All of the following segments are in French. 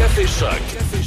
Café Choc.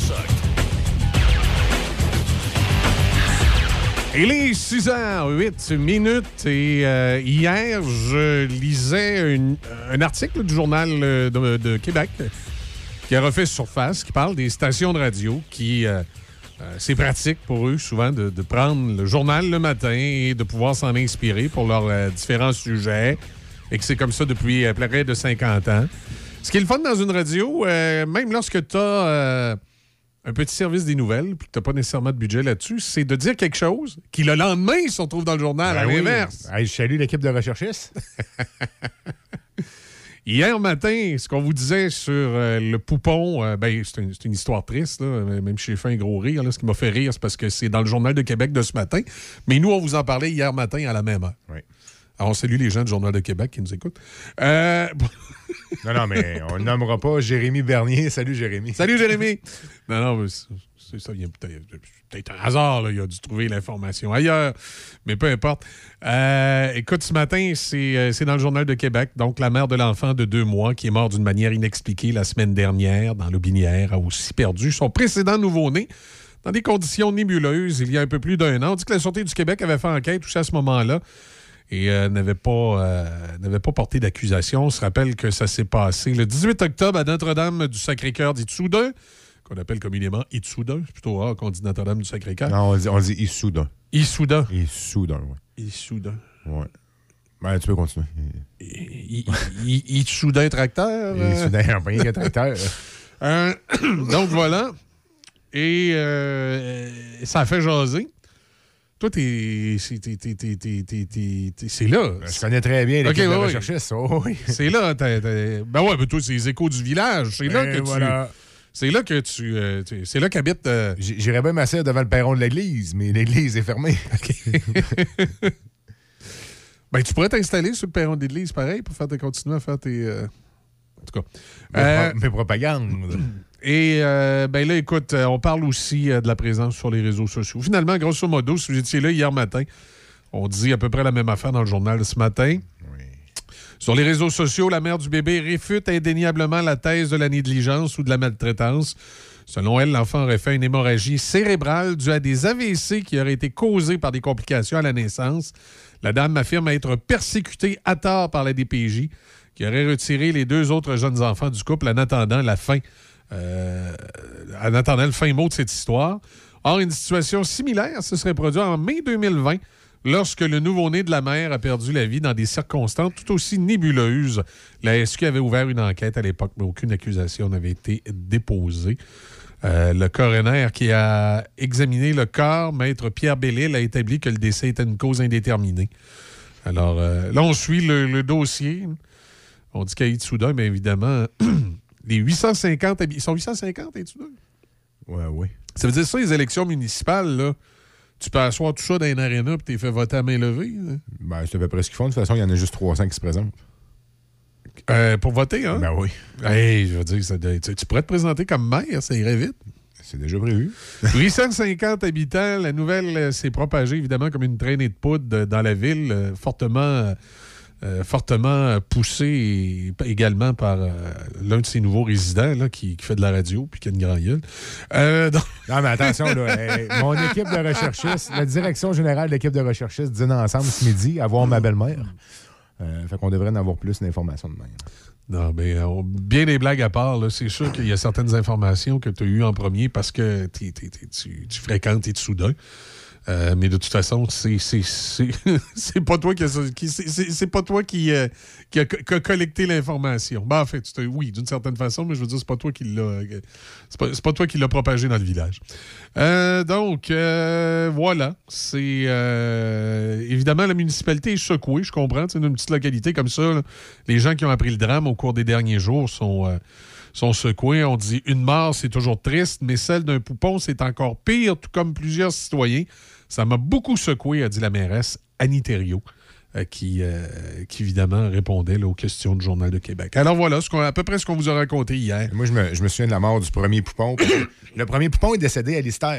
Il est 6h08 et hier, je lisais un article du Journal de Québec qui a refait surface, qui parle des stations de radio qui... c'est pratique pour eux, souvent, de prendre le journal le matin et de pouvoir s'en inspirer pour leurs différents sujets et que c'est comme ça depuis près de 50 ans. Ce qui est le fun dans une radio, même lorsque tu as un petit service des nouvelles et que tu n'as pas nécessairement de budget là-dessus, c'est de dire quelque chose qui, le lendemain, se retrouve dans le journal, à l'inverse. Hey, je salue l'équipe de recherchistes. Hier matin, ce qu'on vous disait sur le poupon, c'est une histoire triste, là, même si j'ai fait un gros rire. Là, ce qui m'a fait rire, c'est parce que c'est dans le Journal de Québec de ce matin. Mais nous, on vous en parlait hier matin à la même heure. Oui. Alors, on salue les gens du Journal de Québec qui nous écoutent. Non, mais on ne nommera pas Jérémy Bernier. Salut, Jérémy. Salut, Jérémy. Non, mais ça vient peut-être un hasard. Là. Il a dû trouver l'information ailleurs. Mais peu importe. Écoute, ce matin, c'est dans le Journal de Québec. Donc, la mère de l'enfant de 2 mois qui est mort d'une manière inexpliquée la semaine dernière dans l'Aubinière a aussi perdu son précédent nouveau-né dans des conditions nébuleuses il y a un peu plus d'1 an. On dit que la Sûreté du Québec avait fait enquête aussi à ce moment-là et n'avait pas porté d'accusation. On se rappelle que ça s'est passé le 18 octobre à Notre-Dame du Sacré-Cœur d'Itsuda, qu'on appelle communément Itsuda. C'est plutôt rare qu'on dit Notre-Dame du Sacré-Cœur. Non, on dit Issoudun. Issuda. Issoudun, oui. Issuda. Oui. Ben, tu peux continuer. Itsuda tracteur. Issoudun, rien qu'un tracteur. Donc, voilà. Et ça a fait jaser. Toi, c'est là. Je connais très bien l'équipe de recherchistes. Oui. C'est là. Ben ouais, mais toi, c'est les échos du village. C'est là que voilà. C'est là que c'est là qu'habite... J'irais bien m'asseoir devant le perron de l'église, mais l'église est fermée. Ben, tu pourrais t'installer sur le perron de l'église, pareil, pour continuer à faire tes... En tout cas. Mes propagandes. Et ben là, écoute, on parle aussi de la présence sur les réseaux sociaux. Finalement, grosso modo, si vous étiez là hier matin, on dit à peu près la même affaire dans le journal de ce matin. Oui. Sur les réseaux sociaux, la mère du bébé réfute indéniablement la thèse de la négligence ou de la maltraitance. Selon elle, l'enfant aurait fait une hémorragie cérébrale due à des AVC qui auraient été causés par des complications à la naissance. La dame affirme être persécutée à tort par la DPJ, qui aurait retiré les 2 autres jeunes enfants du couple en attendant le fin mot de cette histoire. Or, une situation similaire se serait produite en mai 2020, lorsque le nouveau-né de la mère a perdu la vie dans des circonstances tout aussi nébuleuses. La SQ avait ouvert une enquête à l'époque, mais aucune accusation n'avait été déposée. Le coroner qui a examiné le corps, maître Pierre Bellil, a établi que le décès était une cause indéterminée. Alors, là, on suit le dossier. On dit qu'à Itsuda, bien évidemment... Les 850 habitants. Ils sont 850, Itsuda? Oui. Ça veut dire ça, les élections municipales, là, tu peux asseoir tout ça dans une aréna et t'es fait voter à main levée? Hein? Ben, c'est à peu près ce qu'ils font. De toute façon, il y en a juste 300 qui se présentent. Pour voter, hein? Ben oui. Hey, je veux dire, tu pourrais te présenter comme maire, ça irait vite. C'est déjà prévu. 850 habitants. La nouvelle s'est propagée, évidemment, comme une traînée de poudre dans la ville, fortement poussé également par l'un de ses nouveaux résidents là, qui fait de la radio puis qui a une grande gueule. Non, mais attention, là, mon équipe de recherchistes, la direction générale de l'équipe de recherchistes dîne ensemble ce midi à voir ma belle-mère. Fait qu'on devrait en avoir plus d'informations de même. Non, mais bien des blagues à part, là, c'est sûr qu'il y a certaines informations que tu as eues en premier parce que tu fréquentes Itsuda. Mais de toute façon, c'est pas toi qui a collecté l'information. Ben, en fait, oui, d'une certaine façon, mais je veux dire, c'est pas toi qui l'as c'est pas toi qui l'as propagé dans le village. Donc, voilà. C'est évidemment, la municipalité est secouée, je comprends. Dans une petite localité comme ça, là, les gens qui ont appris le drame au cours des derniers jours sont secoués. On dit une mort, c'est toujours triste, mais celle d'un poupon, c'est encore pire, tout comme plusieurs citoyens. Ça m'a beaucoup secoué, a dit la mairesse Annie Thériault, qui évidemment répondait là, aux questions du Journal de Québec. Alors voilà, à peu près ce qu'on vous a raconté hier. Moi, je me souviens de la mort du premier poupon. Le premier poupon est décédé à l'hystère.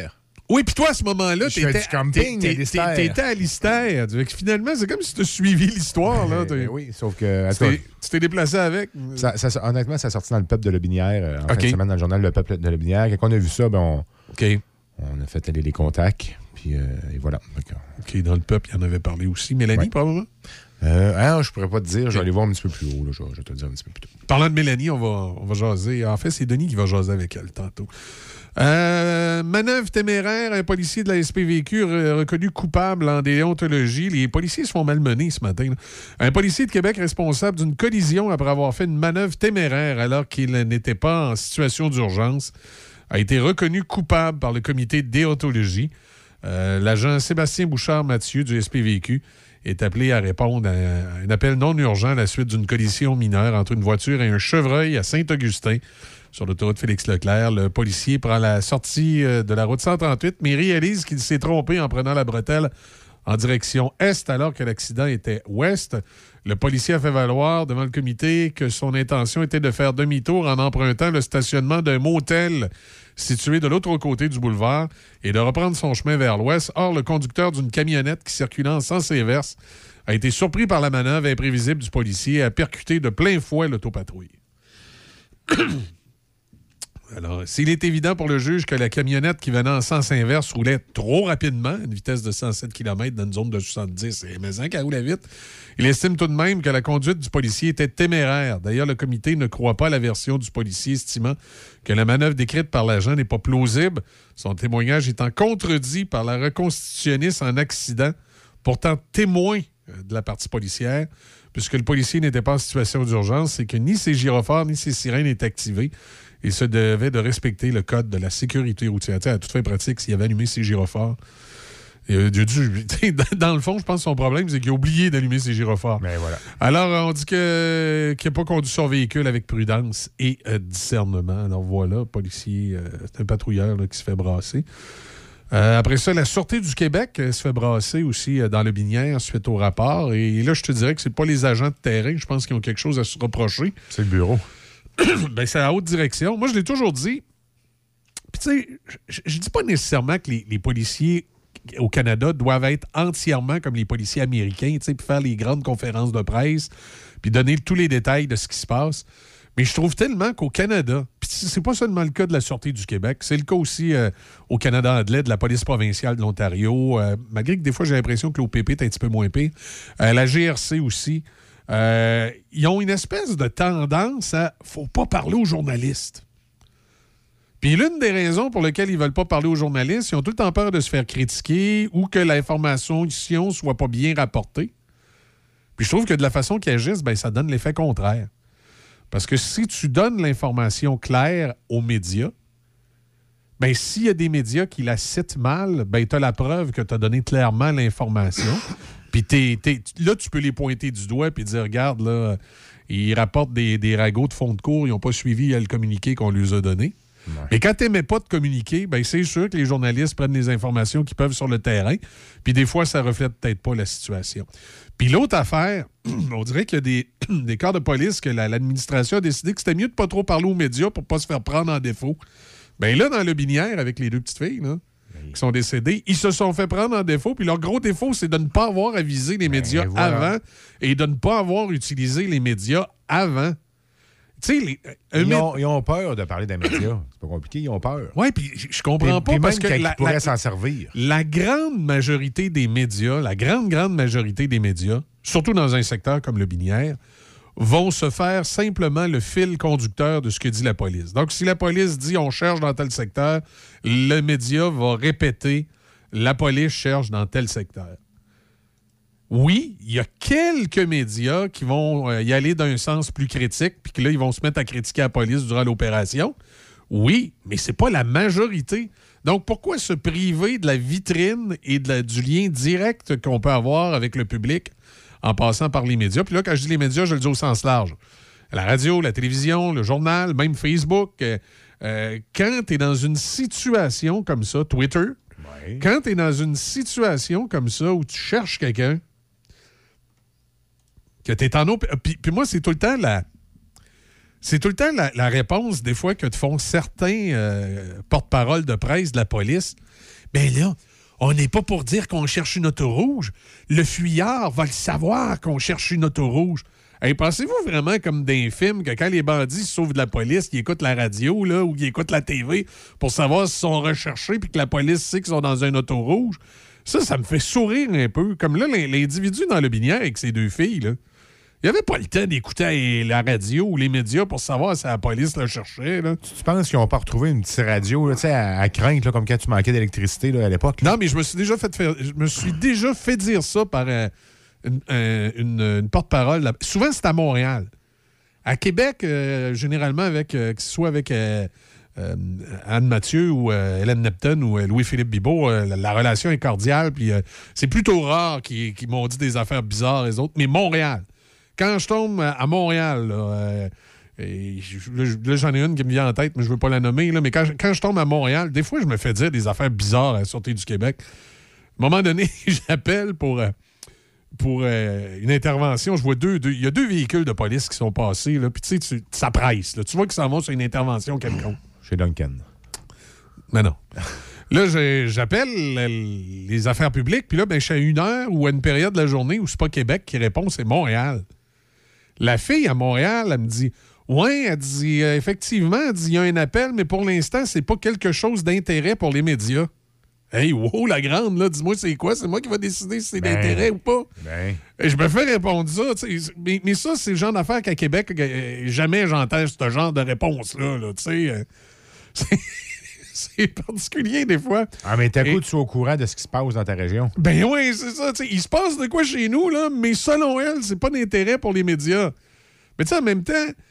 Oui, puis toi, à ce moment-là, Je fais du camping à Lister. T'étais à Lister. Finalement, c'est comme si tu as suivi l'histoire. Là. Oui, sauf que... Tu t'es déplacé avec? Honnêtement, ça a sorti dans le Peuple de Lobinière, en fin de semaine, dans le journal Le Peuple de Lobinière. Quand on a vu ça, on a fait aller les contacts, puis et voilà. OK, dans le Peuple, il en avait parlé aussi. Mélanie, probablement? Je pourrais pas te dire. Je vais aller voir un petit peu plus haut. Là. Je vais te le dire un petit peu plus tôt. Parlant de Mélanie, on va jaser. En fait, c'est Denis qui va jaser avec elle tantôt. Manœuvre téméraire, un policier de la SPVQ reconnu coupable en déontologie. Les policiers se font malmener ce matin. Là. Un policier de Québec responsable d'une collision après avoir fait une manœuvre téméraire alors qu'il n'était pas en situation d'urgence a été reconnu coupable par le comité de déontologie. L'agent Sébastien Bouchard-Mathieu du SPVQ est appelé à répondre à un appel non urgent à la suite d'une collision mineure entre une voiture et un chevreuil à Saint-Augustin. Sur l'autoroute Félix-Leclerc, le policier prend la sortie de la route 138, mais réalise qu'il s'est trompé en prenant la bretelle en direction est alors que l'accident était ouest. Le policier a fait valoir devant le comité que son intention était de faire demi-tour en empruntant le stationnement d'un motel situé de l'autre côté du boulevard et de reprendre son chemin vers l'ouest. Or, le conducteur d'une camionnette qui circulait en sens inverse a été surpris par la manœuvre imprévisible du policier et a percuté de plein fouet l'autopatrouille. Alors, s'il est évident pour le juge que la camionnette qui venait en sens inverse roulait trop rapidement, à une vitesse de 107 km dans une zone de 70, et mais qu'elle roulait vite, il estime tout de même que la conduite du policier était téméraire. D'ailleurs, le comité ne croit pas à la version du policier, estimant que la manœuvre décrite par l'agent n'est pas plausible, son témoignage étant contredit par la reconstitutionniste en accident, pourtant témoin de la partie policière, puisque le policier n'était pas en situation d'urgence et que ni ses gyrophares ni ses sirènes n'étaient activées. Il se devait de respecter le code de la sécurité routière. À toute fin pratique, s'il avait allumé ses gyrophares. Dans le fond, je pense que son problème, c'est qu'il a oublié d'allumer ses gyrophares. Mais voilà. Alors, on dit qu'il n'a pas conduit son véhicule avec prudence et discernement. Alors voilà, policier, c'est un patrouilleur là, qui se fait brasser. Après ça, la Sûreté du Québec se fait brasser aussi dans le Binière suite au rapport. Et là, je te dirais que c'est pas les agents de terrain. Je pense qu'ils ont quelque chose à se reprocher. C'est le bureau. Ben, c'est la haute direction. Moi, je l'ai toujours dit. Puis, tu sais, je dis pas nécessairement que les policiers au Canada doivent être entièrement comme les policiers américains, tu sais, puis faire les grandes conférences de presse, puis donner tous les détails de ce qui se passe. Mais je trouve tellement qu'au Canada, puis c'est pas seulement le cas de la Sûreté du Québec, c'est le cas aussi au Canada anglais, de la police provinciale de l'Ontario, malgré que des fois, j'ai l'impression que l'OPP est un petit peu moins pire. La GRC aussi. Ils ont une espèce de tendance à « faut pas parler aux journalistes ». Puis l'une des raisons pour lesquelles ils veulent pas parler aux journalistes, ils ont tout le temps peur de se faire critiquer ou que l'information soit pas bien rapportée. Puis je trouve que de la façon qu'ils agissent, ben, ça donne l'effet contraire. Parce que si tu donnes l'information claire aux médias, ben, s'il y a des médias qui la citent mal, ben, tu as la preuve que tu as donné clairement l'information. Puis là, tu peux les pointer du doigt et dire, regarde, là, ils rapportent des ragots de fond de cours, ils n'ont pas suivi le communiqué qu'on leur a donné. Ouais. Mais quand tu n'aimais pas de communiquer, ben, c'est sûr que les journalistes prennent les informations qu'ils peuvent sur le terrain. Puis des fois, ça ne reflète peut-être pas la situation. Puis l'autre affaire, on dirait qu'il y a des corps de police que l'administration a décidé que c'était mieux de ne pas trop parler aux médias pour ne pas se faire prendre en défaut. Bien là, dans le Binière, avec les deux petites filles, là, qui sont décédées, ils se sont fait prendre en défaut. Puis leur gros défaut, c'est de ne pas avoir avisé les médias avant et de ne pas avoir utilisé les médias avant. Tu sais, ils ont peur de parler des médias. C'est pas compliqué, ils ont peur. Oui, puis je comprends pas parce que ils pourraient s'en servir. La grande majorité des médias, surtout dans un secteur comme le Binière, vont se faire simplement le fil conducteur de ce que dit la police. Donc, si la police dit « on cherche dans tel secteur », le média va répéter « la police cherche dans tel secteur ». Oui, il y a quelques médias qui vont y aller d'un sens plus critique, puis que là, ils vont se mettre à critiquer la police durant l'opération. Oui, mais c'est pas la majorité. Donc, pourquoi se priver de la vitrine et du lien direct qu'on peut avoir avec le public en passant par les médias? Puis là, quand je dis les médias, je le dis au sens large. La radio, la télévision, le journal, même Facebook. Quand tu es dans une situation comme ça, Twitter, quand tu es dans une situation comme ça où tu cherches quelqu'un, que tu es en puis moi, c'est tout le temps la réponse, des fois, que te font certains porte-parole de presse de la police. Ben là, on n'est pas pour dire qu'on cherche une auto rouge. Le fuyard va le savoir qu'on cherche une auto rouge. Hey, pensez-vous vraiment comme dans les films que quand les bandits se sauvent de la police, qu'ils écoutent la radio là, ou qu'ils écoutent la TV pour savoir s'ils sont recherchés puis que la police sait qu'ils sont dans un auto rouge? Ça me fait sourire un peu. Comme là, l'individu dans le binière avec ses deux filles, là, il n'avait pas le temps d'écouter la radio ou les médias pour savoir si la police le cherchait. Là. Tu penses qu'ils n'ont pas retrouvé une petite radio là, à crainte, là, comme quand tu manquais d'électricité là, à l'époque? Là? Non, mais je me suis déjà fait dire ça par une porte-parole. Là. Souvent, c'est à Montréal. À Québec, généralement, que ce soit avec Anne Mathieu ou Hélène Nepton ou Louis-Philippe Bibeau, la relation est cordiale. Puis c'est plutôt rare qu'ils m'ont dit des affaires bizarres, les autres. Mais Montréal, quand je tombe à Montréal, là, j'en ai une qui me vient en tête, mais je ne veux pas la nommer, là, mais quand je tombe à Montréal, des fois, je me fais dire des affaires bizarres à la Sûreté du Québec. À un moment donné, j'appelle pour une intervention. Je vois il y a 2 véhicules de police qui sont passés, là, puis tu sais, ça presse. Là. Tu vois qu'ils s'en vont sur une intervention quelconque. Chez Duncan. Mais non. Là, j'appelle les affaires publiques, puis là, je suis à 1 heure ou à une période de la journée où c'est pas Québec qui répond, c'est Montréal. La fille à Montréal, elle me dit « Ouais, elle dit effectivement, elle dit il y a un appel, mais pour l'instant, c'est pas quelque chose d'intérêt pour les médias. » Hey, wow, la grande, là, dis-moi c'est quoi? C'est moi qui va décider si c'est d'intérêt ou pas. Et je me fais répondre ça. Mais ça, c'est le genre d'affaire qu'à Québec, jamais j'entends ce genre de réponse-là. Là, c'est particulier des fois. Ah, mais t'as coup, tu es au courant de ce qui se passe dans ta région. Ben oui, c'est ça. Il se passe de quoi chez nous, là, mais selon elle, c'est pas d'intérêt pour les médias. Mais tu sais, en même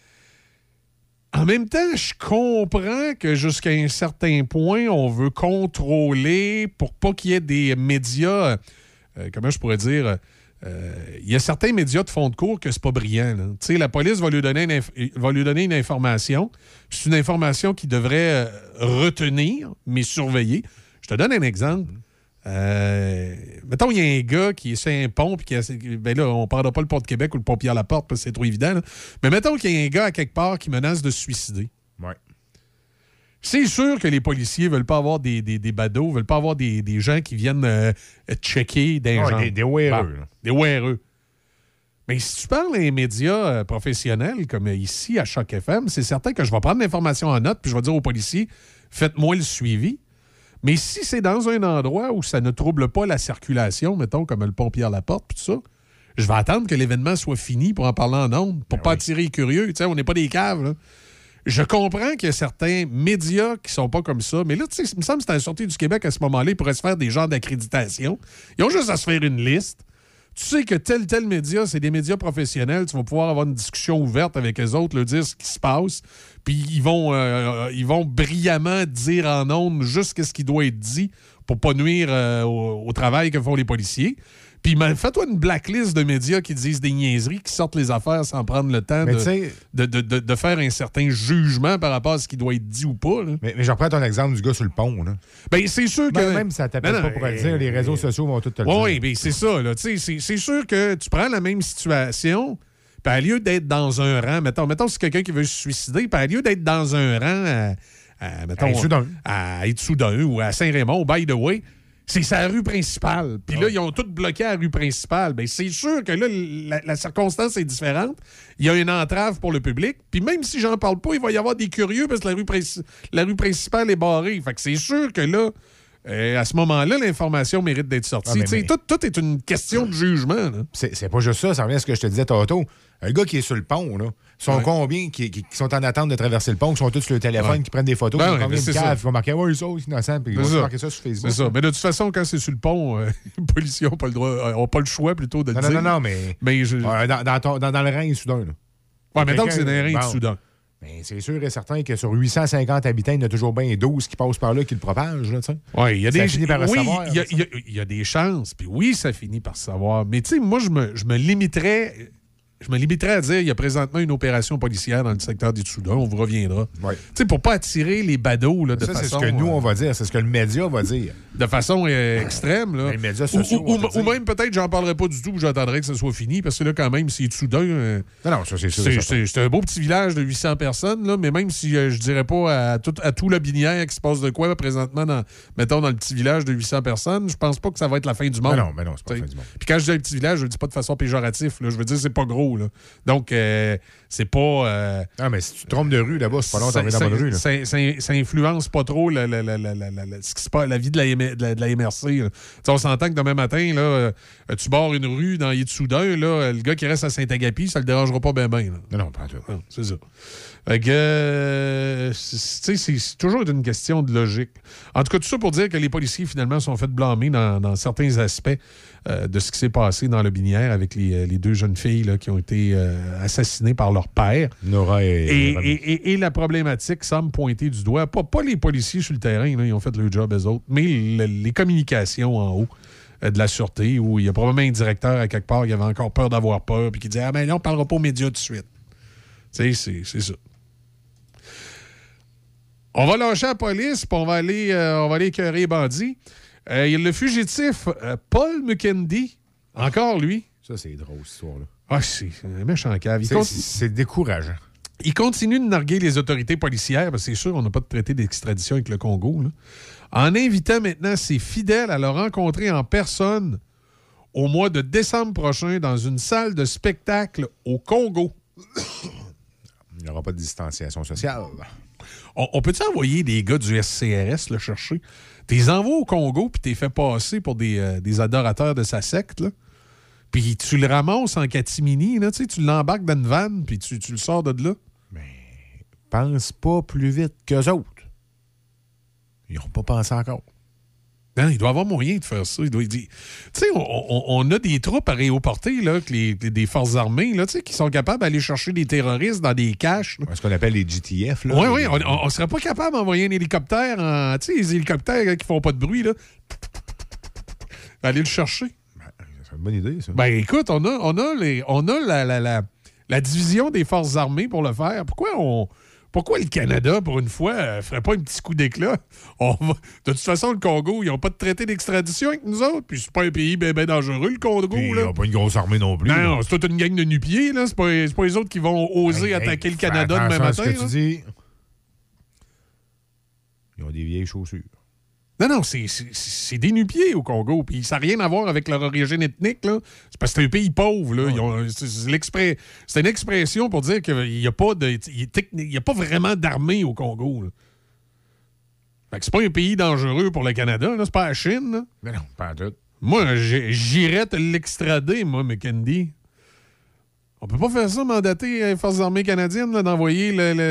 temps, je comprends que jusqu'à un certain point, on veut contrôler pour pas qu'il y ait des médias... comment je pourrais dire... il y a certains médias de fond de cours que c'est pas brillant. Tu sais, la police va lui donner une information. C'est une information qu'il devrait retenir, mais surveiller. Je te donne un exemple. Mettons, il y a un gars qui est sur un pont, puis ben là, on ne prendra pas le pont de Québec ou le pont Pierre-Laporte, parce que c'est trop évident. Là. Mais mettons qu'il y a un gars à quelque part qui menace de se suicider. Ouais. C'est sûr que les policiers ne veulent pas avoir des badauds, ne veulent pas avoir des gens qui viennent checker des gens. Des ORE. Des ORE. Mais si tu parles à un média professionnel, comme ici à Choc FM, c'est certain que je vais prendre l'information en note puis je vais dire aux policiers, faites-moi le suivi. Mais si c'est dans un endroit où ça ne trouble pas la circulation, mettons, comme le pont Pierre-Laporte puis tout ça, je vais attendre que l'événement soit fini pour en parler en ondes, pour pas attirer les curieux. Tu sais, on n'est pas des caves, là. Je comprends qu'il y a certains médias qui sont pas comme ça, mais là, tu sais, il me semble que c'était à la Sûreté du Québec à ce moment-là, ils pourraient se faire des genres d'accréditation. Ils ont juste à se faire une liste. Tu sais que tel média, c'est des médias professionnels, tu vas pouvoir avoir une discussion ouverte avec les autres, leur dire ce qui se passe, puis ils vont brillamment dire en ondes juste ce qui doit être dit pour pas nuire au travail que font les policiers. Puis fais-toi une blacklist de médias qui disent des niaiseries, qui sortent les affaires sans prendre le temps de faire un certain jugement par rapport à ce qui doit être dit ou pas. Là. Mais je reprends ton exemple du gars sur le pont. Là. Ben, c'est sûr que... Même si ça t'appelle pas pour le dire, les réseaux sociaux vont tout te le dire. Oui, bien, c'est ça. Là. C'est sûr que tu prends la même situation, puis à lieu d'être dans un rang, mettons c'est quelqu'un qui veut se suicider, puis à lieu d'être dans un rang à Issoudun ou à Saint-Raymond, au by the way, c'est sa rue principale. Puis là, ils ont tout bloqué à la rue principale. Bien, c'est sûr que là, la circonstance est différente. Il y a une entrave pour le public. Puis même si j'en parle pas, il va y avoir des curieux parce que la rue principale est barrée. Fait que c'est sûr que là, à ce moment-là, l'information mérite d'être sortie. Tout est une question de jugement. Là. C'est pas juste ça. Ça revient à ce que je te disais tantôt. Un gars qui est sur le pont, là, sont combien qui sont en attente de traverser le pont, qui sont tous sur le téléphone, qui prennent des photos, combien de caves, qui vont marquer ils sont innocents, puis ils vont marquer ça sur Facebook. C'est ça. Mais de toute façon, quand c'est sur le pont, les policiers n'ont pas le droit, n'ont pas le choix plutôt de le dire. Non, mais dans le rang Issoudun. Là. Ouais, mettons que c'est dans le rang Issoudun. Mais c'est sûr et certain que sur 850 habitants, il y en a toujours bien 12 qui passent par là, qui le propagent. Oui, il y a des finit par le savoir. Il y a des chances. Puis oui, ça finit par se savoir. Mais tu sais, moi, je me limiterais je me limiterais à dire qu'il y a présentement une opération policière dans le secteur du Soudan. On vous reviendra. Ouais. Tu sais, pour pas attirer les badauds là, de ça, façon... c'est ce que nous, on va dire. C'est ce que le média va dire. De façon extrême. Là. Les médias sociaux. Ou même, peut-être, j'en parlerai pas du tout, j'attendrai que ça soit fini, parce que là, quand même, c'est Soudan... non, ça, c'est sûr. C'est un beau petit village de 800 personnes, là, mais même si je dirais pas à tout la Binière qui se passe de quoi présentement, mettons, dans le petit village de 800 personnes, je pense pas que ça va être la fin du monde. Mais non, c'est pas la fin du monde. Puis quand je dis un petit village, je le dis pas de façon péjorative. Là, je veux dire, c'est pas gros. Là. Donc, c'est pas... Ah, mais si tu te trompes de rue, là-bas, c'est pas long d'arriver dans la bonne rue. Là. Ça influence pas trop ce qui se passe, la vie de la MRC. Là. On s'entend que demain matin, là, tu barres une rue dans Yitsuda, là, le gars qui reste à Saint-Agapi, ça le dérangera pas bien. Non, pas tout. Non, c'est ça. Fait que, c'est toujours une question de logique. En tout cas, tout ça pour dire que les policiers, finalement, sont fait blâmer dans certains aspects de ce qui s'est passé dans le Binière avec les deux jeunes filles là, qui ont été assassinées par leur père. Nora et la problématique semble pointer du doigt. Pas les policiers sur le terrain, là, ils ont fait le job eux autres, mais les communications en haut de la sûreté, où il y a probablement un directeur à quelque part qui avait encore peur d'avoir peur puis qui dit « Ah, ben là, on parlera pas aux médias tout de suite. » Tu sais, c'est ça. On va lâcher la police, puis on va aller écœurer les bandits. Il y a le fugitif Paul Mukendi, encore lui. Ça, c'est drôle, cette histoire-là. Ah, c'est un méchant cave. C'est décourageant. Il continue de narguer les autorités policières, parce que c'est sûr, on n'a pas de traité d'extradition avec le Congo, là, en invitant maintenant ses fidèles à le rencontrer en personne au mois de décembre prochain dans une salle de spectacle au Congo. Il n'y aura pas de distanciation sociale. On peut-tu envoyer des gars du SCRS le chercher? T'es envoies au Congo puis t'es fait passer pour des adorateurs de sa secte, là. Puis tu le ramasses en catimini, là, tu l'embarques dans une vanne puis tu le sors de là. Mais pense pas plus vite qu'eux autres. Ils n'ont pas pensé encore. Non, il doit avoir moyen de faire ça. Il doit dire. Tu sais, on a des troupes à réauporter, là, des forces armées, là, qui sont capables d'aller chercher des terroristes dans des caches. Ce qu'on appelle les GTF. Oui, oui. On serait pas capable d'envoyer un hélicoptère, tu sais, les hélicoptères là, qui font pas de bruit, là. Aller le chercher. C'est une bonne idée, ça. Ben, écoute, on a la division des forces armées pour le faire. Pourquoi le Canada, pour une fois, ferait pas un petit coup d'éclat? De toute façon, le Congo, ils n'ont pas de traité d'extradition avec nous autres, puis c'est pas un pays bien dangereux, le Congo. Puis, là. Ils n'ont pas une grosse armée non plus. Non, c'est toute une gang de nu-pieds, là. C'est pas les autres qui vont oser attaquer le Canada demain matin. Ce que tu dis, ils ont des vieilles chaussures. Non, c'est des nu-pieds au Congo, puis ça n'a rien à voir avec leur origine ethnique, là. C'est parce que c'est un pays pauvre, là. C'est une expression pour dire qu'il n'y a pas vraiment d'armée au Congo, là. Fait que c'est pas un pays dangereux pour le Canada, là. C'est pas la Chine, là. Mais non, pas en tout. Moi, j'irais te l'extrader, moi, McKendy. On peut pas faire ça, mandater les Forces armées canadiennes, là, d'envoyer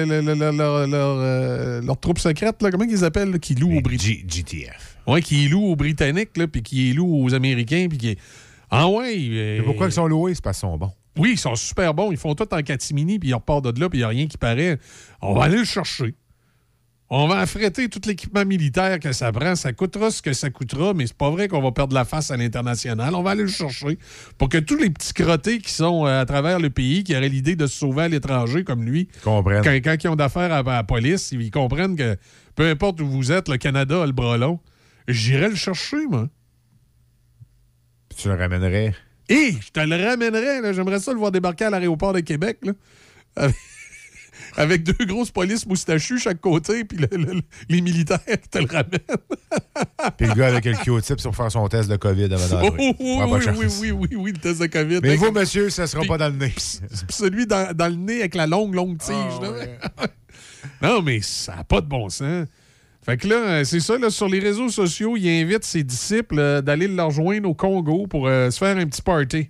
leurs troupes secrètes, là, comment ils appellent, là, qui louent aux Britanniques. GTF. Oui, qui louent aux Britanniques, là, puis qui louent aux Américains, puis qui... Ah ouais! Et pourquoi ils sont loués? C'est parce qu'ils sont bons. Oui, ils sont super bons. Ils font tout en catimini, puis ils repartent de là, puis il n'y a rien qui paraît. On va aller le chercher. On va affréter tout l'équipement militaire que ça prend. Ça coûtera ce que ça coûtera, mais c'est pas vrai qu'on va perdre la face à l'international. On va aller le chercher pour que tous les petits crottés qui sont à travers le pays, qui auraient l'idée de se sauver à l'étranger comme lui, comprennent. Quand ils ont d'affaires à la police, ils comprennent que peu importe où vous êtes, le Canada a le bras long. J'irai le chercher, moi. Puis tu le ramènerais? Je te le ramènerais. Là. J'aimerais ça le voir débarquer à l'aéroport de Québec, là. Avec deux grosses polices moustachues chaque côté, puis les militaires qui te le ramènent. Puis le gars avec le Q-tip pour faire son test de COVID avant d'entrer. Oui, le test de COVID. Mais vous, monsieur, ça sera pas dans le nez. Celui dans le nez avec la longue tige. Ouais. Non, mais ça n'a pas de bon sens. Fait que là, c'est ça, là, sur les réseaux sociaux, il invite ses disciples d'aller le rejoindre au Congo pour se faire un petit party.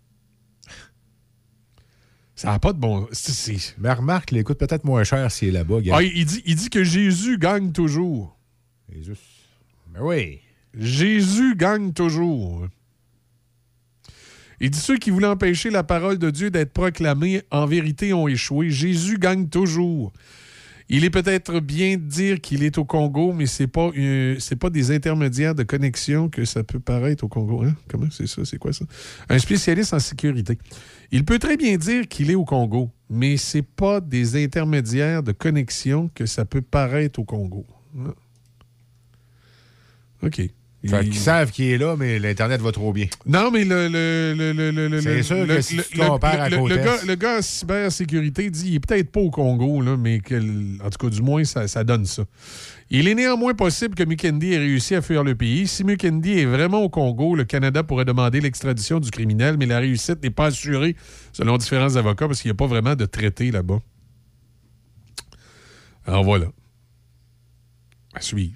Ça n'a pas de bon... Mais remarque, il coûte peut-être moins cher s'il est là-bas. Ah, il dit que Jésus gagne toujours. Jésus. Mais oui. Jésus gagne toujours. Il dit ceux qui voulaient empêcher la parole de Dieu d'être proclamée, en vérité, ont échoué. Jésus gagne toujours. Il est peut-être bien de dire qu'il est au Congo, mais c'est pas des intermédiaires de connexion que ça peut paraître au Congo. Hein? Comment c'est ça? C'est quoi ça? Un spécialiste en sécurité. Il peut très bien dire qu'il est au Congo, mais c'est pas des intermédiaires de connexion que ça peut paraître au Congo. Ah. OK. Fait qu'ils savent qu'il est là, mais l'Internet va trop bien. Non, mais c'est sûr que si tu compares à le gars en cybersécurité dit qu'il est peut-être pas au Congo, là, mais en tout cas, du moins, ça donne ça. Il est néanmoins possible que Mukendi ait réussi à fuir le pays. Si Mukendi est vraiment au Congo, le Canada pourrait demander l'extradition du criminel, mais la réussite n'est pas assurée, selon différents avocats, parce qu'il n'y a pas vraiment de traité là-bas. Alors voilà. À suivre.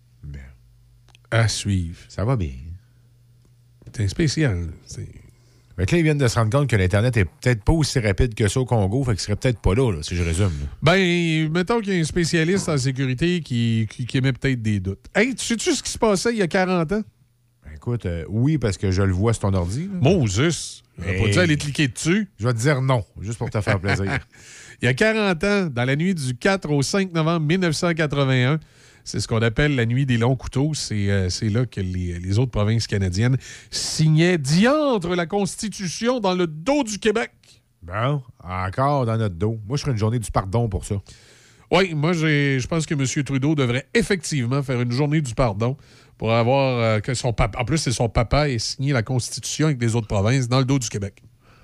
À suivre. Ça va bien. C'est spécial. Mais là, ils viennent de se rendre compte que l'Internet est peut-être pas aussi rapide que ça au Congo, fait qu'il serait peut-être pas là, si je résume. Là. Ben, mettons qu'il y a un spécialiste en sécurité qui émet peut-être des doutes. Hey, tu sais-tu ce qui se passait il y a 40 ans? Ben, écoute, oui, parce que je le vois sur ton ordi. Moses! Hey. Pas dû aller cliquer dessus? Je vais te dire non, juste pour te faire plaisir. Il y a 40 ans, dans la nuit du 4 au 5 novembre 1981, c'est ce qu'on appelle la nuit des longs couteaux. C'est là que les autres provinces canadiennes signaient diantre la Constitution dans le dos du Québec. Bon, encore dans notre dos. Moi, je ferais une journée du pardon pour ça. Oui, moi, je pense que M. Trudeau devrait effectivement faire une journée du pardon pour avoir que son papa... En plus, c'est son papa ait signé la Constitution avec les autres provinces dans le dos du Québec.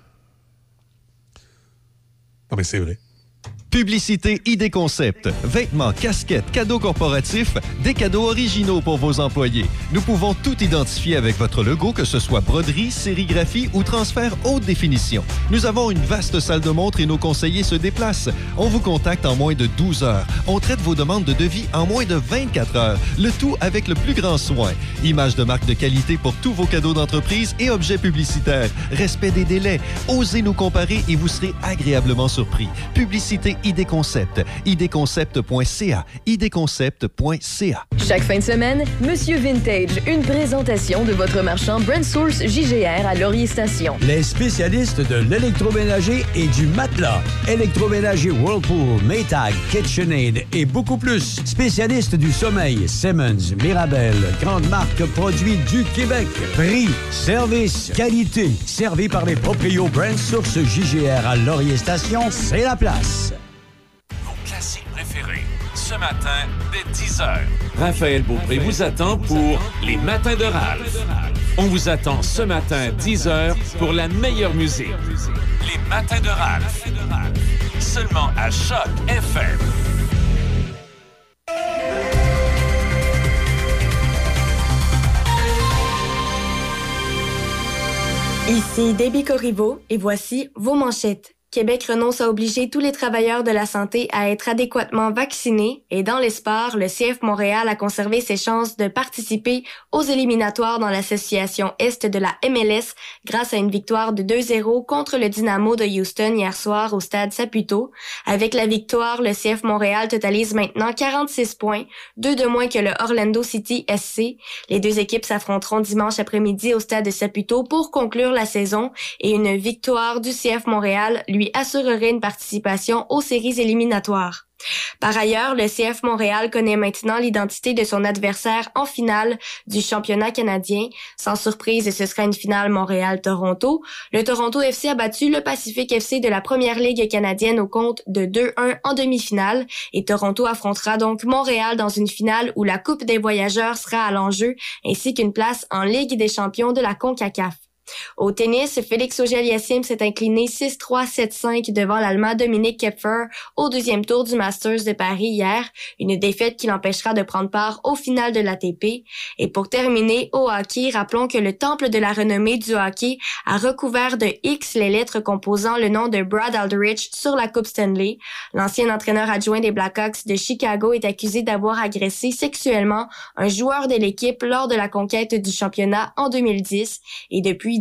Non, mais c'est vrai. Publicité ID Concept. Vêtements, casquettes, cadeaux corporatifs, des cadeaux originaux pour vos employés. Nous pouvons tout identifier avec votre logo, que ce soit broderie, sérigraphie ou transfert haute définition. Nous avons une vaste salle de montre et nos conseillers se déplacent. On vous contacte en moins de 12 heures. On traite vos demandes de devis en moins de 24 heures. Le tout avec le plus grand soin. Image de marque de qualité pour tous vos cadeaux d'entreprise et objets publicitaires. Respect des délais. Osez nous comparer et vous serez agréablement surpris. Publicité ID Concept. idconcept.ca. idconcept.ca. Chaque fin de semaine, Monsieur Vintage, une présentation de votre marchand Brand Source JGR à Laurier Station. Les spécialistes de l'électroménager et du matelas. Électroménager Whirlpool, Maytag, KitchenAid et beaucoup plus. Spécialistes du sommeil, Simmons, Mirabel, grande marque produits du Québec. Prix, service, qualité. Servi par les proprios Brand Source JGR à Laurier Station, c'est la place. Classique préféré, ce matin, dès 10h. Raphaël Beaupré vous attend pour Les Matins de Ralph. On vous attend ce matin, 10h, pour la meilleure musique. Les Matins de Ralph. Seulement à Choc FM. Ici Debbie Corriveau et voici vos manchettes. Québec renonce à obliger tous les travailleurs de la santé à être adéquatement vaccinés et dans les sports, le CF Montréal a conservé ses chances de participer aux éliminatoires dans l'association Est de la MLS grâce à une victoire de 2-0 contre le Dynamo de Houston hier soir au stade Saputo. Avec la victoire, le CF Montréal totalise maintenant 46 points, 2 de moins que le Orlando City SC. Les deux équipes s'affronteront dimanche après-midi au stade de Saputo pour conclure la saison et une victoire du CF Montréal lui assurerait une participation aux séries éliminatoires. Par ailleurs, le CF Montréal connaît maintenant l'identité de son adversaire en finale du championnat canadien. Sans surprise, ce sera une finale Montréal-Toronto. Le Toronto FC a battu le Pacific FC de la Première Ligue canadienne au compte de 2-1 en demi-finale et Toronto affrontera donc Montréal dans une finale où la Coupe des voyageurs sera à l'enjeu ainsi qu'une place en Ligue des champions de la CONCACAF. Au tennis, Félix Auger-Aliassime s'est incliné 6-3, 7-5 devant l'Allemand Dominic Kepfer au deuxième tour du Masters de Paris hier, une défaite qui l'empêchera de prendre part au final de l'ATP. Et pour terminer, au hockey, rappelons que le temple de la renommée du hockey a recouvert de X les lettres composant le nom de Brad Aldrich sur la Coupe Stanley. L'ancien entraîneur adjoint des Blackhawks de Chicago est accusé d'avoir agressé sexuellement un joueur de l'équipe lors de la conquête du championnat en 2010 et depuis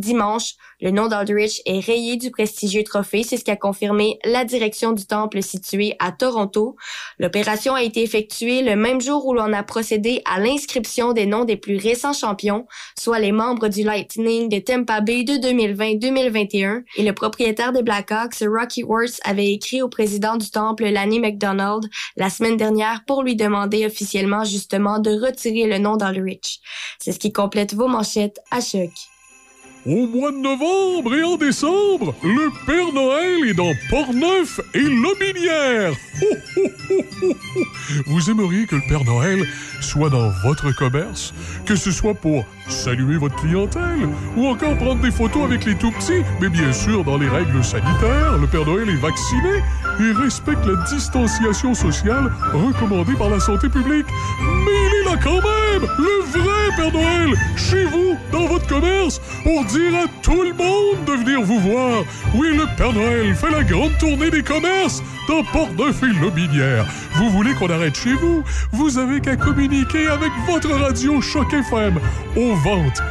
dimanche, le nom d'Aldrich est rayé du prestigieux trophée. C'est ce qu'a confirmé la direction du temple situé à Toronto. L'opération a été effectuée le même jour où l'on a procédé à l'inscription des noms des plus récents champions, soit les membres du Lightning de Tampa Bay de 2020-2021. Et le propriétaire des Blackhawks, Rocky Wirtz, avait écrit au président du temple, Lanny McDonald, la semaine dernière pour lui demander officiellement justement de retirer le nom d'Aldrich. C'est ce qui complète vos manchettes à Choc. Au mois de novembre et en décembre, le Père Noël est dans Portneuf et Lobinière. Ho, ho, ho, ho, ho. Vous aimeriez que le Père Noël soit dans votre commerce, que ce soit pour saluer votre clientèle ou encore prendre des photos avec les tout-petits, mais bien sûr dans les règles sanitaires. Le Père Noël est vacciné et respecte la distanciation sociale recommandée par la santé publique. Mais il est là quand même, le vrai Père Noël, chez vous, dans votre commerce, pour dire à tout le monde de venir vous voir. Oui, le Père Noël fait la grande tournée des commerces dans Portneuf et Lobinière. Vous voulez qu'on arrête chez vous? Vous avez qu'à communiquer avec votre radio Choc FM aux ventes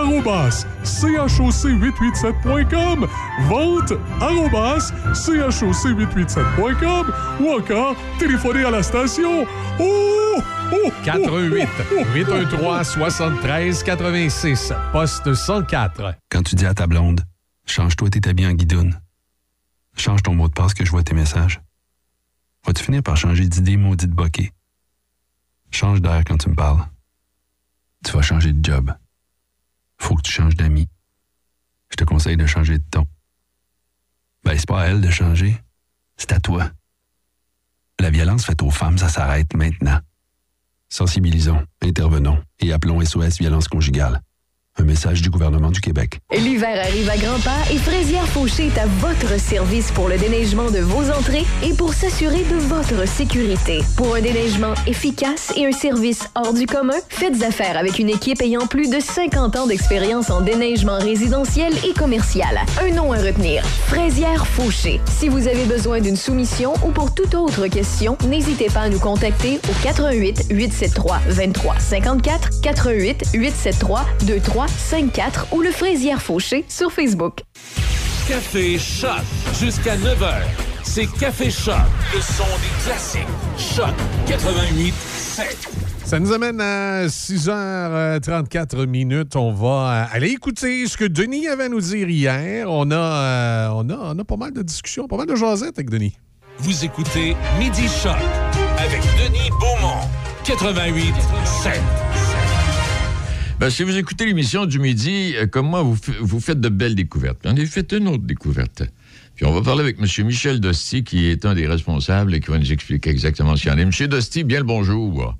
@choc887.com, vente @choc887.com ou encore téléphoner à la station. Oh! 88 813 73 86 poste 104. Quand tu dis à ta blonde, change-toi tes habits en guidoune. Change ton mot de passe que je vois tes messages. Vas-tu finir par changer d'idée maudite bokeh? Change d'air quand tu me parles. Tu vas changer de job. Faut que tu changes d'amis. Je te conseille de changer de ton. Ben, c'est pas à elle de changer. C'est à toi. La violence faite aux femmes, ça s'arrête maintenant. Sensibilisons, intervenons et appelons SOS Violence Conjugale. Un message du gouvernement du Québec. L'hiver arrive à grands pas et Fraisière Fauché est à votre service pour le déneigement de vos entrées et pour s'assurer de votre sécurité. Pour un déneigement efficace et un service hors du commun, faites affaire avec une équipe ayant plus de 50 ans d'expérience en déneigement résidentiel et commercial. Un nom à retenir, Fraisière Fauché. Si vous avez besoin d'une soumission ou pour toute autre question, n'hésitez pas à nous contacter au 88 873 23 54, 88 873 23 54 ou le Fraisière Fauché sur Facebook. Café Choc jusqu'à 9h. C'est Café Choc, le son des classiques. Choc 88.7. Ça nous amène à 6h34 minutes. On va aller écouter ce que Denis avait à nous dire hier. On a pas mal de discussions, pas mal de jasettes avec Denis. Vous écoutez Midi Choc avec Denis Beaumont, 88.7. Ben, si vous écoutez l'émission du midi, comme moi, vous faites de belles découvertes. J'en ai fait une autre découverte. Puis on va parler avec M. Michel Dosti, qui est un des responsables et qui va nous expliquer exactement ce qu'il y en est. M. Dosti, bien le bonjour.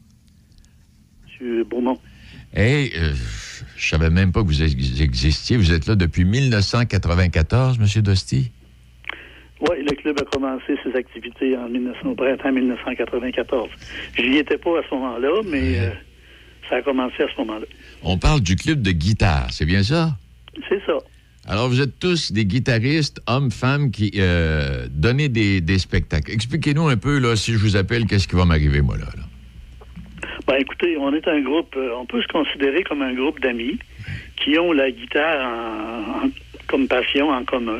M. Beaumont. Hey, je savais même pas que vous existiez. Vous êtes là depuis 1994, M. Dosti? Oui, le club a commencé ses activités au printemps 1994. J'y étais pas à ce moment-là, mais... ça a commencé à ce moment-là. On parle du club de guitare, c'est bien ça? C'est ça. Alors, vous êtes tous des guitaristes, hommes, femmes, qui donnez des spectacles. Expliquez-nous un peu, là, si je vous appelle, qu'est-ce qui va m'arriver, moi, là? Ben, écoutez, on est un groupe, on peut se considérer comme un groupe d'amis qui ont la guitare comme passion en commun.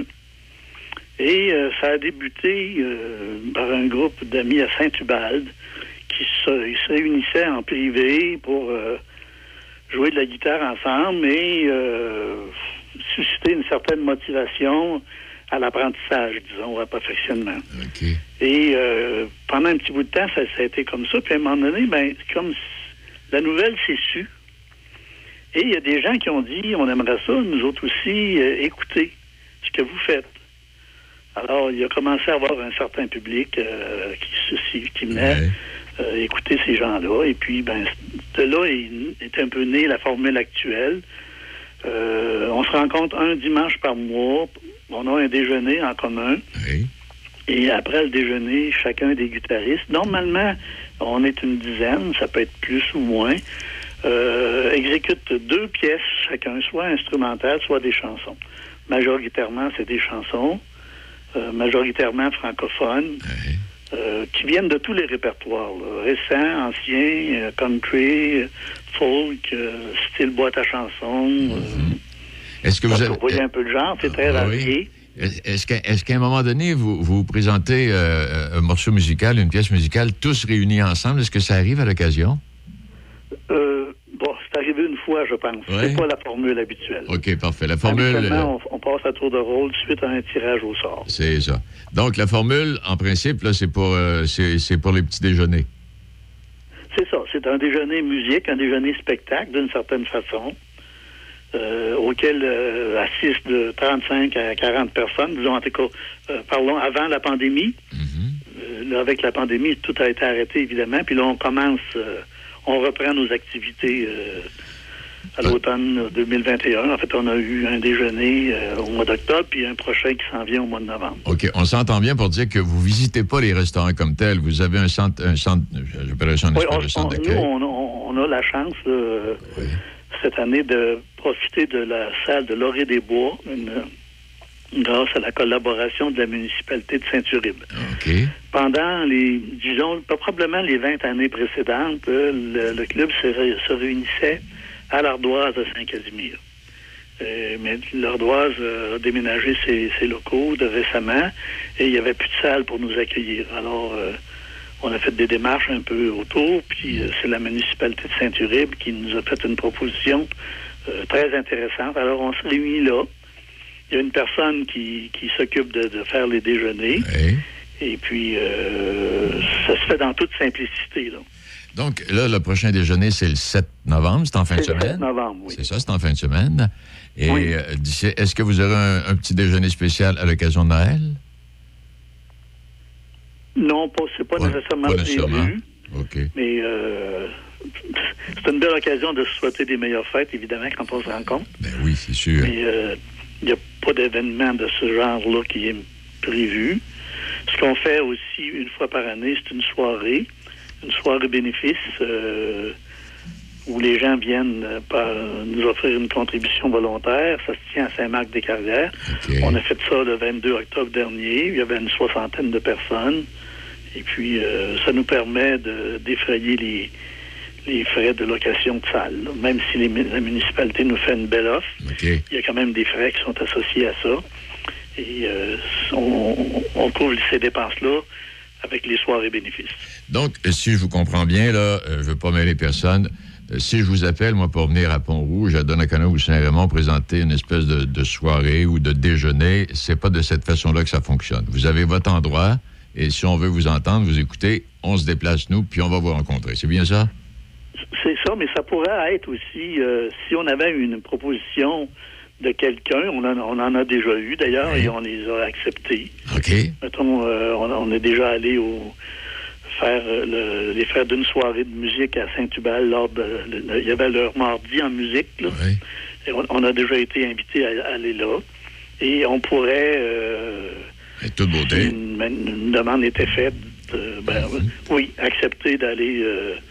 Et ça a débuté par un groupe d'amis à Saint-Ubalde qui se réunissaient en privé pour jouer de la guitare ensemble et susciter une certaine motivation à l'apprentissage, disons, à perfectionnement. Okay. Et pendant un petit bout de temps, ça a été comme ça. Puis à un moment donné, ben, comme la nouvelle s'est sue, et il y a des gens qui ont dit, on aimerait ça, nous autres aussi, écouter ce que vous faites. Alors, il a commencé à avoir un certain public qui venait écouter ces gens-là. Et puis, ben, de là est un peu née la formule actuelle. On se rencontre un dimanche par mois. On a un déjeuner en commun. Oui. Et après le déjeuner, chacun des guitaristes, normalement, on est une dizaine, ça peut être plus ou moins, exécute 2 pièces chacun, soit instrumentales, soit des chansons. Majoritairement, c'est des chansons, majoritairement francophones, qui viennent de tous les répertoires, là, récents, anciens, country, folk, style boîte à chansons. Est-ce que vous voyez un peu le genre, c'est très varié. Est-ce qu'à un moment donné, vous présentez un morceau musical, une pièce musicale, tous réunis ensemble? Est-ce que ça arrive à l'occasion? C'est arrivé une fois, je pense. Ouais. C'est pas la formule habituelle. OK, parfait. La formule... Habituellement, on passe à tour de rôle suite à un tirage au sort. C'est ça. Donc, la formule, en principe, là, c'est pour les petits déjeuners. C'est ça. C'est un déjeuner musique, un déjeuner spectacle, d'une certaine façon, auquel assistent de 35 à 40 personnes, disons, en tout cas, parlons avant la pandémie. Mm-hmm. Là, avec la pandémie, tout a été arrêté, évidemment. Puis là, on reprend nos activités à l'automne 2021. En fait, on a eu un déjeuner au mois d'octobre, puis un prochain qui s'en vient au mois de novembre. OK. On s'entend bien pour dire que vous ne visitez pas les restaurants comme tels. Vous avez un centre j'appelle ça un espèce de centre d'accueil. Nous, on a la chance, cette année, de profiter de la salle de Laurier-des-Bois, grâce à la collaboration de la municipalité de Saint-Uribe. Okay. Pendant probablement les 20 années précédentes, le club se réunissait à l'Ardoise de Saint-Casimir. Mais l'Ardoise a déménagé ses locaux récemment et il n'y avait plus de salle pour nous accueillir. Alors, on a fait des démarches un peu autour, puis c'est la municipalité de Saint-Uribe qui nous a fait une proposition très intéressante. Alors, on se réunit là. Il y a une personne qui s'occupe de faire les déjeuners. Oui. Et puis, ça se fait dans toute simplicité, là. Donc, là, le prochain déjeuner, c'est le 7 novembre. C'est en fin de semaine. C'est le 7 novembre, oui. C'est ça, c'est en fin de semaine. Et oui. Est-ce que vous aurez un petit déjeuner spécial à l'occasion de Noël? Non, c'est pas nécessairement prévu. OK. Mais c'est une belle occasion de se souhaiter des meilleures fêtes, évidemment, quand on se rencontre. Ben oui, c'est sûr. Mais il n'y a pas d'événement de ce genre-là qui est prévu. Ce qu'on fait aussi une fois par année, c'est une soirée bénéfice où les gens viennent nous offrir une contribution volontaire. Ça se tient à Saint-Marc-des-Carrières. Okay. On a fait ça le 22 octobre dernier. Il y avait une 60aine de personnes. Et puis, ça nous permet de défrayer les frais de location de salle. Là. Même si la municipalité nous fait une belle offre, okay. Il y a quand même des frais qui sont associés à ça. Et on couvre ces dépenses-là avec les soirées bénéfices. Donc, si je vous comprends bien, là, je ne veux pas mêler personne. Si je vous appelle, moi, pour venir à Pont-Rouge, à Donnacona ou Saint-Raymond, présenter une espèce de soirée ou de déjeuner, c'est pas de cette façon-là que ça fonctionne. Vous avez votre endroit, et si on veut vous entendre, vous écouter, on se déplace, nous, puis on va vous rencontrer. C'est bien ça? C'est ça, mais ça pourrait être aussi, si on avait une proposition de quelqu'un, on en a déjà eu d'ailleurs, oui. Et on les a acceptés. OK. Mettons, on est déjà allé faire les frais d'une soirée de musique à Saint-Hubal il y avait leur mardi en musique, là. Oui. Et on a déjà été invités à aller là. Et on pourrait... toute beauté. Si une demande était faite, oui, accepter d'aller...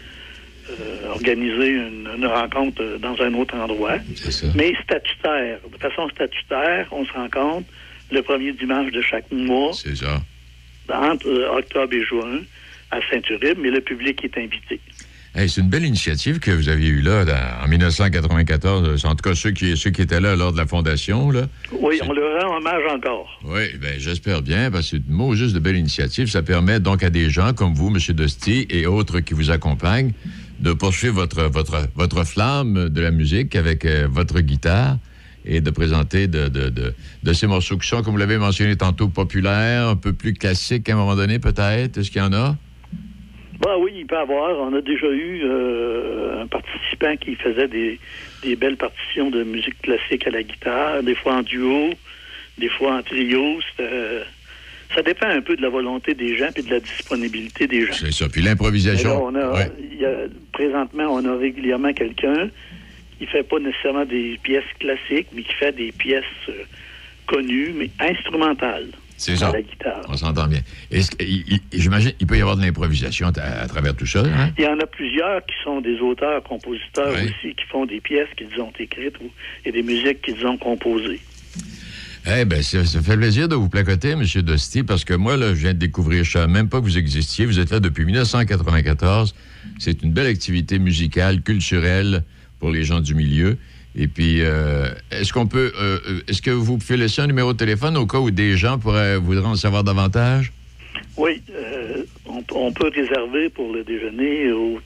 organiser une rencontre dans un autre endroit. C'est ça. Mais statutaire. De façon statutaire, on se rencontre le premier dimanche de chaque mois. C'est ça. Entre octobre et juin à Saint-Uribe, mais le public est invité. Hey, c'est une belle initiative que vous aviez eue là, en 1994. En tout cas, ceux qui étaient là lors de la fondation. Là. Oui, on leur rend hommage encore. Oui, bien, j'espère bien, parce que c'est une mot juste de belle initiative. Ça permet donc à des gens comme vous, M. Dosti, et autres qui vous accompagnent, de poursuivre votre flamme de la musique avec votre guitare et de présenter de ces morceaux qui sont, comme vous l'avez mentionné tantôt, populaires, un peu plus classiques à un moment donné, peut-être. Est-ce qu'il y en a? Oui, il peut y avoir. On a déjà eu un participant qui faisait des belles partitions de musique classique à la guitare, des fois en duo, des fois en trio. Ça dépend un peu de la volonté des gens et de la disponibilité des gens. C'est ça. Puis l'improvisation. Là, présentement, on a régulièrement quelqu'un qui fait pas nécessairement des pièces classiques, mais qui fait des pièces connues, mais instrumentales. C'est ça. La guitare. On s'entend bien. J'imagine qu'il peut y avoir de l'improvisation à travers tout ça. Hein? Il y en a plusieurs qui sont des auteurs, compositeurs aussi, qui font des pièces qu'ils ont écrites et des musiques qu'ils ont composées. Eh bien, ça fait plaisir de vous placoter, M. Dosti, parce que moi, là, je viens de découvrir, je ne savais même pas que vous existiez. Vous êtes là depuis 1994. C'est une belle activité musicale, culturelle pour les gens du milieu. Et puis, est-ce que vous pouvez laisser un numéro de téléphone au cas où des gens voudraient en savoir davantage? Oui, on peut réserver pour le déjeuner au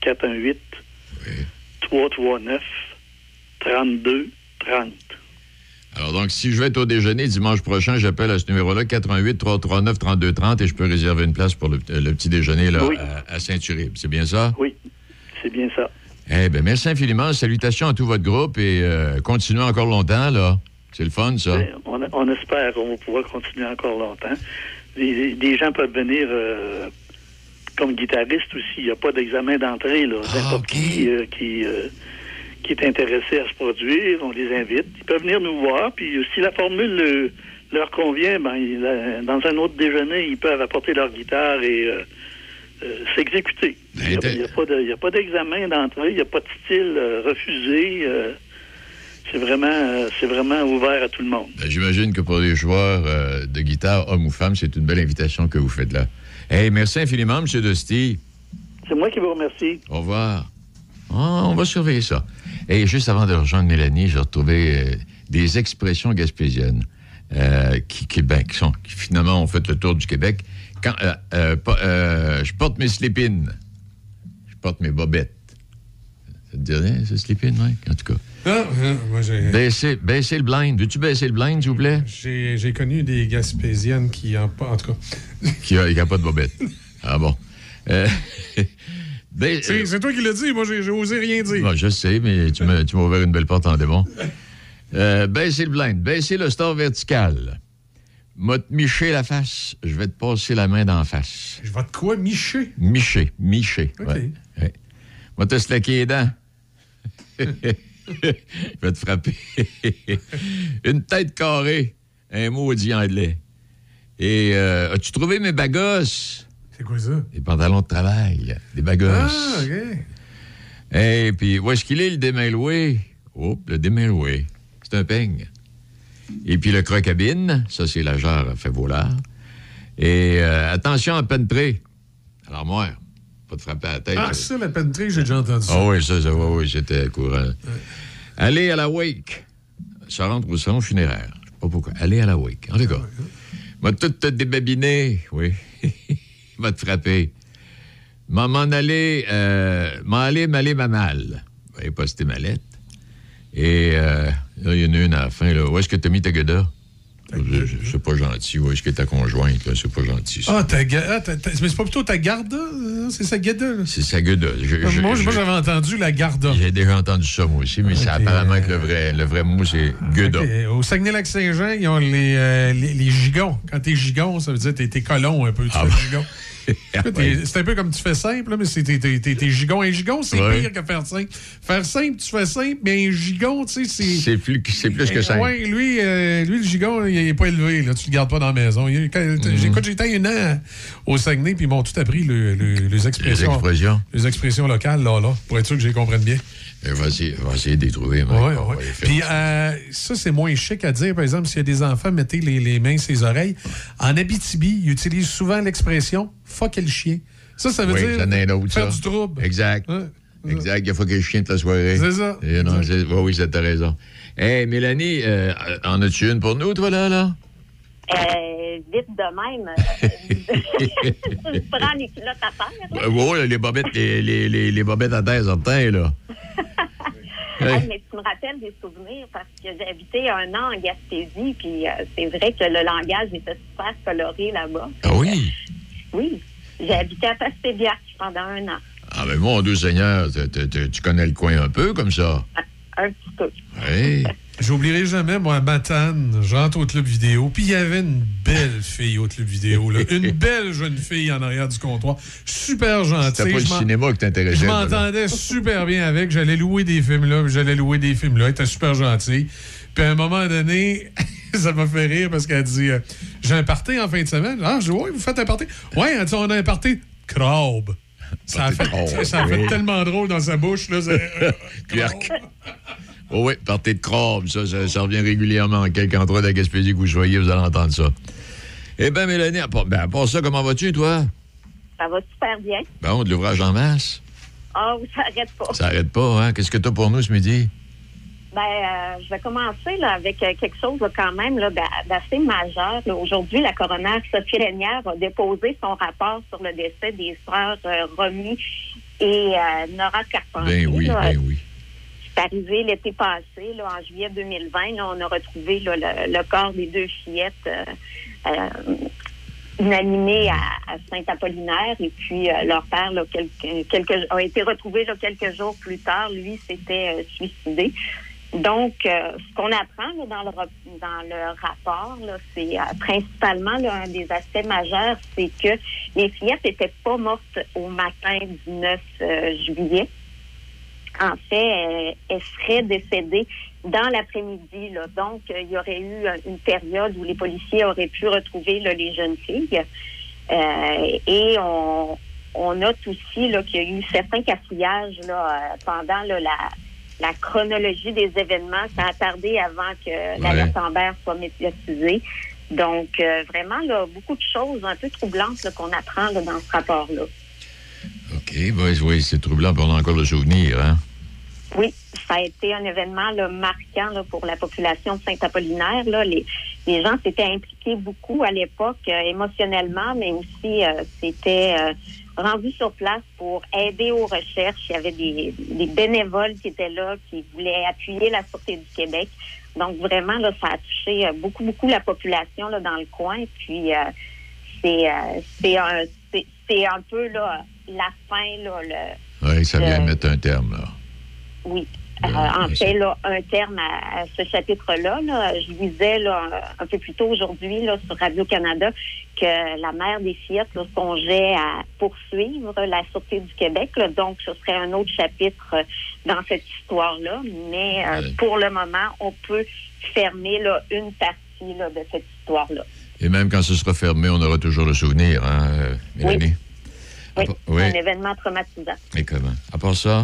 418-339-3230. Alors, donc, si je vais être au déjeuner dimanche prochain, j'appelle à ce numéro-là, 418-339-3230, et je peux réserver une place pour le petit déjeuner là, à Saint-Uribe. C'est bien ça? Oui, c'est bien ça. Eh bien, merci infiniment. Salutations à tout votre groupe et continuez encore longtemps, là. C'est le fun, ça. Bien, on espère qu'on va pouvoir continuer encore longtemps. Des gens peuvent venir comme guitaristes aussi. Il n'y a pas d'examen d'entrée, là. N'importe qui est intéressé à se produire, on les invite. Ils peuvent venir nous voir, puis si la formule leur convient, dans un autre déjeuner, ils peuvent apporter leur guitare et s'exécuter. Il n'y a pas d'examen d'entrée, il n'y a pas de style refusé. C'est vraiment ouvert à tout le monde. J'imagine que pour les joueurs de guitare, hommes ou femmes, c'est une belle invitation que vous faites là. Hey, merci infiniment, M. Dosti. C'est moi qui vous remercie. Au revoir. On va surveiller ça. Et juste avant de rejoindre Mélanie, j'ai retrouvé des expressions gaspésiennes qui finalement ont fait le tour du Québec. Quand je porte mes slip-ins, je porte mes bobettes. Ça te dit rien, ce slip-in, Mike? En tout cas. Moi, j'ai... Baisser le blind. Veux-tu baisser le blind, s'il vous plaît? J'ai connu des Gaspésiennes qui n'ont pas, en tout cas. qui n'ont pas de bobette. Ah bon. C'est toi qui l'as dit, moi j'ai osé rien dire. Bon, je sais, mais tu m'as ouvert une belle porte en démon. Baisser le blind, baisser le store vertical. M'a te micher la face, je vais te passer la main d'en face. Je vais te quoi, micher? Micher. OK. Ouais. M'a te slacker les dents. Je vais te frapper. Une tête carrée, un maudit anglais. Et as-tu trouvé mes bagosses? C'est quoi ça? Des pantalons de travail, des bagosses. Ah, OK. Et puis, où est-ce qu'il est, le démailloué? Oh, le démailloué. C'est un peigne. Et puis, le croc-cabine, ça, c'est la jarre fait volard. Et attention à pentré. À l'armoire. Pas de frapper à la tête. Ah, ça, la pentré, j'ai déjà entendu ça. Ah oui, oui, j'étais au courant. Ouais. Aller à la wake. Ça rentre au salon funéraire. Je sais pas pourquoi. Aller à la wake. En tout cas, m'a tout te débabiner. Oui. Va te frapper. M'en aller m'aller ma malle. Va poster ma lettre. Et là, il y en a une à la fin. Là. Où est-ce que t'as mis ta gueda? C'est pas gentil. Où est-ce que ta conjointe? Là? C'est pas gentil. Ça. Mais c'est pas plutôt ta garda? C'est sa gueda? Là. C'est sa gueda. Moi, j'avais entendu la garda. J'ai déjà entendu ça, moi aussi, mais c'est apparemment que le vrai mot, c'est gueda. Okay. Au Saguenay-Lac-Saint-Jean, ils ont les gigons. Quand t'es gigon, ça veut dire que t'es colon un peu. Tu fais gigon. C'est un peu comme tu fais simple, là, mais t'es gigon. Un gigon, c'est pire que faire simple. Faire simple, tu fais simple, mais un gigon, tu sais, c'est... C'est plus que simple. Oui, lui, le gigon, il n'est pas élevé. Là, tu le gardes pas dans la maison. Écoute, j'étais un an au Saguenay, puis ils m'ont tout appris les expressions. Les expressions locales, là, pour être sûr que je les comprenne bien. On va essayer de les trouver. Oui. Puis ça, c'est moins chic à dire. Par exemple, s'il y a des enfants, mettez les mains sur les oreilles. En Abitibi, ils utilisent souvent l'expression « fuck le chien ». Ça veut dire faire du trouble. Exact. Exact. Il faut que le chien te la soirée. C'est ça. Oui, t'as raison. Hey, Mélanie, en as-tu une pour nous, toi, là? Vite de même. Tu prends les culottes à terre. Oui, les bobettes à terre, certains, là. Mais tu me rappelles des souvenirs parce que j'ai habité un an en Gaspésie, puis c'est vrai que le langage était super coloré là-bas. Ah oui? Oui. J'ai habité à Pastébiac pendant un an. Ah, mais mon Dieu Seigneur, tu connais le coin un peu comme ça? Un petit peu. Oui. J'oublierai jamais, moi, à Matane, j'entre au club vidéo, puis il y avait une belle fille au club vidéo, là. Une belle jeune fille en arrière du comptoir. Super gentille. C'était pas le cinéma qui t'intéressait. Je m'entendais super bien avec. J'allais louer des films là. Elle était super gentille. Puis à un moment donné, ça m'a fait rire parce qu'elle dit j'ai un party en fin de semaine. Ah, je dis oui, vous faites un party? Oui, elle dit on a un party crabe. Ça a fait tellement drôle dans sa bouche, là. Oh oui, partez de crabe, ça revient régulièrement en quelque endroit de la Gaspésie que vous soyez, vous allez entendre ça. Eh bien, Mélanie, à part ça, comment vas-tu, toi? Ça va super bien. Bon, de l'ouvrage en masse? Ah, ça n'arrête pas. Ça n'arrête pas, hein? Qu'est-ce que tu as pour nous ce midi? Je vais commencer là, avec quelque chose là, quand même là, d'assez majeur. Là. Aujourd'hui, la coroner Sophie Reynière a déposé son rapport sur le décès des sœurs Romy et Nora Carpentier. Ben oui. C'est arrivé l'été passé, là, en juillet 2020. Là, on a retrouvé là, le corps des deux fillettes inanimées à Saint-Apollinaire. Et puis, leur père là, a été retrouvé là, quelques jours plus tard. Lui, s'était suicidé. Donc, ce qu'on apprend là, dans le rapport, là, c'est principalement là, un des aspects majeurs, c'est que les fillettes n'étaient pas mortes au matin du 9 juillet. En fait, elles seraient décédées dans l'après-midi. Là. Donc, il y aurait eu une période où les policiers auraient pu retrouver là, les jeunes filles. Et on note aussi là, qu'il y a eu certains cafouillages là, pendant là, la chronologie des événements. Ça a tardé avant que l'alerte Amber soit médiatisée. Donc, vraiment, là, beaucoup de choses un peu troublantes là, qu'on apprend là, dans ce rapport-là. OK. Oui, c'est troublant, on a encore le souvenir, hein? Oui, ça a été un événement là, marquant là, pour la population de Saint-Apollinaire. Là. Les gens s'étaient impliqués beaucoup à l'époque, émotionnellement, mais aussi s'étaient rendus sur place pour aider aux recherches. Il y avait des bénévoles qui étaient là, qui voulaient appuyer la Sûreté du Québec. Donc, vraiment, là, ça a touché beaucoup la population là, dans le coin. Puis, c'est un peu là, la fin. Là, oui, ça vient mettre un terme, là. Oui. En fait, là, un terme à ce chapitre-là. Là, je lisais là, un peu plus tôt aujourd'hui là, sur Radio-Canada que la mère des fillettes là, songeait à poursuivre la Sûreté du Québec. Là, donc, ce serait un autre chapitre dans cette histoire-là. Mais pour le moment, on peut fermer là, une partie là, de cette histoire-là. Et même quand ce sera fermé, on aura toujours le souvenir, hein, Mélanie? Oui, un événement traumatisant. Et comment? À part ça?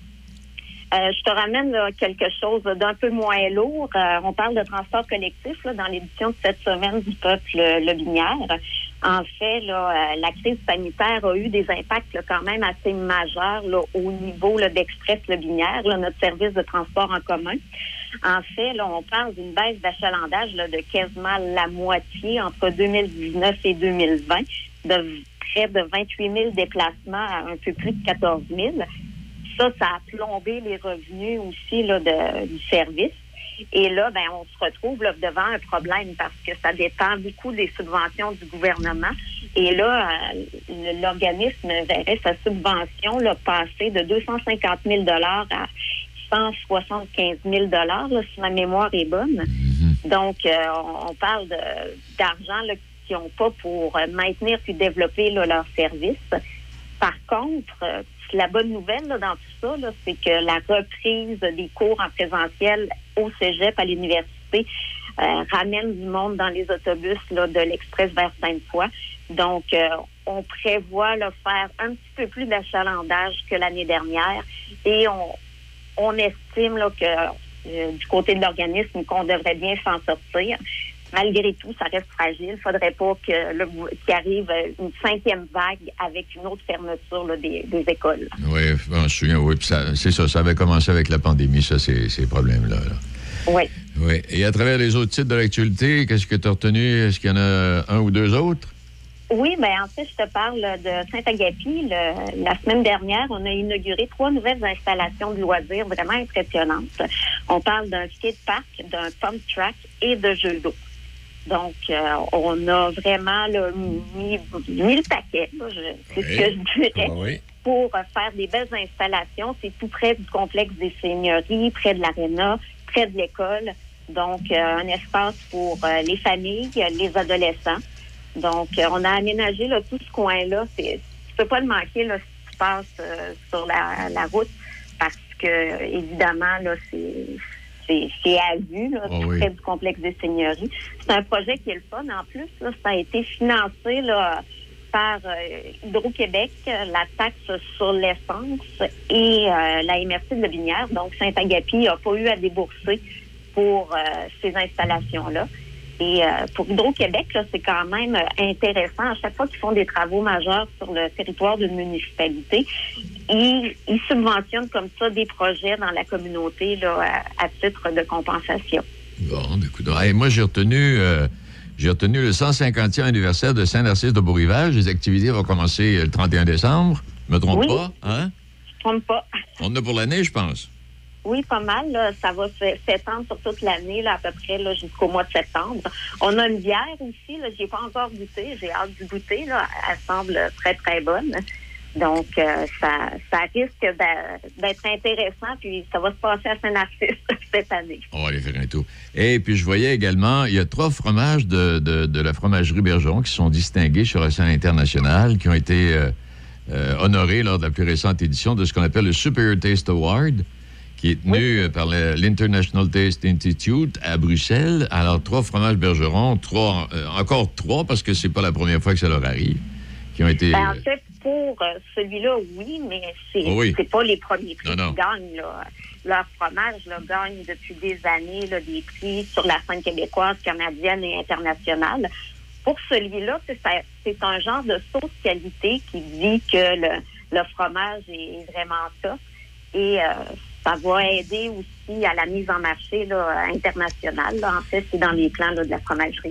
Je te ramène là, quelque chose d'un peu moins lourd. On parle de transport collectif là, dans l'édition de cette semaine du Peuple Lobinière. En fait, là, la crise sanitaire a eu des impacts là, quand même assez majeurs là, au niveau là, d'Express Lobinière, là, notre service de transport en commun. En fait, là, on parle d'une baisse d'achalandage là, de quasiment la moitié entre 2019 et 2020, de près de 28 000 déplacements à un peu plus de 14 000. Ça a plombé les revenus aussi là, du service. Et là, on se retrouve là, devant un problème parce que ça dépend beaucoup des subventions du gouvernement. Et là, l'organisme verrait sa subvention là, passer de 250 000 à 175 000 là, si ma mémoire est bonne. Donc, on parle d'argent là, qu'ils n'ont pas pour maintenir puis développer là, leur service. Par contre, la bonne nouvelle là, dans tout ça, là, c'est que la reprise des cours en présentiel au cégep, à l'université, ramène du monde dans les autobus là, de l'Express vers Sainte-Foy. Donc, on prévoit là, faire un petit peu plus d'achalandage que l'année dernière et on estime là, que du côté de l'organisme qu'on devrait bien s'en sortir. Malgré tout, ça reste fragile. Il ne faudrait pas qu'il arrive une 5e vague avec une autre fermeture là, des écoles. Oui, je me souviens, oui. Puis c'est ça, ça avait commencé avec la pandémie, ça, ces problèmes-là. Oui. Oui. Et à travers les autres titres de l'actualité, qu'est-ce que tu as retenu? Est-ce qu'il y en a un ou deux autres? Oui, en fait, je te parle de Saint-Agapi. La semaine dernière, on a inauguré 3 nouvelles installations de loisirs vraiment impressionnantes. On parle d'un skate-park, d'un pump track et de jeux d'eau. Donc, on a vraiment là, mis le paquet, c'est ce que je dirais, pour faire des belles installations. C'est tout près du complexe des Seigneuries, près de l'aréna, près de l'école. Donc, un espace pour les familles, les adolescents. Donc, on a aménagé là, tout ce coin-là. Tu peux pas le manquer là, si tu passes sur la route parce que, évidemment, là, c'est à vue, là, près du complexe des Seigneuries. C'est un projet qui est le fun. En plus, là, ça a été financé là, par Hydro-Québec, la taxe sur l'essence et la MRC de Lobinière. Donc, Saint-Agapi n'a pas eu à débourser pour ces installations-là. Et pour Hydro-Québec, là, c'est quand même intéressant. À chaque fois qu'ils font des travaux majeurs sur le territoire d'une municipalité, ils subventionnent comme ça des projets dans la communauté là, à titre de compensation. Bon, écoute, moi, j'ai retenu le 150e anniversaire de Saint-Narcisse de Beau-Rivage. Les activités vont commencer le 31 décembre. Je me trompe pas, hein? Je ne me trompe pas. On en a pour l'année, je pense. Oui, pas mal. Là. Ça va s'étendre sur toute l'année, là, à peu près là, jusqu'au mois de septembre. On a une bière aussi. Je n'ai pas encore goûté. J'ai hâte d'y goûter. Là. Elle semble très, très bonne. Donc, ça risque d'être intéressant. Puis, ça va se passer à Saint-Narcisse cette année. On va aller faire un tour. Et puis, je voyais également, il y a 3 fromages de la fromagerie Bergeron qui sont distingués sur la scène internationale, qui ont été honorés lors de la plus récente édition de ce qu'on appelle le Superior Taste Award, qui est tenu par l'International Taste Institute à Bruxelles. Alors, 3 fromages Bergeron, encore 3, parce que c'est pas la première fois que ça leur arrive, qui ont été... En fait, pour celui-là, oui, mais c'est pas les premiers prix qui gagnent. Là. Leur fromage là, gagne depuis des années là, des prix sur la scène québécoise, canadienne et internationale. Pour celui-là, c'est un genre de sauce qualité qui dit que le fromage est vraiment top. Et ça va aider aussi à la mise en marché là, internationale. Là. En fait, c'est dans les plans là, de la fromagerie.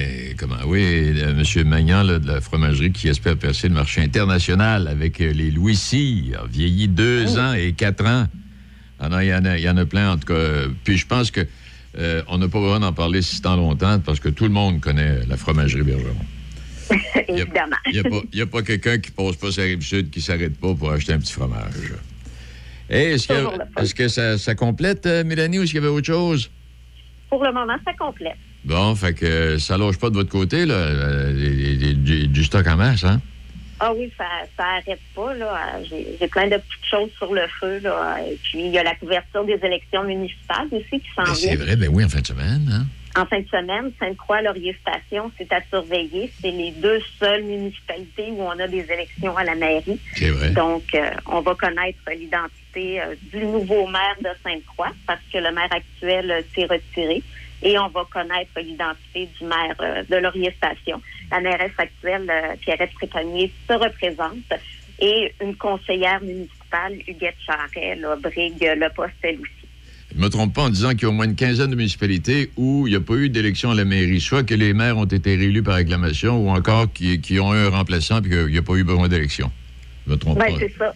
M. Magnan là, de la fromagerie qui espère percer le marché international avec les Louis Cyr, vieilli 2 ans et 4 ans. Ah non, il y en a plein, en tout cas. Puis je pense que on n'a pas besoin d'en parler si tant longtemps parce que tout le monde connaît la fromagerie Bergeron. Évidemment. Il n'y a pas quelqu'un qui ne passe pas sur la Rive-Sud qui ne s'arrête pas pour acheter un petit fromage. Hey, est-ce que ça complète, Mélanie, ou est-ce qu'il y avait autre chose? Pour le moment, ça complète. Bon, fait que ça loge pas de votre côté, là, du stock en masse, hein? Ah oui, ça arrête pas, là. J'ai plein de petites choses sur le feu, là. Et puis, il y a la couverture des élections municipales aussi qui s'en vient. C'est vrai, oui, en fin de semaine, hein? En fin de semaine, Sainte-Croix-Laurier-Station, c'est à surveiller. C'est les 2 seules municipalités où on a des élections à la mairie. C'est vrai. Donc, on va connaître l'identité du nouveau maire de Sainte-Croix parce que le maire actuel s'est retiré. Et on va connaître l'identité du maire de Laurier-Station. La mairesse actuelle, Pierrette Préconier, se représente. Et une conseillère municipale, Huguette Charret, brigue le poste elle aussi. Je ne me trompe pas en disant qu'il y a au moins une quinzaine de municipalités où il n'y a pas eu d'élection à la mairie, soit que les maires ont été réélus par acclamation ou encore qui ont eu un remplaçant et qu'il n'y a pas eu besoin d'élection. Je ne me trompe pas. C'est ça.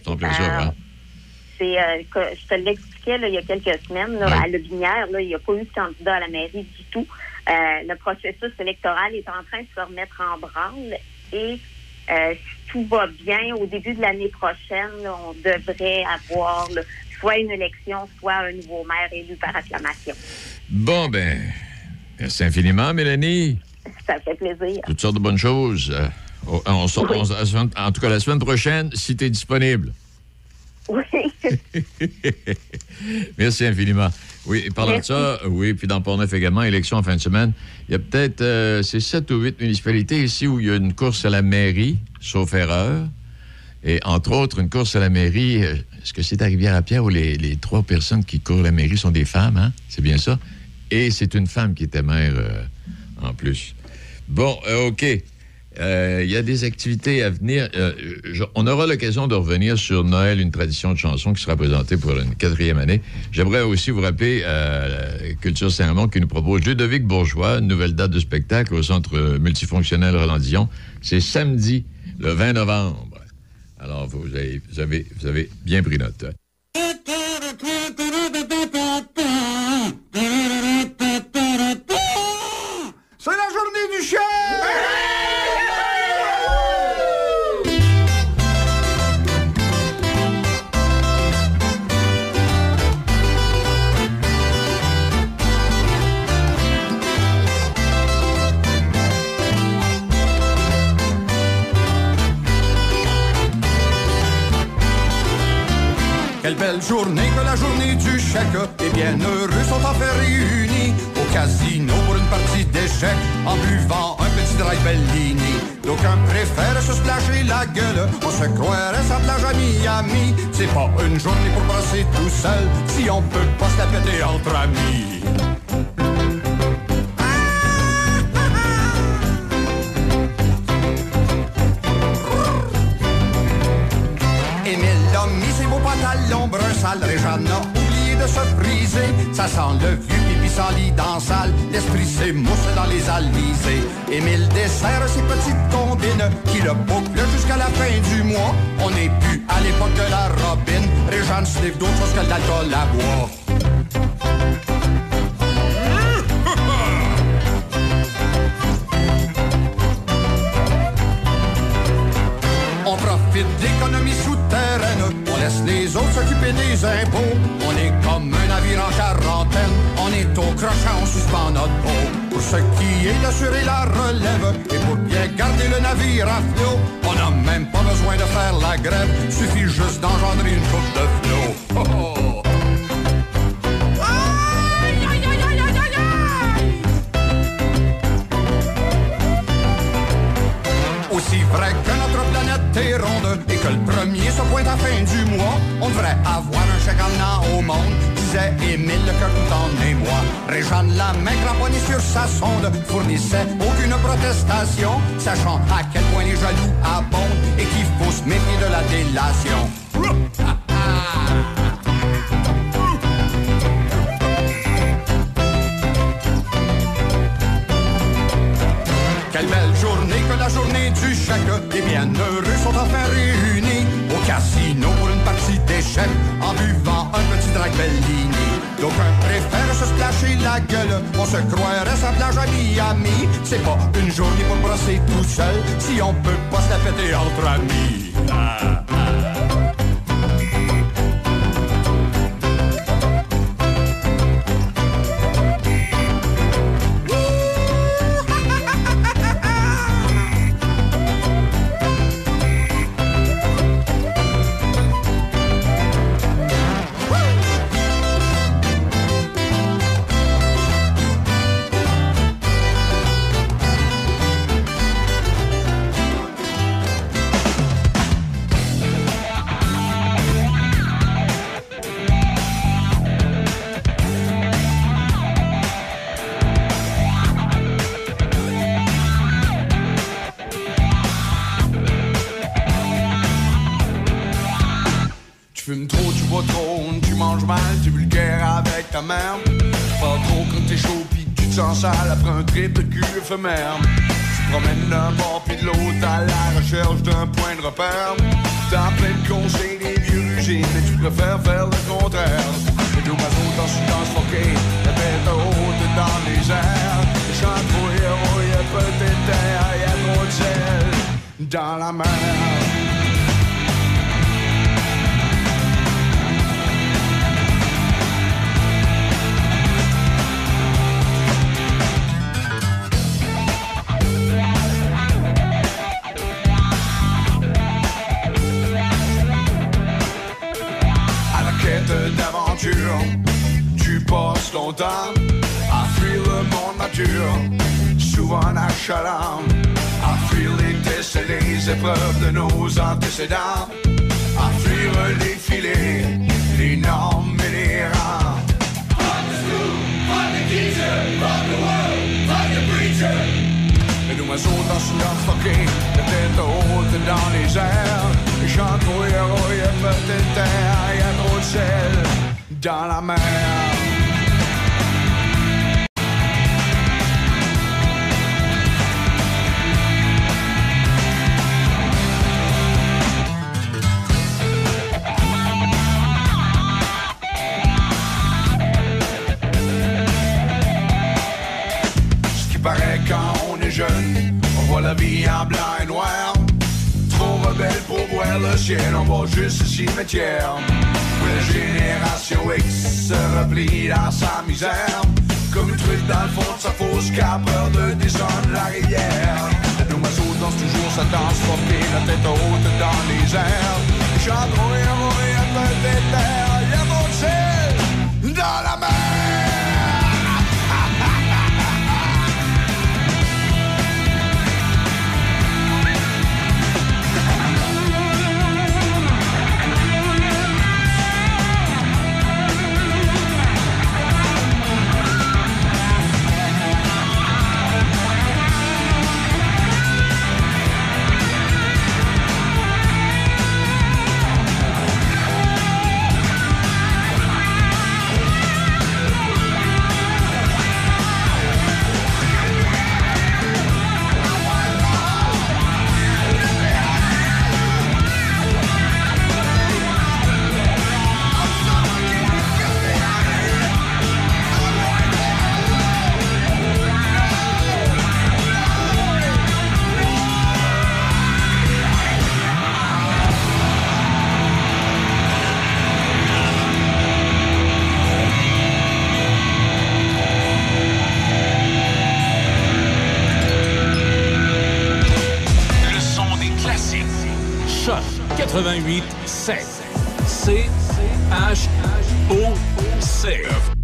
Je te l'expliquais là, il y a quelques semaines, là, à Lobinière, là, il n'y a pas eu de candidat à la mairie du tout. Le processus électoral est en train de se remettre en branle et si tout va bien, au début de l'année prochaine, là, on devrait avoir soit une élection, soit un nouveau maire élu par acclamation. Bon, merci infiniment, Mélanie. Ça fait plaisir. Toutes sortes de bonnes choses. En tout cas, la semaine prochaine, si tu es disponible. Oui. Merci infiniment. Oui, et parlant de ça, puis dans Port-Neuf également, élection en fin de semaine, il y a peut-être 7 ou 8 municipalités ici où il y a une course à la mairie, sauf erreur. Et entre autres, une course à la mairie, est-ce que c'est à Rivière-à-Pierre où les 3 personnes qui courent la mairie sont des femmes, hein? C'est bien ça? Et c'est une femme qui était maire en plus. Bon, OK. Il y a des activités à venir. On aura l'occasion de revenir sur Noël, une tradition de chanson qui sera présentée pour une 4e année. J'aimerais aussi vous rappeler Culture Saint-Raymond qui nous propose Ludovic Bourgeois, une nouvelle date de spectacle au Centre multifonctionnel Roland-Dion. C'est samedi, le 20 novembre. Alors, vous avez bien pris note. C'est la journée du chien! Quelle belle journée que la journée du chèque. Les bienheureux sont enfin réunis au casino pour une partie d'échecs en buvant un petit dry Bellini. D'aucuns préfèrent se splasher la gueule. On se croirait sa plage à Miami. C'est pas une journée pour passer tout seul si on peut pas se la péter entre amis. Ah! à l'ombre, un sale Réjeanne a oublié de se friser. Ça sent le vieux pipi sans lit dans salle, l'esprit s'émousse dans les alizés. Émile dessert ses petites combines qui le bouclent jusqu'à la fin du mois. On n'est plus à l'époque de la robine, Réjeanne se livre d'autres choses que l'alcool à bois. On profite d'économies souterraines, on laisse les autres s'occuper des impôts. On est comme un navire en quarantaine, on est au crochet, on suspend notre peau. Pour ce qui est d'assurer la relève, et pour bien garder le navire à flot, on n'a même pas besoin de faire la grève, suffit juste d'engendrer une coupe de flot. Oh oh. Aussi vrai que notre planète est ronde et que le premier se pointe à la fin du mois, on devrait avoir un chèque en an au monde, disait Émile le cœur tout en émoi. Réjeanne, la main cramponnée sur sa sonde, fournissait aucune protestation, sachant à quel point les jaloux abondent et qu'il faut se méfier de la délation. Quelle belle journée que la journée du chèque. Les bienheureux sont enfin réunis au casino pour une partie d'échecs en buvant un petit drag Bellini. D'aucuns préfèrent se splasher la gueule, on se croirait sa plage à Miami. C'est pas une journée pour brosser tout seul si on peut pas se la péter entre amis. Après un trip de cul éphémère, tu te promènes d'un bord puis de l'autre à la recherche d'un point de repère. T'as plein de conseils des vieux rugés, mais tu préfères faire le contraire. Les deux oiseaux dans silence foqué, la tête haute dans les airs. Les chants trop héros, y'a peu de terre, y'a trop de sel dans la mer. D'aventure, tu passes ton temps à fuir le monde mature, souvent achalant, à fuir les tests et les épreuves de nos antécédents, à fuir les filets, les normes et les rangs. Fuck the school, fuck the teacher, fuck the world, fuck the preacher. Les deux oiseaux dans silence foqué, la tête haute dans les airs. Les chants trop héros, y'a peut-être terre, y'a trop de sel dans la mer. Ce qui paraît quand on est jeune, on voit la vie en blanc et noir. Trop rebelle pour voir le ciel, on voit juste le cimetière. La génération X se replie dans sa misère, comme une truite dans le fond de sa fausse cape, peur de descendre la rivière. Nos oiseaux dansent toujours sa danse forquée, la tête haute dans les airs. Les chants trop héros, y'a peu de terre, y'a mon ciel dans la mer. 88.7. C-H-O-C.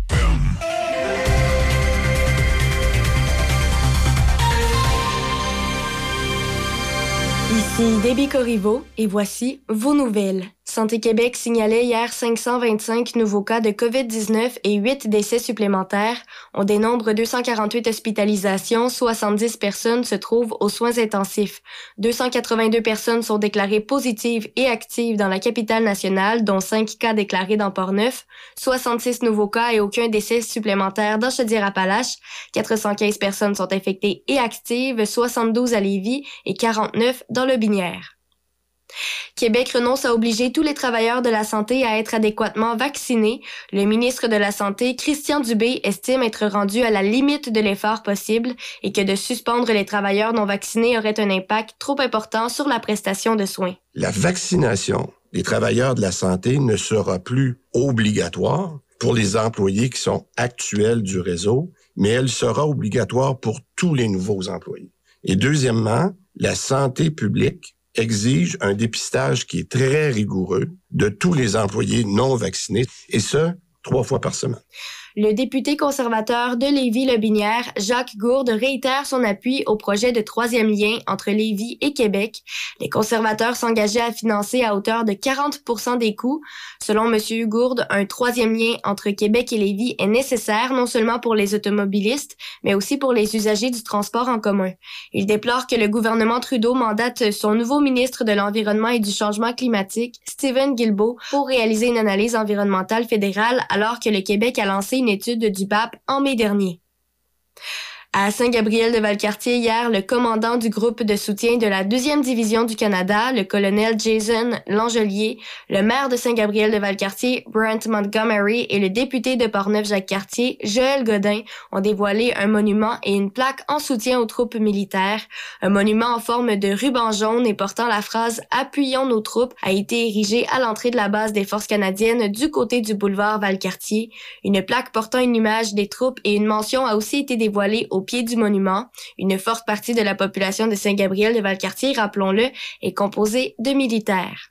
Ici Déby Corriveau et voici vos nouvelles. Santé Québec signalait hier 525 nouveaux cas de COVID-19 et 8 décès supplémentaires. On dénombre 248 hospitalisations, 70 personnes se trouvent aux soins intensifs. 282 personnes sont déclarées positives et actives dans la capitale nationale, dont 5 cas déclarés dans Port-Neuf, 66 nouveaux cas et aucun décès supplémentaire dans Chaudière-Appalaches. 415 personnes sont infectées et actives, 72 à Lévis et 49 dans le Binière. Québec renonce à obliger tous les travailleurs de la santé à être adéquatement vaccinés. Le ministre de la Santé, Christian Dubé, estime être rendu à la limite de l'effort possible et que de suspendre les travailleurs non vaccinés aurait un impact trop important sur la prestation de soins. La vaccination des travailleurs de la santé ne sera plus obligatoire pour les employés qui sont actuels du réseau, mais elle sera obligatoire pour tous les nouveaux employés. Et deuxièmement, la santé publique exige un dépistage qui est très rigoureux de tous les employés non vaccinés, et ce, 3 fois par semaine. Le député conservateur de Lévis-Lobinière, Jacques Gourde, réitère son appui au projet de 3e lien entre Lévis et Québec. Les conservateurs s'engageaient à financer à hauteur de 40% des coûts. Selon M. Gourde, un 3e lien entre Québec et Lévis est nécessaire non seulement pour les automobilistes, mais aussi pour les usagers du transport en commun. Il déplore que le gouvernement Trudeau mandate son nouveau ministre de l'Environnement et du Changement climatique, Stephen Guilbeault, pour réaliser une analyse environnementale fédérale alors que le Québec a lancé une étude du BAP en mai dernier. À Saint-Gabriel-de-Valcartier, hier, le commandant du groupe de soutien de la 2e division du Canada, le colonel Jason Langelier, le maire de Saint-Gabriel-de-Valcartier, Brent Montgomery, et le député de Portneuf-Jacques-Cartier, Joël Godin, ont dévoilé un monument et une plaque en soutien aux troupes militaires. Un monument en forme de ruban jaune et portant la phrase « Appuyons nos troupes » a été érigé à l'entrée de la base des forces canadiennes du côté du boulevard Valcartier. Une plaque portant une image des troupes et une mention a aussi été dévoilée au pied du monument. Une forte partie de la population de Saint-Gabriel-de-Valcartier, rappelons-le, est composée de militaires.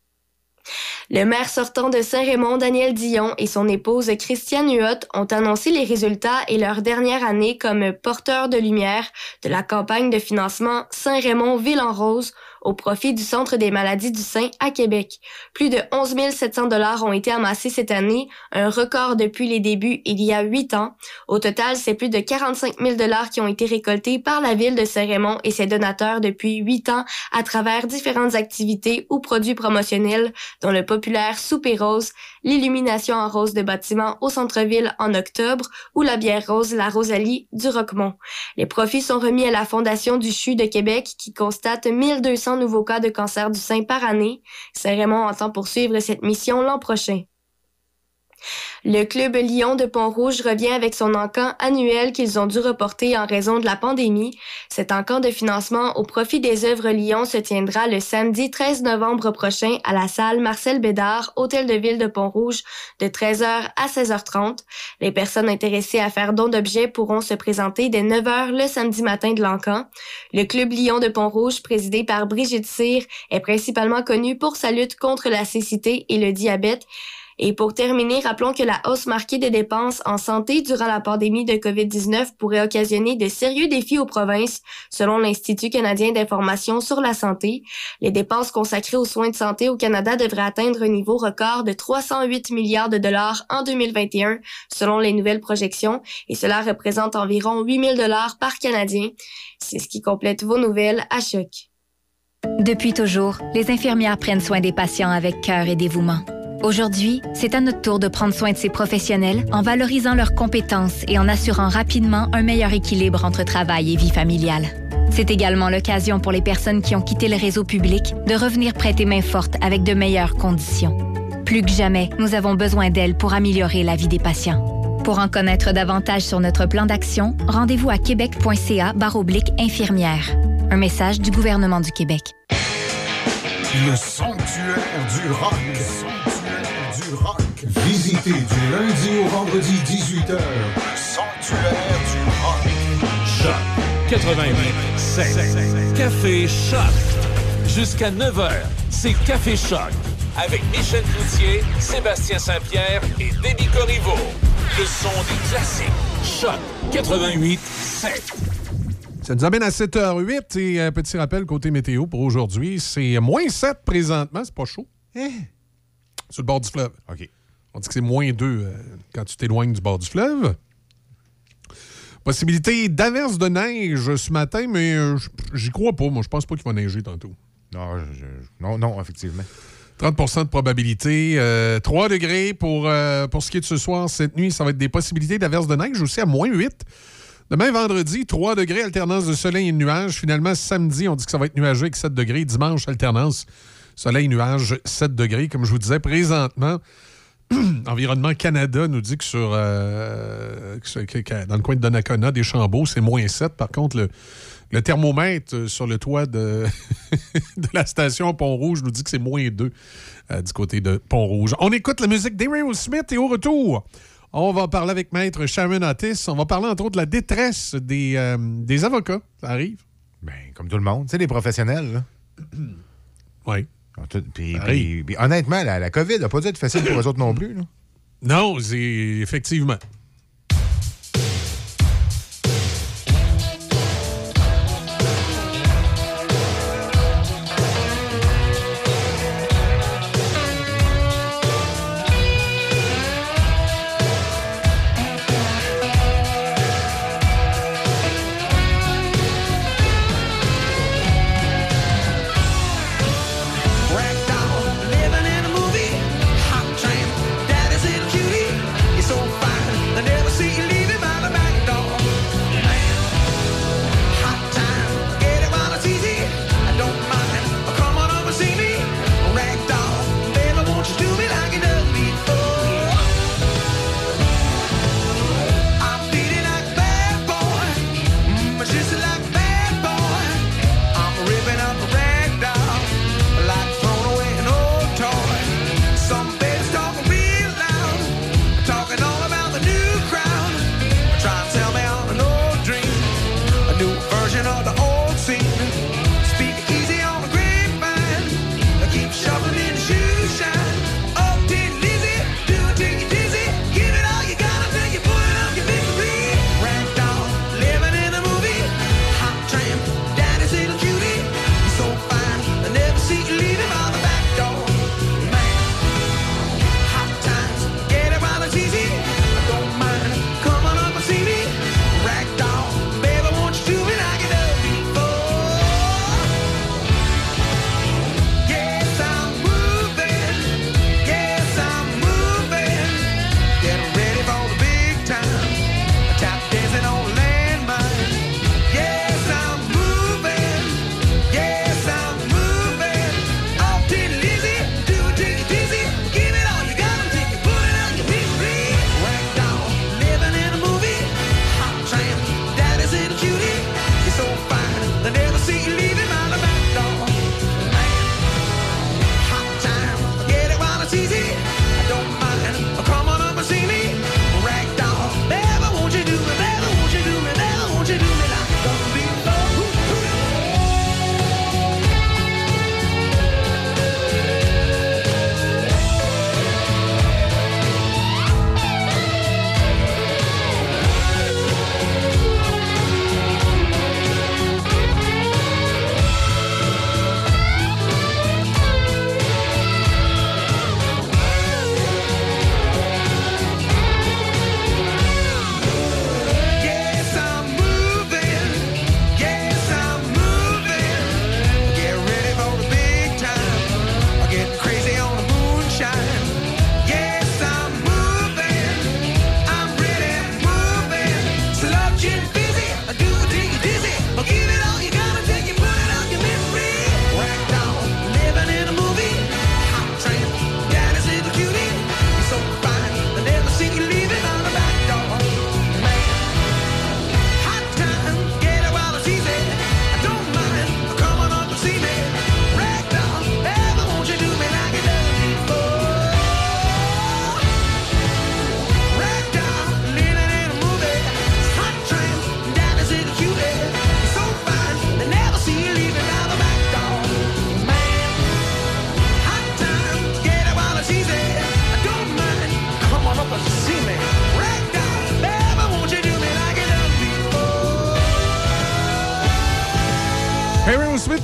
Le maire sortant de Saint-Raymond, Daniel Dion, et son épouse Christiane Huot ont annoncé les résultats et leur dernière année comme porteurs de lumière de la campagne de financement Saint-Raymond Ville en Rose au profit du Centre des maladies du sein à Québec. Plus de 11 700 $ ont été amassés cette année, un record depuis les débuts il y a 8 ans. Au total, c'est plus de 45 000 $ qui ont été récoltés par la ville de Saint-Raymond et ses donateurs depuis 8 ans à travers différentes activités ou produits promotionnels, dont le populaire souper rose, l'illumination en rose de bâtiments au centre-ville en octobre ou la bière rose La Rosalie du Roquemont. Les profits sont remis à la Fondation du CHU de Québec qui constate 1200 nouveaux cas de cancer du sein par année. Saint-Raymond entend poursuivre cette mission l'an prochain. Le club Lyon de Pont-Rouge revient avec son encan annuel qu'ils ont dû reporter en raison de la pandémie. Cet encan de financement au profit des œuvres Lyon se tiendra le samedi 13 novembre prochain à la salle Marcel Bédard, Hôtel de Ville de Pont-Rouge, de 13h à 16h30. Les personnes intéressées à faire don d'objets pourront se présenter dès 9h le samedi matin de l'encan. Le club Lyon de Pont-Rouge, présidé par Brigitte Cyr, est principalement connu pour sa lutte contre la cécité et le diabète. Et pour terminer, rappelons que la hausse marquée des dépenses en santé durant la pandémie de COVID-19 pourrait occasionner de sérieux défis aux provinces, selon l'Institut canadien d'information sur la santé. Les dépenses consacrées aux soins de santé au Canada devraient atteindre un niveau record de 308 milliards de dollars en 2021, selon les nouvelles projections, et cela représente environ 8 000 $ par Canadien. C'est ce qui complète vos nouvelles à Choc. Depuis toujours, les infirmières prennent soin des patients avec cœur et dévouement. Aujourd'hui, c'est à notre tour de prendre soin de ces professionnels en valorisant leurs compétences et en assurant rapidement un meilleur équilibre entre travail et vie familiale. C'est également l'occasion pour les personnes qui ont quitté le réseau public de revenir prêter main forte avec de meilleures conditions. Plus que jamais, nous avons besoin d'elles pour améliorer la vie des patients. Pour en connaître davantage sur notre plan d'action, rendez-vous à québec.ca/infirmière. Un message du gouvernement du Québec. Le sanctuaire du rock. Visitez du lundi au vendredi 18h. Sanctuaire du rock. Choc 88.7. Café Choc. Jusqu'à 9h, c'est Café Choc avec Michel Cloutier, Sébastien Saint-Pierre et Déby Corriveau. Le son des classiques. Choc 88.7. Ça nous amène à 7h08 et un petit rappel côté météo pour aujourd'hui. C'est -7 présentement, c'est pas chaud. Sur le bord du fleuve. OK. On dit que c'est -2 quand tu t'éloignes du bord du fleuve. Possibilité d'averse de neige ce matin, mais j'y crois pas. Moi, je pense pas qu'il va neiger tantôt. Non, effectivement. 30 de probabilité. 3 degrés pour ce qui est de ce soir. Cette nuit, ça va être des possibilités d'averse de neige aussi à -8. Demain, vendredi, 3 degrés, alternance de soleil et de nuages. Finalement, samedi, on dit que ça va être nuageux avec 7 degrés. Dimanche, alternance soleil-nuage, 7 degrés. Comme je vous disais, présentement, Environnement Canada nous dit que dans le coin de Donnacona, des Chambeaux, c'est -7. Par contre, le thermomètre sur le toit de la station Pont-Rouge nous dit que c'est -2 du côté de Pont-Rouge. On écoute la musique d'Aerosmith et au retour, on va parler avec Maître Sharon Otis. On va parler entre autres de la détresse des avocats. Ça arrive? Bien, comme tout le monde. Tu sais, les professionnels, là. Oui. Puis, honnêtement, la COVID n'a pas dû être facile pour eux autres non plus, là. Non, c'est effectivement. Living in a movie, hot tramp, daddy's a cutie. You're so fine. Aerosmith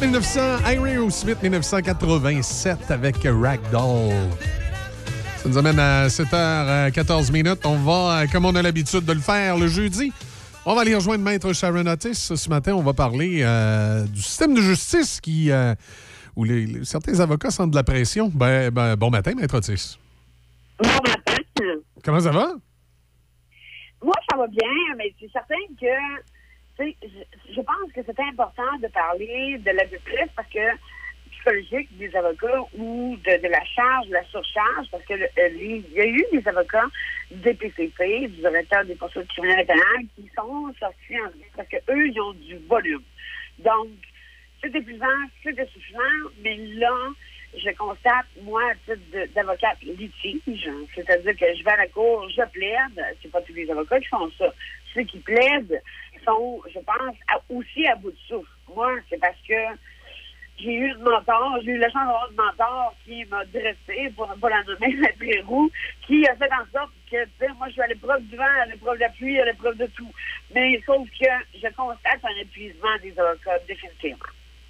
1987 avec Ragdoll. Ça nous amène à 7h14 minutes. On va, comme on a l'habitude de le faire le jeudi, on va aller rejoindre Maître Sharon Otis. Ce matin, on va parler du système de justice où certains avocats sentent de la pression. Bon matin, Maître Otis. Bon matin. Comment ça va? Moi, ça va bien, mais c'est certain que je pense que c'est important de parler de la détresse parce que psychologique des avocats ou de la charge, de la surcharge, parce que il y a eu des avocats du DPCP, du directeur des poursuites criminelles pénales, qui sont sortis en disant parce qu'eux, ils ont du volume. Donc, c'est épuisant, c'est insuffisant, mais là, je constate, moi, à titre d'avocate litige, c'est-à-dire que je vais à la cour, je plaide, c'est pas tous les avocats qui font ça. Ceux qui plaident sont, je pense, aussi à bout de souffle. Moi, c'est parce que j'ai eu une mentor, j'ai eu la chance d'avoir une mentor qui m'a dressé, pour ne pas la nommer, Maître Héroux, qui a fait en sorte que, moi, je suis à l'épreuve du vent, à l'épreuve de la pluie, à l'épreuve de tout. Mais sauf que je constate un épuisement des avocats, définitivement.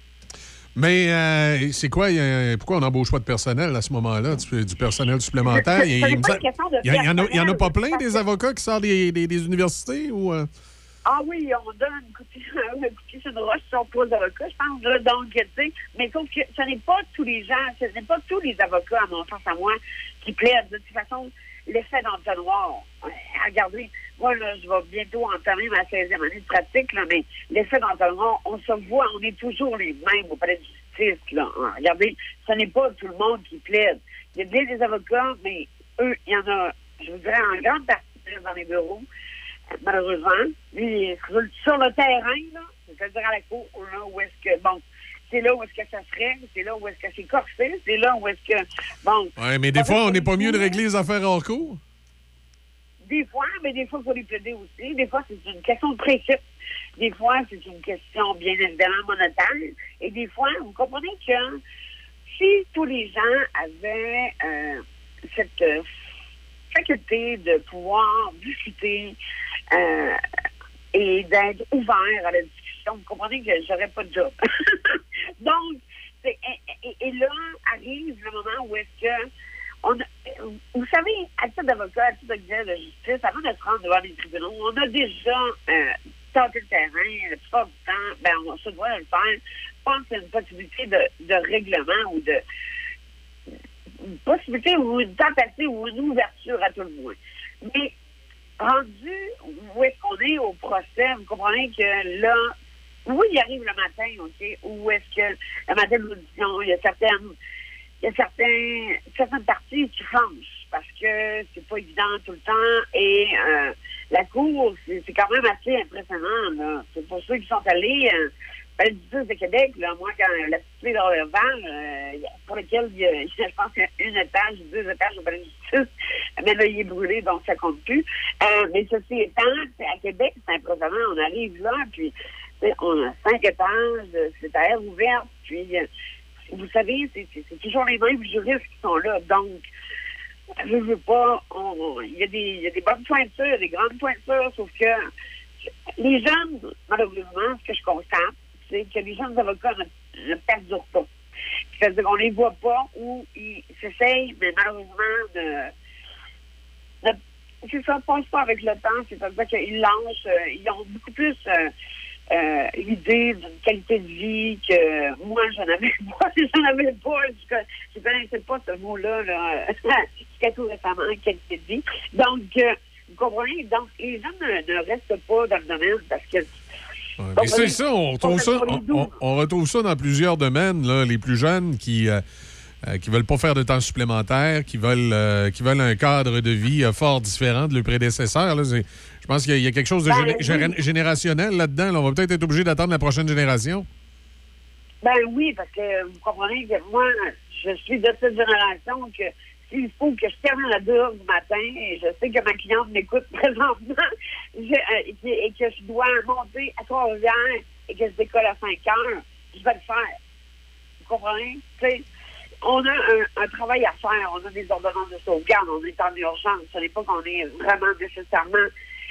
Mais c'est quoi? Pourquoi on n'embauche pas de personnel à ce moment-là, du personnel supplémentaire? Il y en a pas plein des avocats qui sortent des universités? Ou Ah oui, on donne un coup de sur une roche sur trois avocats, je pense. Là, donc, tu sais, mais sauf que ce n'est pas tous les gens, ce n'est pas tous les avocats, à mon sens, à moi, qui plaident. De toute façon, l'effet d'entonnoir. Regardez, moi, là, je vais bientôt entamer ma 16e année de pratique, là, mais l'effet d'entonnoir, on se voit, on est toujours les mêmes au palais de justice, là. Regardez, ce n'est pas tout le monde qui plaide. Il y a bien des avocats, mais eux, il y en a, je vous dirais, en grande partie dans les bureaux, malheureusement. Puis, sur le terrain, là, c'est-à-dire à la cour, là, où est-ce que, bon, c'est là où est-ce que ça serait, c'est là où est-ce que c'est corsé, c'est là où est-ce que, bon... Oui, mais des fois, on n'est pas mieux de régler les affaires hors cours? Des fois, mais des fois, il faut les plaider aussi. Des fois, c'est une question de principe. Des fois, c'est une question, bien évidemment, monétaire. Et des fois, vous comprenez que si tous les gens avaient cette faculté de pouvoir discuter et d'être ouverts à la discussion, vous comprenez que j'aurais pas de job. Donc, et là arrive le moment où est-ce que vous savez, à titre d'avocat, à titre d'exercice de justice, avant de se rendre devant les tribunaux, on a déjà tenté le terrain. La plupart du temps, on se doit le faire. Je pense que c'est une possibilité de règlement ou une possibilité ou une tentative ou une ouverture à tout le moins. Mais rendu où est-ce qu'on est au procès, vous comprenez que là, oui, il arrive le matin, OK, où est-ce que le matin de l'audition, il y a certaines parties qui flanchent parce que c'est pas évident tout le temps et la cour, c'est quand même assez impressionnant, là. C'est pour ceux qui sont allés à la justice de Québec, là, moi, quand la petite fille d'Orléans, pour lequel il y a, je pense qu'il y a un étage, 2 étages au palais de justice, mais là, il est brûlé, donc ça compte plus. Mais ceci étant, à Québec, c'est impressionnant. On arrive là, puis on a 5 étages, c'est à air ouverte, puis vous savez, c'est toujours les mêmes juristes qui sont là. Donc, je veux pas, il y a des bonnes pointures, des grandes pointures, sauf que les jeunes, malheureusement, ce que je constate, c'est que les jeunes avocats ne perdurent pas. C'est-à-dire qu'on les voit pas ou ils s'essayent, mais malheureusement, c'est ça, passe pas avec le temps, c'est-à-dire qu'ils lancent, ils ont beaucoup plus l'idée d'une qualité de vie que moi, j'en avais pas, je connaissais pas ce mot-là, jusqu'à tout récemment, qualité de vie. Donc, vous comprenez? Donc, les gens ne restent pas dans le domaine parce que... Mais c'est ça, on retrouve ça dans plusieurs domaines, là, les plus jeunes qui veulent pas faire de temps supplémentaire, qui veulent un cadre de vie fort différent de leurs prédécesseurs. Là, je pense qu'il y a quelque chose de générationnel là-dedans. Là. On va peut-être être obligé d'attendre la prochaine génération. Ben oui, parce que vous comprenez que moi, je suis de cette génération que s'il faut que je termine à 2 heures du matin, et je sais que ma cliente m'écoute présentement, et que je dois monter à Trois-Rivières et que je décolle à 5 heures, je vais le faire. Vous comprenez? T'sais, on a un travail à faire, on a des ordonnances de sauvegarde, on est en urgence. Ce n'est pas qu'on est vraiment nécessairement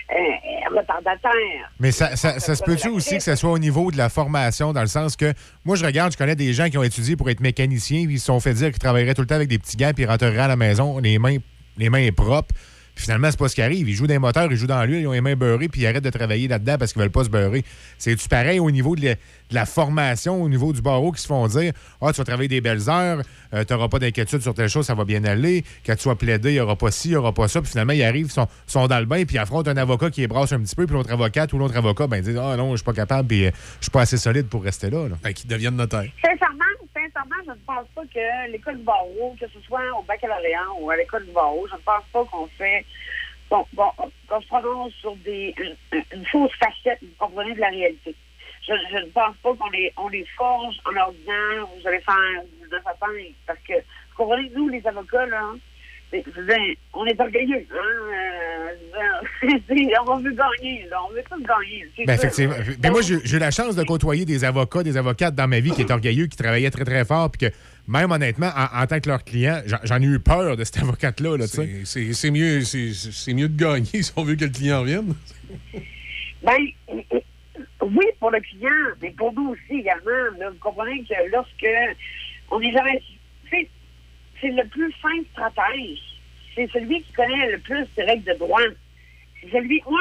retardataire. Mais ça se peut-tu aussi que ce soit au niveau de la formation, dans le sens que, moi, je connais des gens qui ont étudié pour être mécaniciens, puis ils se sont fait dire qu'ils travailleraient tout le temps avec des petits gants, puis ils rentreraient à la maison, les mains propres. Puis finalement, c'est pas ce qui arrive. Ils jouent des moteurs, ils jouent dans l'huile, ils ont les mains beurrées, puis ils arrêtent de travailler là-dedans parce qu'ils veulent pas se beurrer. C'est-tu pareil au niveau de la formation, au niveau du barreau, qui se font dire « Ah, tu vas travailler des belles heures, tu n'auras pas d'inquiétude sur telle chose, ça va bien aller. Quand tu sois plaidé, il n'y aura pas ci, il n'y aura pas ça. » Puis finalement, ils arrivent, sont dans le bain, puis ils affrontent un avocat qui les brasse un petit peu, puis l'autre avocate ou l'autre avocat, ben, dit « Ah non, je suis pas capable, puis je suis pas assez solide pour rester là. » Qu'ils deviennent notaires. Sincèrement, je ne pense pas que l'école du barreau, que ce soit au baccalauréat ou à l'école du barreau, je ne pense pas qu'on fait... qu'on se prononce sur une fausse facette, vous comprenez, de la réalité. Je ne pense pas qu'on les forge en leur disant « vous allez faire 19 parce que, vous comprenez, nous, les avocats, là, on est orgueilleux. On veut gagner. Là, on veut tous gagner. Ben, effectivement. Ben, moi, j'ai eu la chance de côtoyer des avocats, des avocates dans ma vie qui étaient orgueilleux, qui travaillaient très, très fort, puis que même honnêtement, en tant que leur client, j'en ai eu peur de cette avocate-là. Là, c'est mieux de gagner si on veut que le client revienne. Ben, oui, pour le client, mais pour nous aussi également. Là, vous comprenez que lorsque on n'est jamais... C'est le plus fin stratège. C'est celui qui connaît le plus les règles de droit. C'est celui... Moi,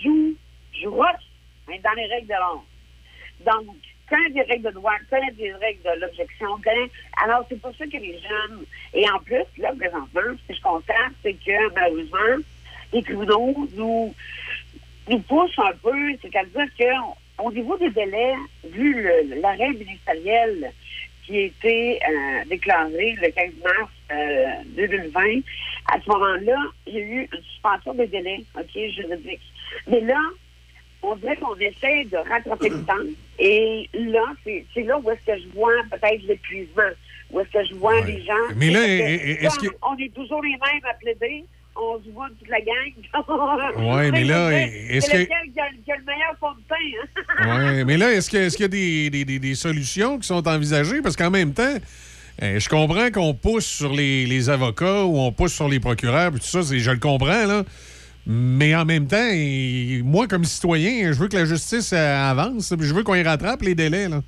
je rote, mais dans les règles de l'art. Donc, connaît des règles de droit, connaît des règles de l'objection, connaît... Alors, c'est pour ça que les jeunes... Et en plus, là, présentement, ce que je constate, c'est que, malheureusement, les tribunaux nous poussent un peu, c'est-à-dire qu'au niveau des délais, vu l'arrêt ministériel qui a été déclaré le 15 mars 2020, à ce moment-là, il y a eu une suspension des délais, juridiques. Mais là, on dirait qu'on essaie de rattraper le temps. Et là, c'est là où est-ce que je vois peut-être l'épuisement, où est-ce que je vois les gens... Mais là, on est toujours les mêmes à plaider. On se voit toute la gang. Oui, mais là, est-ce que... C'est lequel qui a le meilleur fond de teint. Oui, mais là, est-ce qu'il y a des solutions qui sont envisagées? Parce qu'en même temps, je comprends qu'on pousse sur les avocats ou on pousse sur les procureurs, puis tout ça, je le comprends, là. Mais en même temps, moi, comme citoyen, je veux que la justice avance, puis je veux qu'on y rattrape les délais, là.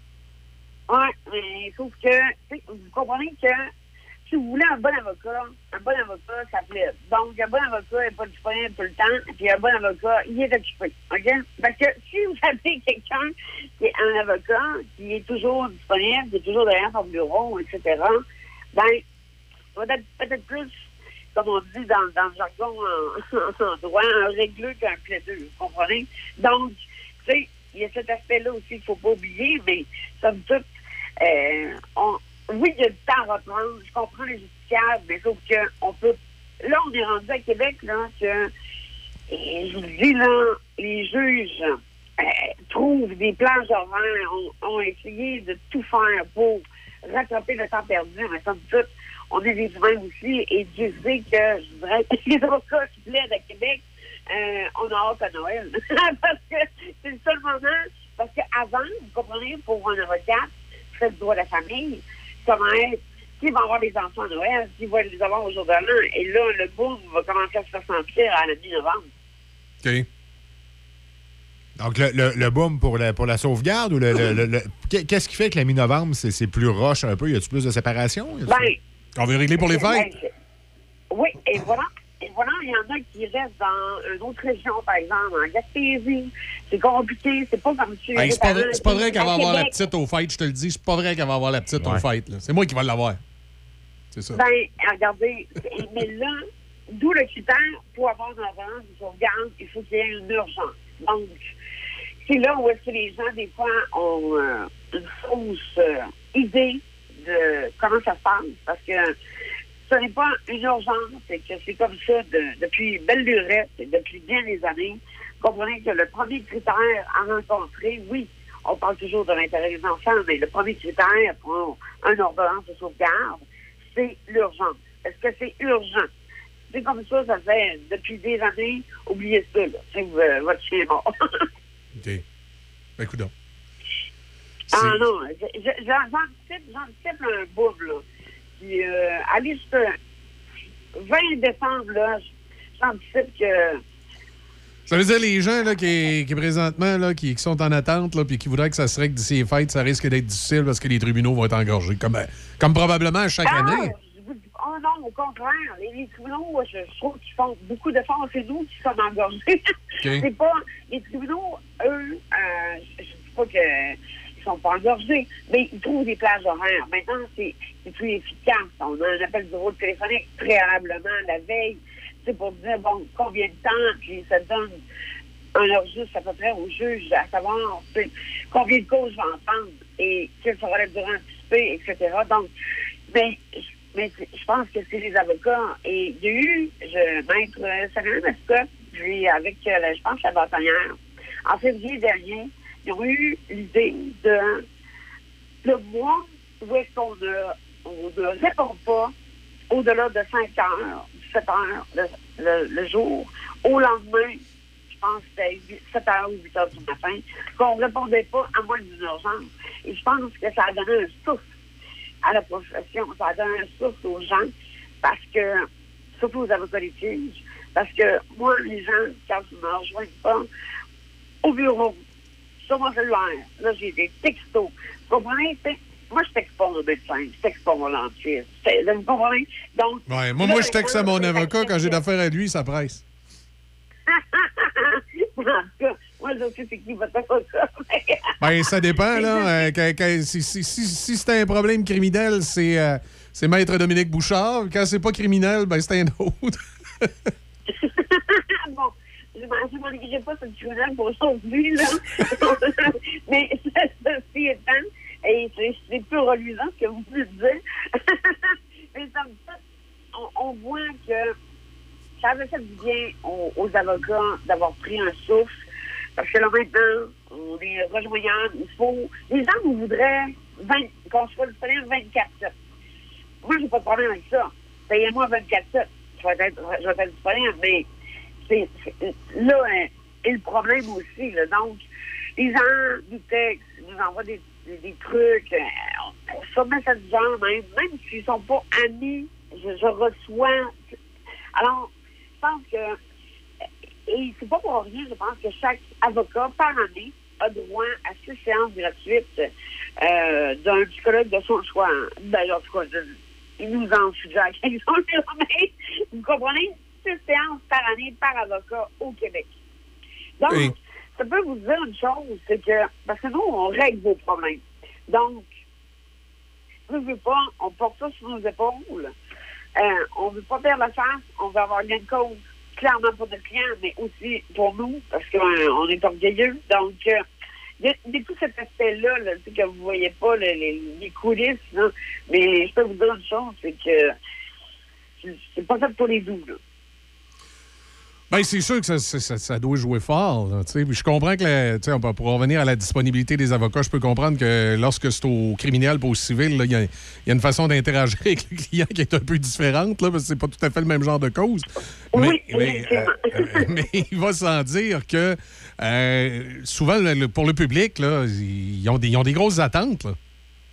Oui, mais sauf que, vous comprenez que si vous voulez un bon avocat, ça plaide. Donc, un bon avocat n'est pas disponible tout le temps, puis un bon avocat, il est occupé. OK? Parce que si vous avez quelqu'un qui est un avocat, qui est toujours disponible, qui est toujours derrière son bureau, etc., ben, peut-être plus, comme on dit dans le jargon en droit, un régleux qu'un plaideux. Vous comprenez? Donc, tu sais, il y a cet aspect-là aussi qu'il ne faut pas oublier, mais somme toute, oui, il y a du temps à reprendre. Je comprends les justiciables, mais sauf qu'on peut... Là, on est rendu à Québec, là, que... Et je vous dis, là, les juges trouvent des plages horaires, ont essayé de tout faire pour rattraper le temps perdu, mais somme toute, on est des humains aussi, et Dieu sait que, je dirais, les avocats qui plaident à Québec, on a hâte à Noël. Parce que c'est le seul moment, parce qu'avant, vous comprenez, pour un avocat, qui fait le droit de la famille, comment est, qui va avoir des enfants à Noël, qui va les avoir au jour de l'an, et là, le boom va commencer à se faire sentir à la mi-novembre. OK. Donc, le boom pour la sauvegarde, ou qu'est-ce qui fait que la mi-novembre, c'est plus roche un peu? Y a-tu plus de séparation? On veut régler pour les fêtes? Oui, et voilà. Et voilà, il y en a qui restent dans une autre région, par exemple, en Gaspésie. C'est compliqué, c'est pas comme si... C'est pas vrai qu'elle va avoir la petite aux fêtes, je te le dis. C'est pas vrai qu'elle va avoir la petite aux fêtes. C'est moi qui vais l'avoir. C'est ça. Ben, regardez, mais là, d'où le critère, pour avoir une ordonnance de sauvegarde, il faut qu'il y ait une urgence. Donc, c'est là où est-ce que les gens, des fois, ont une fausse idée de comment ça se passe, parce que ce n'est pas une urgence, c'est que c'est comme ça depuis belle lurette et depuis bien des années. Comprenez que le premier critère à rencontrer, oui, on parle toujours de l'intérêt des enfants, mais le premier critère pour une ordonnance de sauvegarde, c'est l'urgence. Est-ce que c'est urgent? C'est comme ça fait depuis des années, oubliez ça, là. C'est votre chien est mort. OK. Ben, écoute donc. Ah non, j'anticipe un bout, là. Puis, aller jusqu'à 20 décembre, là, j'anticipe que Ça veut dire les gens là, qui présentement là, qui sont en attente puis qui voudraient que ça se règle d'ici les fêtes, ça risque d'être difficile parce que les tribunaux vont être engorgés, comme probablement à chaque année. Oh non, au contraire. Les tribunaux, je trouve qu'ils font beaucoup d'efforts. C'est nous qui sommes engorgés. Okay. C'est pas... Les tribunaux, eux, je dis pas qu'ils sont pas engorgés, mais ils trouvent des plages horaires. Maintenant, c'est plus efficace. On a un appel du rôle téléphonique préalablement la veille. C'est pour dire, bon, combien de temps, puis ça donne un heure juste à peu près au juge à savoir combien de causes va entendre et quel sera la durée anticipée, etc. Donc, mais je pense que c'est les avocats. Et il y a eu, Maître Samuel Mascotte, lui, avec, je pense, la bâtonnière, en février dernier, ils ont eu l'idée de le mois où est-ce qu'on ne répond pas au-delà de 5 heures, 7 heures le jour, au lendemain, je pense que c'était 7 heures ou 8 heures du matin, qu'on ne répondait pas à moins d'une urgence. Et je pense que ça a donné un souffle à la profession, ça a donné un souffle aux gens, parce que, surtout aux avocats litiges, parce que moi, les gens, quand ils ne me rejoignent pas au bureau, sur mon cellulaire, là, j'ai des textos. Vous comprenez? Moi, je texte pas mon médecin, je texte pas mon dentiste. Vous comprenez? Donc, ouais, moi, je texte à mon avocat quand j'ai d'affaires à lui, ça presse. En tout cas, moi, je sais c'est qui votre avocat. Ben, ça dépend, là. Si c'est un problème criminel, c'est Maître Dominique Bouchard. Quand c'est pas criminel, ben, c'est un autre. Bon, je m'en négligeais pas sur le criminel pour aujourd'hui, là. Mais ceci étant, et c'est peu reluisant ce que vous venez de dire. Mais ça me fait, on voit que ça avait fait du bien aux avocats d'avoir pris un souffle. Parce que là, maintenant, on est rejoignable. Il faut... Les gens vous voudraient qu'on soit disponible 24/7. Moi, j'ai pas de problème avec ça. Payez-moi 24/7. Je vais être disponible, mais c'est là, et le problème aussi, là. Donc, les gens nous textent, nous envoient des trucs, sur Messenger même s'ils sont pas amis, je reçois. Alors, je pense que, et c'est pas pour rien, je pense que chaque avocat, par année, a droit à 6 séances gratuites d'un psychologue de son choix. D'ailleurs, en tout cas, il nous en suggère qu'ils sont mais vous comprenez, 6 séances par année par avocat au Québec. Donc, oui. Ça peut vous dire une chose, c'est que, parce que nous, on règle vos problèmes. Donc, on ne veut pas, on porte ça sur nos épaules. On ne veut pas perdre la face, on veut avoir gain de cause, clairement pour notre client, mais aussi pour nous, parce qu'on est orgueilleux. Donc, il y a tout cet aspect-là, là, que vous ne voyez pas, les coulisses, là, mais je peux vous dire une chose, c'est que c'est pas fait pour les doux, là. Ben, c'est sûr que ça doit jouer fort. Là, je comprends que, pour revenir à la disponibilité des avocats, je peux comprendre que lorsque c'est au criminel et au civil, il y a une façon d'interagir avec le client qui est un peu différente, là, parce que c'est pas tout à fait le même genre de cause. Oui, mais il va sans dire que souvent, pour le public, là, ils ont des grosses attentes. Là.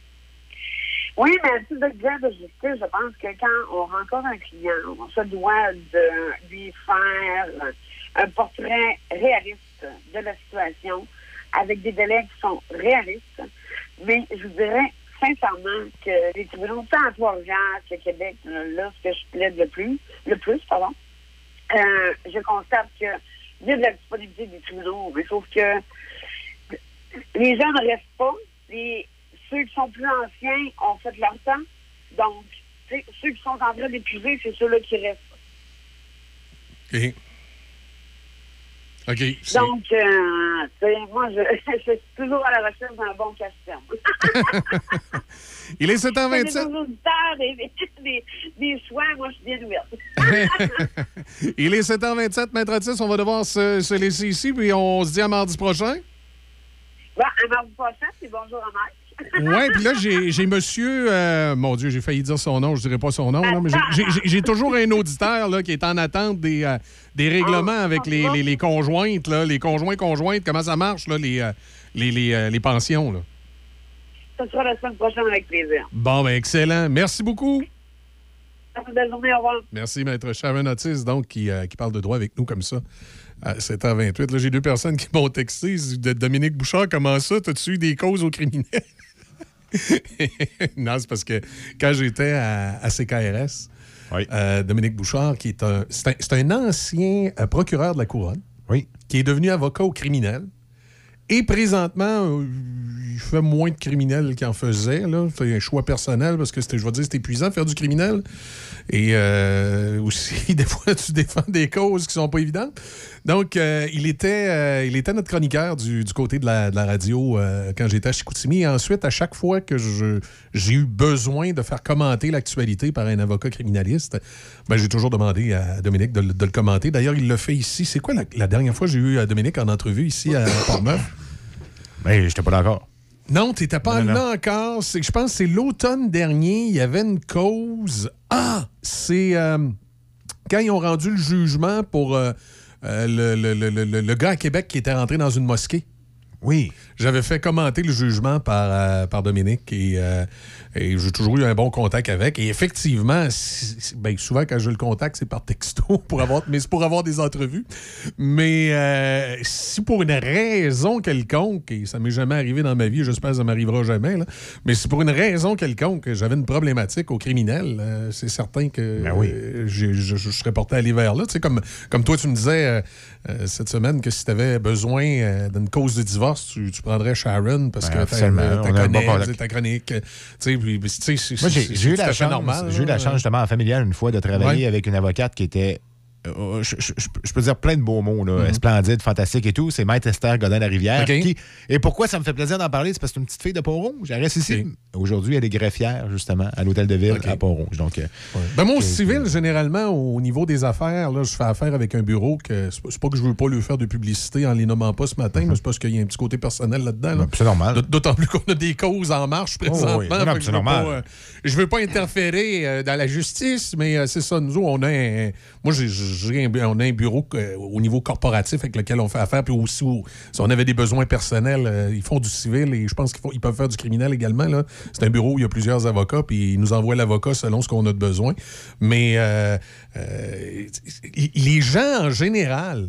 Oui, mais à titre d'exemple de justice, je pense que quand on rencontre un client, on se doit de lui faire un portrait réaliste de la situation, avec des délais qui sont réalistes. Mais je vous dirais sincèrement que les tribunaux, tant à Trois-Rivières que Québec, là, ce que je plaide le plus, je constate qu'il y a de la disponibilité des tribunaux, mais sauf que les gens ne restent pas. Ceux qui sont plus anciens ont fait leur temps. Donc, ceux qui sont en train d'épuiser, c'est ceux-là qui restent. OK. Donc, moi, je suis toujours à la recherche d'un bon casse-terme. Il est 7h27. Des auditeurs, des choix, moi, je suis bien ouverte. Il est 7h27, Maître Otis. On va devoir se laisser ici, puis on se dit à mardi prochain. Bon, à mardi prochain, c'est bonjour à Mike. Oui, puis là, j'ai monsieur... mon Dieu, j'ai failli dire son nom, je dirais pas son nom, là, mais j'ai toujours un auditeur là, qui est en attente des règlements avec les conjointes, là, les conjointes, comment ça marche, là, les pensions. Là. Ça sera la semaine prochaine avec plaisir. Bon, ben excellent. Merci beaucoup. Passe une belle journée, au revoir. Merci, Maître Sharon Otis, donc, qui parle de droit avec nous comme ça. À 7h28. Là, j'ai 2 personnes qui m'ont texté. Dominique Bouchard, comment ça? T'as-tu eu des causes aux criminels? Non, c'est parce que quand j'étais à CKRS, Dominique Bouchard, qui est un ancien procureur de la Couronne, qui est devenu avocat aux criminels. Et présentement, il fait moins de criminels qu'il en faisait. Là. C'est un choix personnel parce que, je vais dire, c'est épuisant de faire du criminel. Et aussi, des fois, tu défends des causes qui sont pas évidentes. Donc, il était notre chroniqueur du côté de la radio quand j'étais à Chicoutimi. Et ensuite, à chaque fois que j'ai eu besoin de faire commenter l'actualité par un avocat criminaliste, j'ai toujours demandé à Dominique de le commenter. D'ailleurs, il l'a fait ici. C'est quoi la dernière fois que j'ai eu Dominique en entrevue ici à Port-Neuf? Mais j'étais pas d'accord. Non, t'étais pas là encore. Je pense que c'est l'automne dernier, il y avait une cause. Ah! C'est quand ils ont rendu le jugement pour le gars à Québec qui était rentré dans une mosquée. Oui. J'avais fait commenter le jugement par Dominique et j'ai toujours eu un bon contact avec. Et effectivement, souvent quand je le contacte, c'est par texto c'est pour avoir des entrevues. Mais si pour une raison quelconque, et ça m'est jamais arrivé dans ma vie, j'espère que ça m'arrivera jamais, là, mais si pour une raison quelconque, j'avais une problématique au criminel, c'est certain que je serais porté à aller vers là. Tu sais, comme toi, tu me disais cette semaine que si tu avais besoin d'une cause de divorce, tu prendrais Sharon parce que ta chronique. Moi, j'ai eu la chance, justement, en familial, une fois, de travailler avec une avocate qui était, je peux dire plein de beaux mots, là, splendide, fantastique et tout. C'est Maître Esther Godin-Larivière. Okay. Et pourquoi ça me fait plaisir d'en parler? C'est parce que c'est une petite fille de Pont-Rouge. Elle reste ici. Okay. Aujourd'hui, elle est greffière, justement, à l'hôtel de ville à Pont-Rouge. Donc, moi, au civil, généralement, au niveau des affaires, là, je fais affaire avec un bureau que c'est pas que je veux pas lui faire de publicité en les nommant pas ce matin, mais c'est parce qu'il y a un petit côté personnel là-dedans. Là. C'est normal. D'autant plus qu'on a des causes en marche présentement. C'est normal. Je veux pas interférer dans la justice, mais c'est ça. Nous, on a un bureau au niveau corporatif avec lequel on fait affaire, puis aussi, si on avait des besoins personnels, ils font du civil et je pense qu'ils peuvent faire du criminel également. Là. C'est un bureau où il y a plusieurs avocats, puis ils nous envoient l'avocat selon ce qu'on a de besoin. Mais les gens, en général,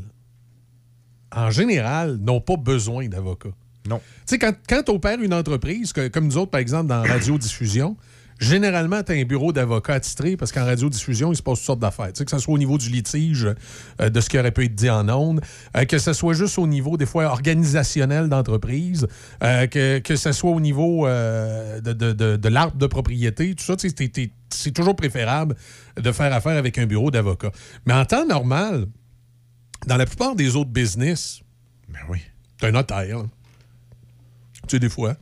n'ont pas besoin d'avocats. Non. Tu sais, quand tu opères une entreprise, comme nous autres, par exemple, dans radiodiffusion, généralement, tu as un bureau d'avocats attitré parce qu'en radiodiffusion, il se passe toutes sortes d'affaires. Tu sais, que ce soit au niveau du litige, de ce qui aurait pu être dit en ondes, que ce soit juste au niveau, des fois, organisationnel d'entreprise, que ce soit au niveau de l'arbre de propriété, tout ça, tu sais, c'est toujours préférable de faire affaire avec un bureau d'avocats. Mais en temps normal, dans la plupart des autres business, tu as un notaire. Là. Tu sais, des fois...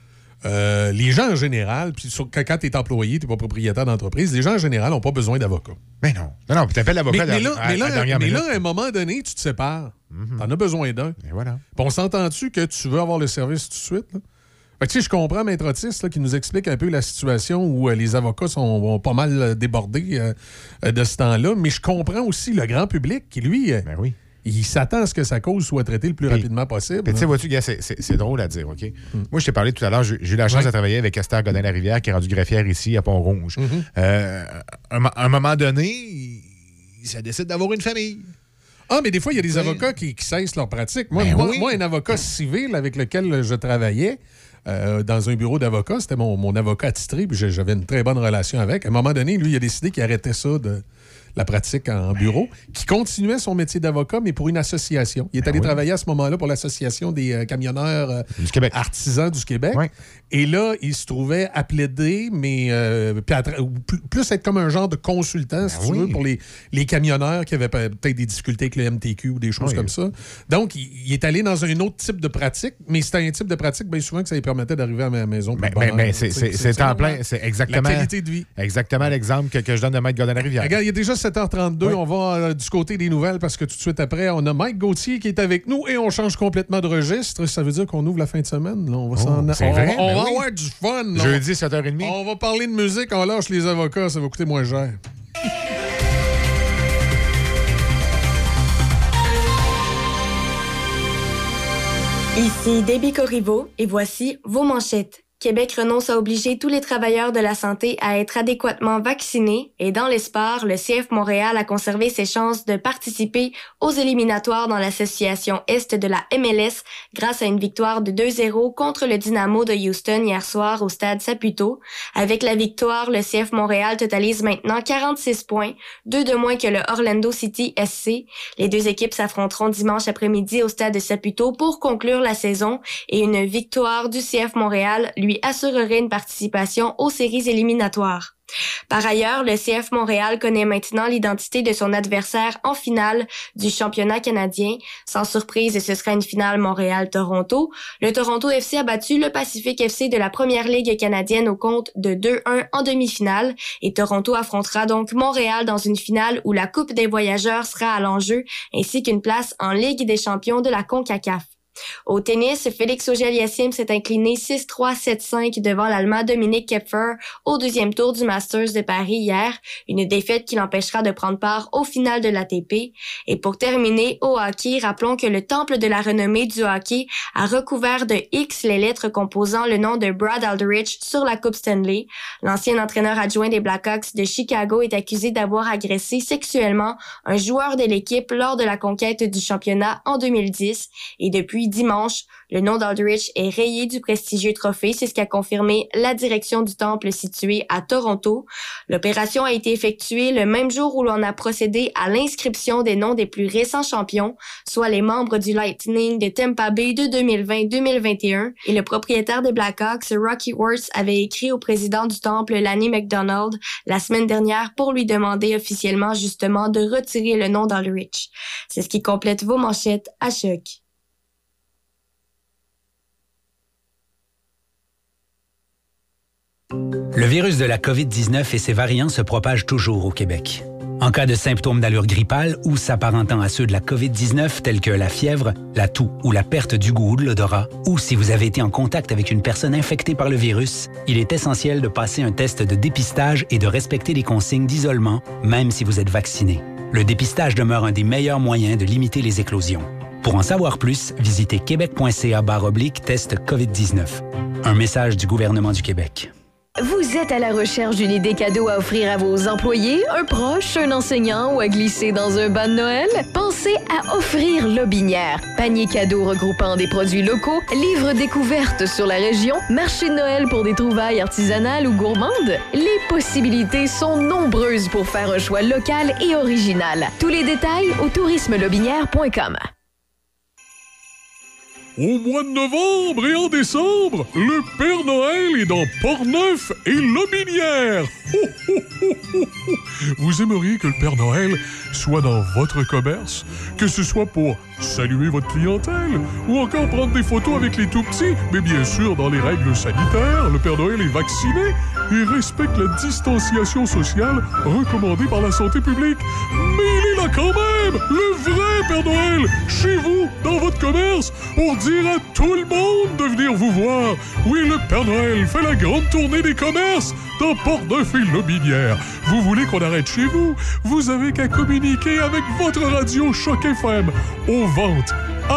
les gens en général, puis quand tu es employé, tu n'es pas propriétaire d'entreprise, les gens en général n'ont pas besoin d'avocat. Mais non. Non, puis tu appelles l'avocat mais là, à un moment donné, tu te sépares. Tu en as besoin d'un. Et voilà. Puis on s'entend-tu que tu veux avoir le service tout de suite? Là? Fait que, tu sais, je comprends Maître Otis là, qui nous explique un peu la situation où les avocats sont pas mal débordés de ce temps-là, mais je comprends aussi le grand public qui, lui... il s'attend à ce que sa cause soit traitée le plus rapidement possible. Tu sais, vois-tu, gars, c'est drôle à dire, OK? Moi, je t'ai parlé tout à l'heure, j'ai eu la chance de travailler avec Esther Godin-Larivière, qui est rendue greffière ici, à Pont-Rouge. À un moment donné, ça décide d'avoir une famille. Ah, mais des fois, il y a des avocats qui cessent leur pratique. Moi, un avocat civil avec lequel je travaillais, dans un bureau d'avocat, c'était mon avocat attitré, puis j'avais une très bonne relation avec. À un moment donné, lui, il a décidé qu'il arrêtait ça de la pratique en bureau, qui continuait son métier d'avocat, mais pour une association. Il est allé travailler à ce moment-là pour l'Association des camionneurs artisans du Québec. Et là, il se trouvait à plaider, mais plus être comme un genre de consultant, si tu veux, pour les camionneurs qui avaient peut-être des difficultés avec le MTQ ou des choses comme ça. Donc, il est allé dans un autre type de pratique, mais c'était un type de pratique, bien souvent, que ça lui permettait d'arriver à ma maison. C'est en plein, c'est exactement... La qualité de vie. Exactement l'exemple que je donne de Maître Godin-Larivière. Regarde, il y a déjà 7h32, on va du côté des nouvelles parce que tout de suite après, on a Mike Gauthier qui est avec nous et on change complètement de registre. Ça veut dire qu'on ouvre la fin de semaine. Là. On va on va avoir du fun. Là. Jeudi, 7h30. On va parler de musique, on lâche les avocats, ça va coûter moins cher. Ici Debbie Corriveau et voici vos manchettes. Québec renonce à obliger tous les travailleurs de la santé à être adéquatement vaccinés et dans les sports, le CF Montréal a conservé ses chances de participer aux éliminatoires dans l'association Est de la MLS grâce à une victoire de 2-0 contre le Dynamo de Houston hier soir au stade Saputo. Avec la victoire, le CF Montréal totalise maintenant 46 points, 2 de moins que le Orlando City SC. Les deux équipes s'affronteront dimanche après-midi au stade de Saputo pour conclure la saison et une victoire du CF Montréal lui assurerait une participation aux séries éliminatoires. Par ailleurs, le CF Montréal connaît maintenant l'identité de son adversaire en finale du championnat canadien. Sans surprise, ce sera une finale Montréal-Toronto. Le Toronto FC a battu le Pacific FC de la Première Ligue canadienne au compte de 2-1 en demi-finale et Toronto affrontera donc Montréal dans une finale où la Coupe des voyageurs sera à l'enjeu ainsi qu'une place en Ligue des champions de la CONCACAF. Au tennis, Félix Auger-Aliassime s'est incliné 6-3, 7-5 devant l'Allemand Dominic Kepfer au deuxième tour du Masters de Paris hier, une défaite qui l'empêchera de prendre part au final de l'ATP. Et pour terminer, au hockey, rappelons que le temple de la renommée du hockey a recouvert de X les lettres composant le nom de Brad Aldrich sur la Coupe Stanley. L'ancien entraîneur adjoint des Blackhawks de Chicago est accusé d'avoir agressé sexuellement un joueur de l'équipe lors de la conquête du championnat en 2010 et depuis dimanche, le nom d'Aldrich est rayé du prestigieux trophée, c'est ce qu'a confirmé la direction du temple situé à Toronto. L'opération a été effectuée le même jour où l'on a procédé à l'inscription des noms des plus récents champions, soit les membres du Lightning de Tampa Bay de 2020-2021, et le propriétaire des Blackhawks, Rocky Wirtz, avait écrit au président du temple, Lanny McDonald, la semaine dernière pour lui demander officiellement justement de retirer le nom d'Aldrich. C'est ce qui complète vos manchettes à Choc. Le virus de la COVID-19 et ses variants se propagent toujours au Québec. En cas de symptômes d'allure grippale ou s'apparentant à ceux de la COVID-19 tels que la fièvre, la toux ou la perte du goût ou de l'odorat, ou si vous avez été en contact avec une personne infectée par le virus, il est essentiel de passer un test de dépistage et de respecter les consignes d'isolement, même si vous êtes vacciné. Le dépistage demeure un des meilleurs moyens de limiter les éclosions. Pour en savoir plus, visitez québec.ca/test COVID-19. Un message du gouvernement du Québec. Vous êtes à la recherche d'une idée cadeau à offrir à vos employés, un proche, un enseignant ou à glisser dans un bas de Noël? Pensez à Offrir Lobinière. Panier cadeau regroupant des produits locaux, livres découvertes sur la région, marché de Noël pour des trouvailles artisanales ou gourmandes. Les possibilités sont nombreuses pour faire un choix local et original. Tous les détails au tourismelobinière.com. Au mois de novembre et en décembre, le Père Noël est dans Portneuf et Lobinière. Vous aimeriez que le Père Noël soit dans votre commerce, que ce soit pour saluer votre clientèle ou encore prendre des photos avec les tout-petits, mais bien sûr dans les règles sanitaires. Le Père Noël est vacciné et respecte la distanciation sociale recommandée par la santé publique. Mais il est là quand même, le vrai Père Noël, chez vous, dans votre commerce, pour dire à tout le monde de venir vous voir. Oui, le Père Noël fait la grande tournée des commerces dans Portneuf et Lobinière. Vous voulez qu'on arrête chez vous? Vous avez qu'à communiquer avec votre radio Choc FM aux ventes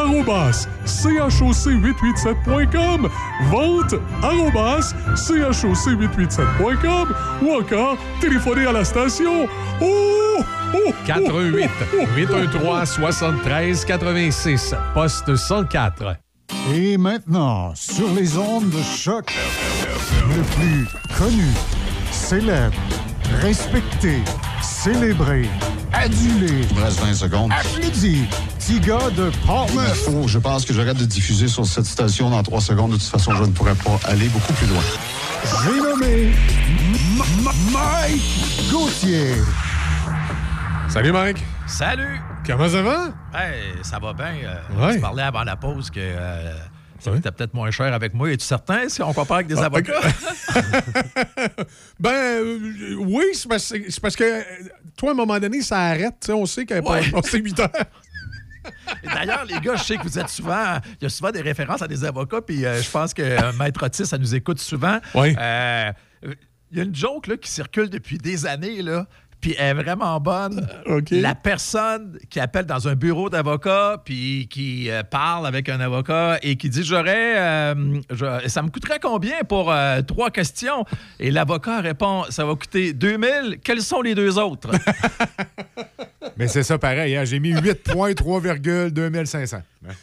@choc887.com, vente @choc887.com ou encore téléphoner à la station. 88 813 73 86, poste 104. Et maintenant, sur les ondes de Choc, le plus connu, célèbre, respecté, célébré, adulé. Il me reste 20 secondes. Applaudi, petit gars de Portneuf. Je pense que j'arrête de diffuser sur cette station dans 3 secondes. De toute façon, je ne pourrais pas aller beaucoup plus loin. J'ai nommé Mike Gauthier. Salut, Mike. Salut. Comment ça va? Hey, ça va bien. Ouais. Tu parlais avant la pause que ça coûtait peut-être moins cher avec moi. Es-tu certain si on compare avec des avocats? Oui, c'est parce que toi, à un moment donné, ça arrête. On sait qu'elle est passée 8 heures. Et d'ailleurs, les gars, je sais que vous êtes souvent... Il y a souvent des références à des avocats, puis je pense que Maître Otis, ça nous écoute souvent. Oui. Il y a une joke là, qui circule depuis des années, là. puis elle est vraiment bonne. La personne qui appelle dans un bureau d'avocat, puis qui parle avec un avocat et qui dit « ça me coûterait combien pour 3 questions? » Et l'avocat répond « ça va coûter 2000. Quels sont les 2 autres? » Mais c'est ça pareil, hein? J'ai mis 8 points, 3,2500.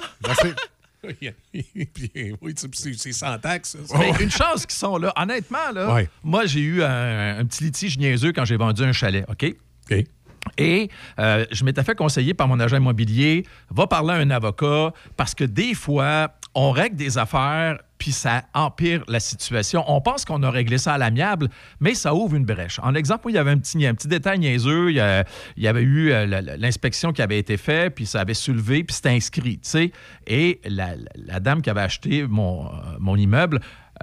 Oui, c'est sans taxe. Mais une chance qu'ils sont là. Honnêtement, là, moi, j'ai eu un petit litige niaiseux quand j'ai vendu un chalet, OK? Et je m'étais fait conseiller par mon agent immobilier, va parler à un avocat, parce que des fois, on règle des affaires, puis ça empire la situation. On pense qu'on a réglé ça à l'amiable, mais ça ouvre une brèche. En exemple, il y avait un petit détail niaiseux. Il y avait eu l'inspection qui avait été faite, puis ça avait soulevé, puis c'était inscrit, tu sais. Et la dame qui avait acheté mon immeuble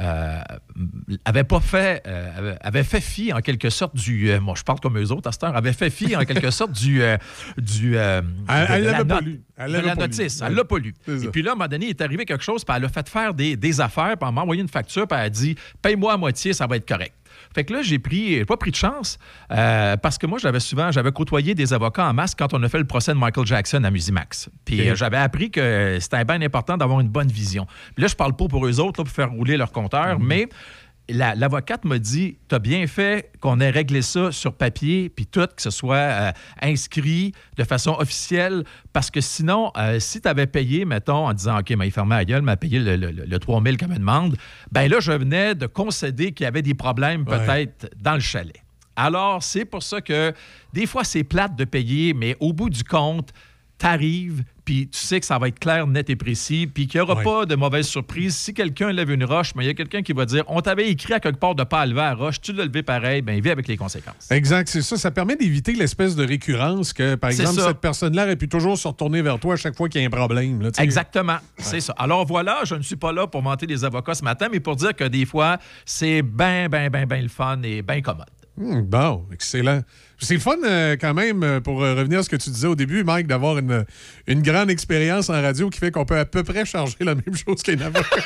avait fait fi en quelque sorte du... moi, je parle comme eux autres à cette heure. Avait fait fi en quelque sorte elle l'avait pas lu. Elle l'a pas lu. Et puis là, à un moment donné, il est arrivé quelque chose, puis elle a fait faire des affaires, puis elle m'a envoyé une facture, puis elle a dit « paye-moi à moitié, ça va être correct ». Fait que là, j'ai pas pris de chance parce que moi, j'avais côtoyé des avocats en masse quand on a fait le procès de Michael Jackson à Musimax. Puis j'avais appris que c'était bien important d'avoir une bonne vision. Puis là, je parle pas pour eux autres là, pour faire rouler leur compteur, mais l'avocate m'a dit « t'as bien fait qu'on ait réglé ça sur papier, puis tout, que ce soit inscrit de façon officielle, parce que sinon, si tu avais payé, mettons, en disant « OK, mais il fermait la gueule, m'a payé le 3000 qu'elle me demande », ben là, je venais de concéder qu'il y avait des problèmes peut-être dans le chalet. Alors, c'est pour ça que des fois, c'est plate de payer, mais au bout du compte, t'arrives, puis tu sais que ça va être clair, net et précis, puis qu'il n'y aura pas de mauvaise surprise. Si quelqu'un lève une roche, mais il y a quelqu'un qui va dire « on t'avait écrit à quelque part de ne pas lever la roche, tu l'as levé pareil, bien, vis avec les conséquences. » Exact, c'est ça. Ça permet d'éviter l'espèce de récurrence que, par exemple, cette personne-là aurait pu toujours se retourner vers toi à chaque fois qu'il y a un problème. Là, exactement, c'est ça. Alors voilà, je ne suis pas là pour vanter les avocats ce matin, mais pour dire que des fois, c'est bien le fun et bien commode. Bon, excellent. C'est le fun quand même, pour revenir à ce que tu disais au début, Mike, d'avoir une grande expérience en radio qui fait qu'on peut à peu près charger la même chose qu'un avocat.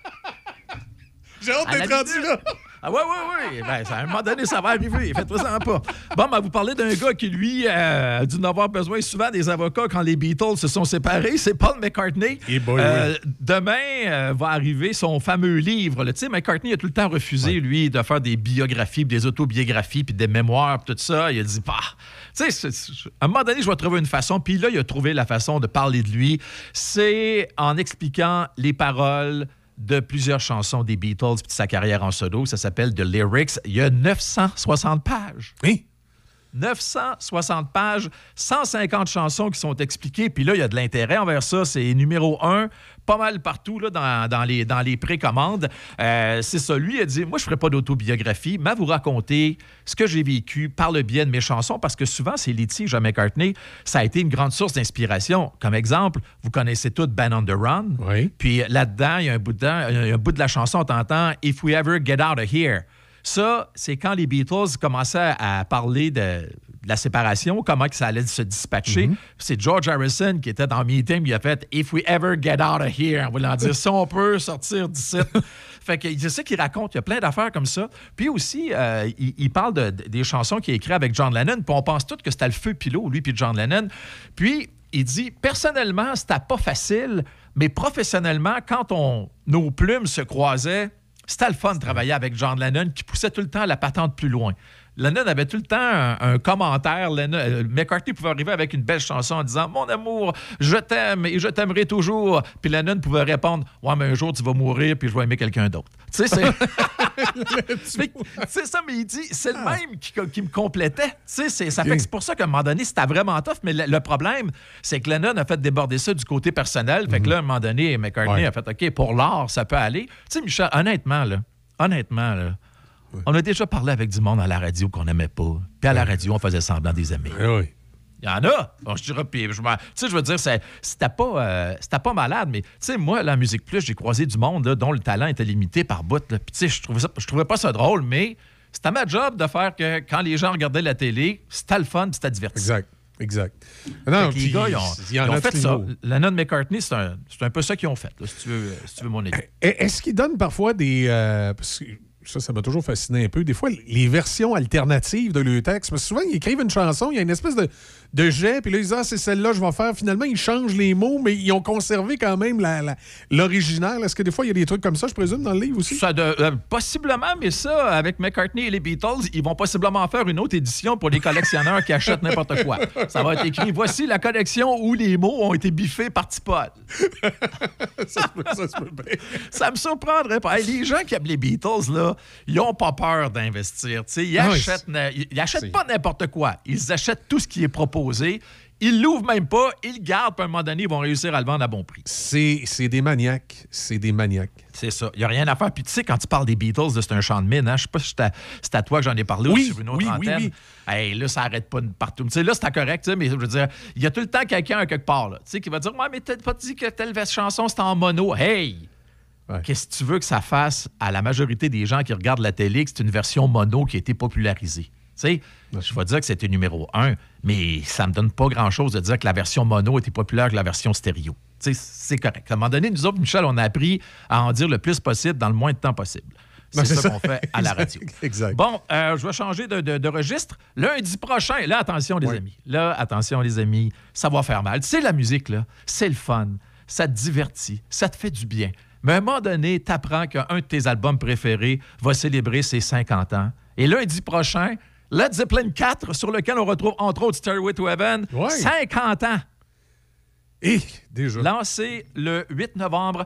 J'ai hâte d'être rendu là. Ah oui. Ben, à un moment donné, ça va arriver. Faites-vous en pas. Bon, ben, vous parlez d'un gars qui, lui, a dû n'avoir besoin souvent des avocats quand les Beatles se sont séparés. C'est Paul McCartney. Demain va arriver son fameux livre. Tu sais, McCartney a tout le temps refusé, lui, de faire des biographies, des autobiographies, puis des mémoires, puis tout ça. Il a dit, tu sais, à un moment donné, je vais trouver une façon. Puis là, il a trouvé la façon de parler de lui. C'est en expliquant les paroles de plusieurs chansons des Beatles puis de sa carrière en solo. Ça s'appelle The Lyrics. Il y a 960 pages. Oui. 960 pages, 150 chansons qui sont expliquées. Puis là, il y a de l'intérêt envers ça. C'est numéro 1, pas mal partout là, dans les précommandes. C'est ça. Lui, il a dit, moi, je ne ferai pas d'autobiographie, mais à vous raconter ce que j'ai vécu par le biais de mes chansons, parce que souvent, ces litiges à McCartney, ça a été une grande source d'inspiration. Comme exemple, vous connaissez tous Band on the Run. Oui. Puis là-dedans, il y a un bout de la chanson, on t'entend « If we ever get out of here ». Ça, c'est quand les Beatles commençaient à parler de la séparation, comment que ça allait se dispatcher. C'est George Harrison qui était dans le meeting, il a fait « If we ever get out of here », en voulant dire « Si on peut sortir d'ici ». Fait que c'est ça qu'il raconte. Il y a plein d'affaires comme ça. Puis aussi, il parle des chansons qu'il a écrites avec John Lennon, puis on pense tous que c'était le feu pilot, lui puis John Lennon. Puis, il dit « Personnellement, c'était pas facile, mais professionnellement, quand nos plumes se croisaient, c'était le fun de travailler avec John Lennon qui poussait tout le temps la patente plus loin. Lennon avait tout le temps un commentaire. McCartney pouvait arriver avec une belle chanson en disant « Mon amour, je t'aime et je t'aimerai toujours ». Puis Lennon pouvait répondre « Ouais, mais un jour, tu vas mourir puis je vais aimer quelqu'un d'autre. » Tu sais, c'est ça, mais il dit « C'est le même qui me complétait. » Tu sais, ça fait que c'est pour ça qu'à un moment donné, c'était vraiment tough. Mais le problème, c'est que Lennon a fait déborder ça du côté personnel. Fait que là, à un moment donné, McCartney a fait « OK, pour l'art, ça peut aller. » Tu sais, Michel, honnêtement, on a déjà parlé avec du monde à la radio qu'on n'aimait pas. Puis à la radio, on faisait semblant des amis. Oui. Il y en a. Bon, je dirais, puis tu sais, je veux dire, c'était pas malade, mais tu sais, moi, la Musique Plus, j'ai croisé du monde là, dont le talent était limité par bout. Puis tu sais, je trouvais pas ça drôle, mais c'était ma job de faire que quand les gens regardaient la télé, c'était le fun, c'était divertissant. Exact. Non, les gars, ils ont fait ça. Lennon McCartney, c'est un peu ça qu'ils ont fait, là, si tu veux mon idée. Est-ce qu'ils donnent parfois des... ça m'a toujours fasciné un peu. Des fois, les versions alternatives de leur texte, parce que souvent, ils écrivent une chanson, il y a une espèce de jet, puis là, ils disent « Ah, c'est celle-là, je vais faire. » Finalement, ils changent les mots, mais ils ont conservé quand même l'original. Est-ce que des fois, il y a des trucs comme ça, je présume, dans le livre aussi? Possiblement, mais ça, avec McCartney et les Beatles, ils vont possiblement faire une autre édition pour les collectionneurs qui achètent n'importe quoi. Ça va être écrit « Voici la collection où les mots ont été biffés par Tipol. » Ça se peut bien. Ça me surprendrait pas. Hey, les gens qui aiment les Beatles, là, ils n'ont pas peur d'investir. Ils achètent pas n'importe quoi. Ils achètent tout ce qui est proposé. Ils l'ouvrent même pas, ils le gardent, puis à un moment donné, ils vont réussir à le vendre à bon prix. C'est des maniaques. C'est des maniaques. C'est ça. Il n'y a rien à faire. Puis tu sais, quand tu parles des Beatles, c'est un champ de mine. Hein? Je sais pas si c'est à toi que j'en ai parlé ou sur une autre antenne. Oui. Hey, là, ça n'arrête pas de partout. Tu sais, là, c'est correct, mais je veux dire, il y a tout le temps quelqu'un à quelque part là, qui va dire « Ouais, mais t'as pas dit que telle chanson, c'était en mono. » Hey! Qu'est-ce que tu veux que ça fasse à la majorité des gens qui regardent la télé, que c'est une version mono qui a été popularisée? Tu sais, je vais dire que c'était numéro 1, mais ça me donne pas grand-chose de dire que la version mono était populaire que la version stéréo. Tu sais, c'est correct. À un moment donné, nous autres, Michel, on a appris à en dire le plus possible dans le moins de temps possible. C'est ça qu'on fait à la radio. Exact. Bon, je vais changer de registre. Lundi prochain, là, attention les amis. Là, attention les amis, ça va faire mal. Tu sais, la musique, là, c'est le fun. Ça te divertit. Ça te fait du bien. Mais à un moment donné, tu apprends qu'un de tes albums préférés va célébrer ses 50 ans. Et lundi prochain, Led Zeppelin 4, sur lequel on retrouve entre autres Stairway to Heaven, 50 ans. Et déjà. Lancé le 8 novembre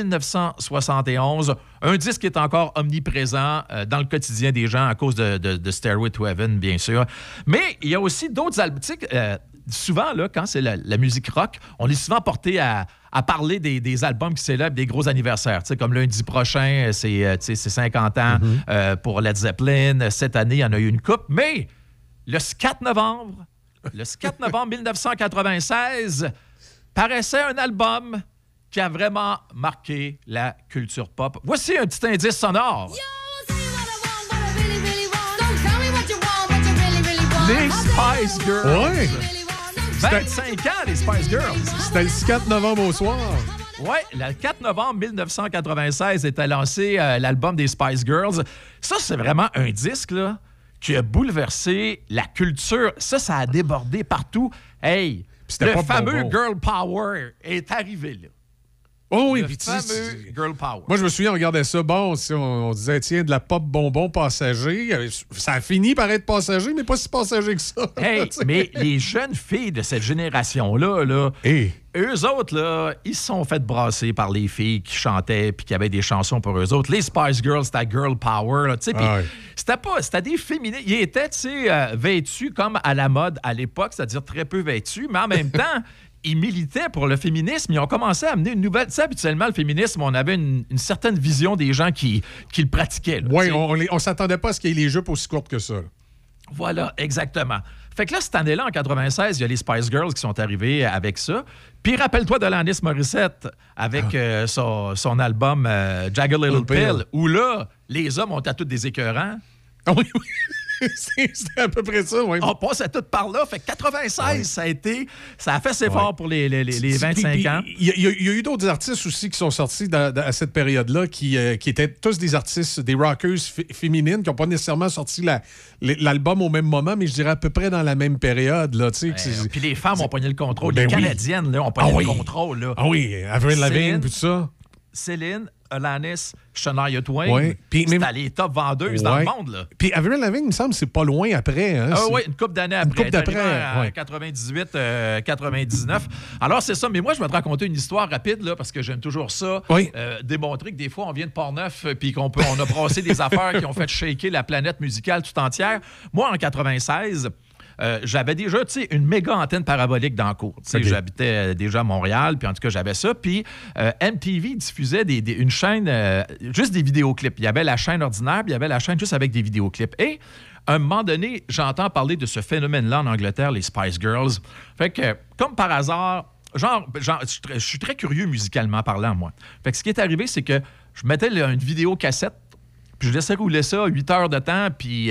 1971. Un disque qui est encore omniprésent dans le quotidien des gens à cause de Stairway to Heaven, bien sûr. Mais il y a aussi d'autres albums. Tu sais, souvent, là, quand c'est la musique rock, on est souvent porté à parler des albums qui célèbrent des gros anniversaires. Tu sais, comme lundi prochain, c'est 50 ans pour Led Zeppelin. Cette année, il y en a eu une coupe. Mais le 4 novembre 1996, paraissait un album qui a vraiment marqué la culture pop. Voici un petit indice sonore. Les Spice Girls. Ouais. 25 ans, les Spice Girls. C'était le 4 novembre au soir. Oui, le 4 novembre 1996 était lancé l'album des Spice Girls. Ça, c'est vraiment un disque là, qui a bouleversé la culture. Ça a débordé partout. Hey, le fameux Girl Power est arrivé là. Oh oui, le puis fameux Girl Power. Moi, je me souviens, on regardait ça. Bon, on disait, tiens, de la pop bonbon passager. Ça a fini par être passager, mais pas si passager que ça. Hey, mais les jeunes filles de cette génération-là, eux autres, là, ils se sont fait brasser par les filles qui chantaient puis qui avaient des chansons pour eux autres. Les Spice Girls, c'était Girl Power. C'était des féminins. Ils étaient, vêtus comme à la mode à l'époque, c'est-à-dire très peu vêtus, mais en même temps... Ils militaient pour le féminisme. Ils ont commencé à amener une nouvelle... Tu sais, habituellement, le féminisme, on avait une certaine vision des gens qui le pratiquaient. Oui, on s'attendait pas à ce qu'il y ait les jupes aussi courtes que ça. Là. Voilà, exactement. Fait que là, cette année-là, en 96, il y a les Spice Girls qui sont arrivés avec ça. Puis rappelle-toi d'Alanis Morissette avec son album Jagged Little Pill, où là, les hommes ont à tous des écœurants. Ah oui. C'était à peu près ça, oui. On passe à tout par là. Fait que 96, ça a fait ses forts pour les 25 ans. Il y a eu d'autres artistes aussi qui sont sortis à cette période-là qui étaient tous des artistes, des rockers féminines qui n'ont pas nécessairement sorti l'album au même moment, mais je dirais à peu près dans la même période. Là, puis les femmes ont pogné le contrôle. Les Canadiennes là, ont pogné le contrôle. Là. Ah oui, Avril Lavigne, tout ça. Céline, Alanis, Shania Twain. Ouais. C'était les top vendeuses dans le monde. Là. Puis Avril Lavigne, il me semble, c'est pas loin après. Hein? Oui, une couple d'années après. Une couple d'après. 98, 99. Alors, c'est ça. Mais moi, je vais te raconter une histoire rapide, là, parce que j'aime toujours ça. Oui. Démontrer que des fois, on vient de Port-Neuf puis on a brassé des affaires qui ont fait shaker la planète musicale tout entière. Moi, en 96... j'avais déjà, une méga antenne parabolique dans la cour. Okay. J'habitais déjà à Montréal, puis en tout cas, j'avais ça. Puis MTV diffusait une chaîne, juste des vidéoclips. Il y avait la chaîne ordinaire, puis il y avait la chaîne juste avec des vidéoclips. Et à un moment donné, j'entends parler de ce phénomène-là en Angleterre, les Spice Girls. Fait que, comme par hasard, je suis très curieux musicalement parlant, moi. Fait que ce qui est arrivé, c'est que je mettais une vidéocassette, puis je laissais rouler ça 8 heures de temps, puis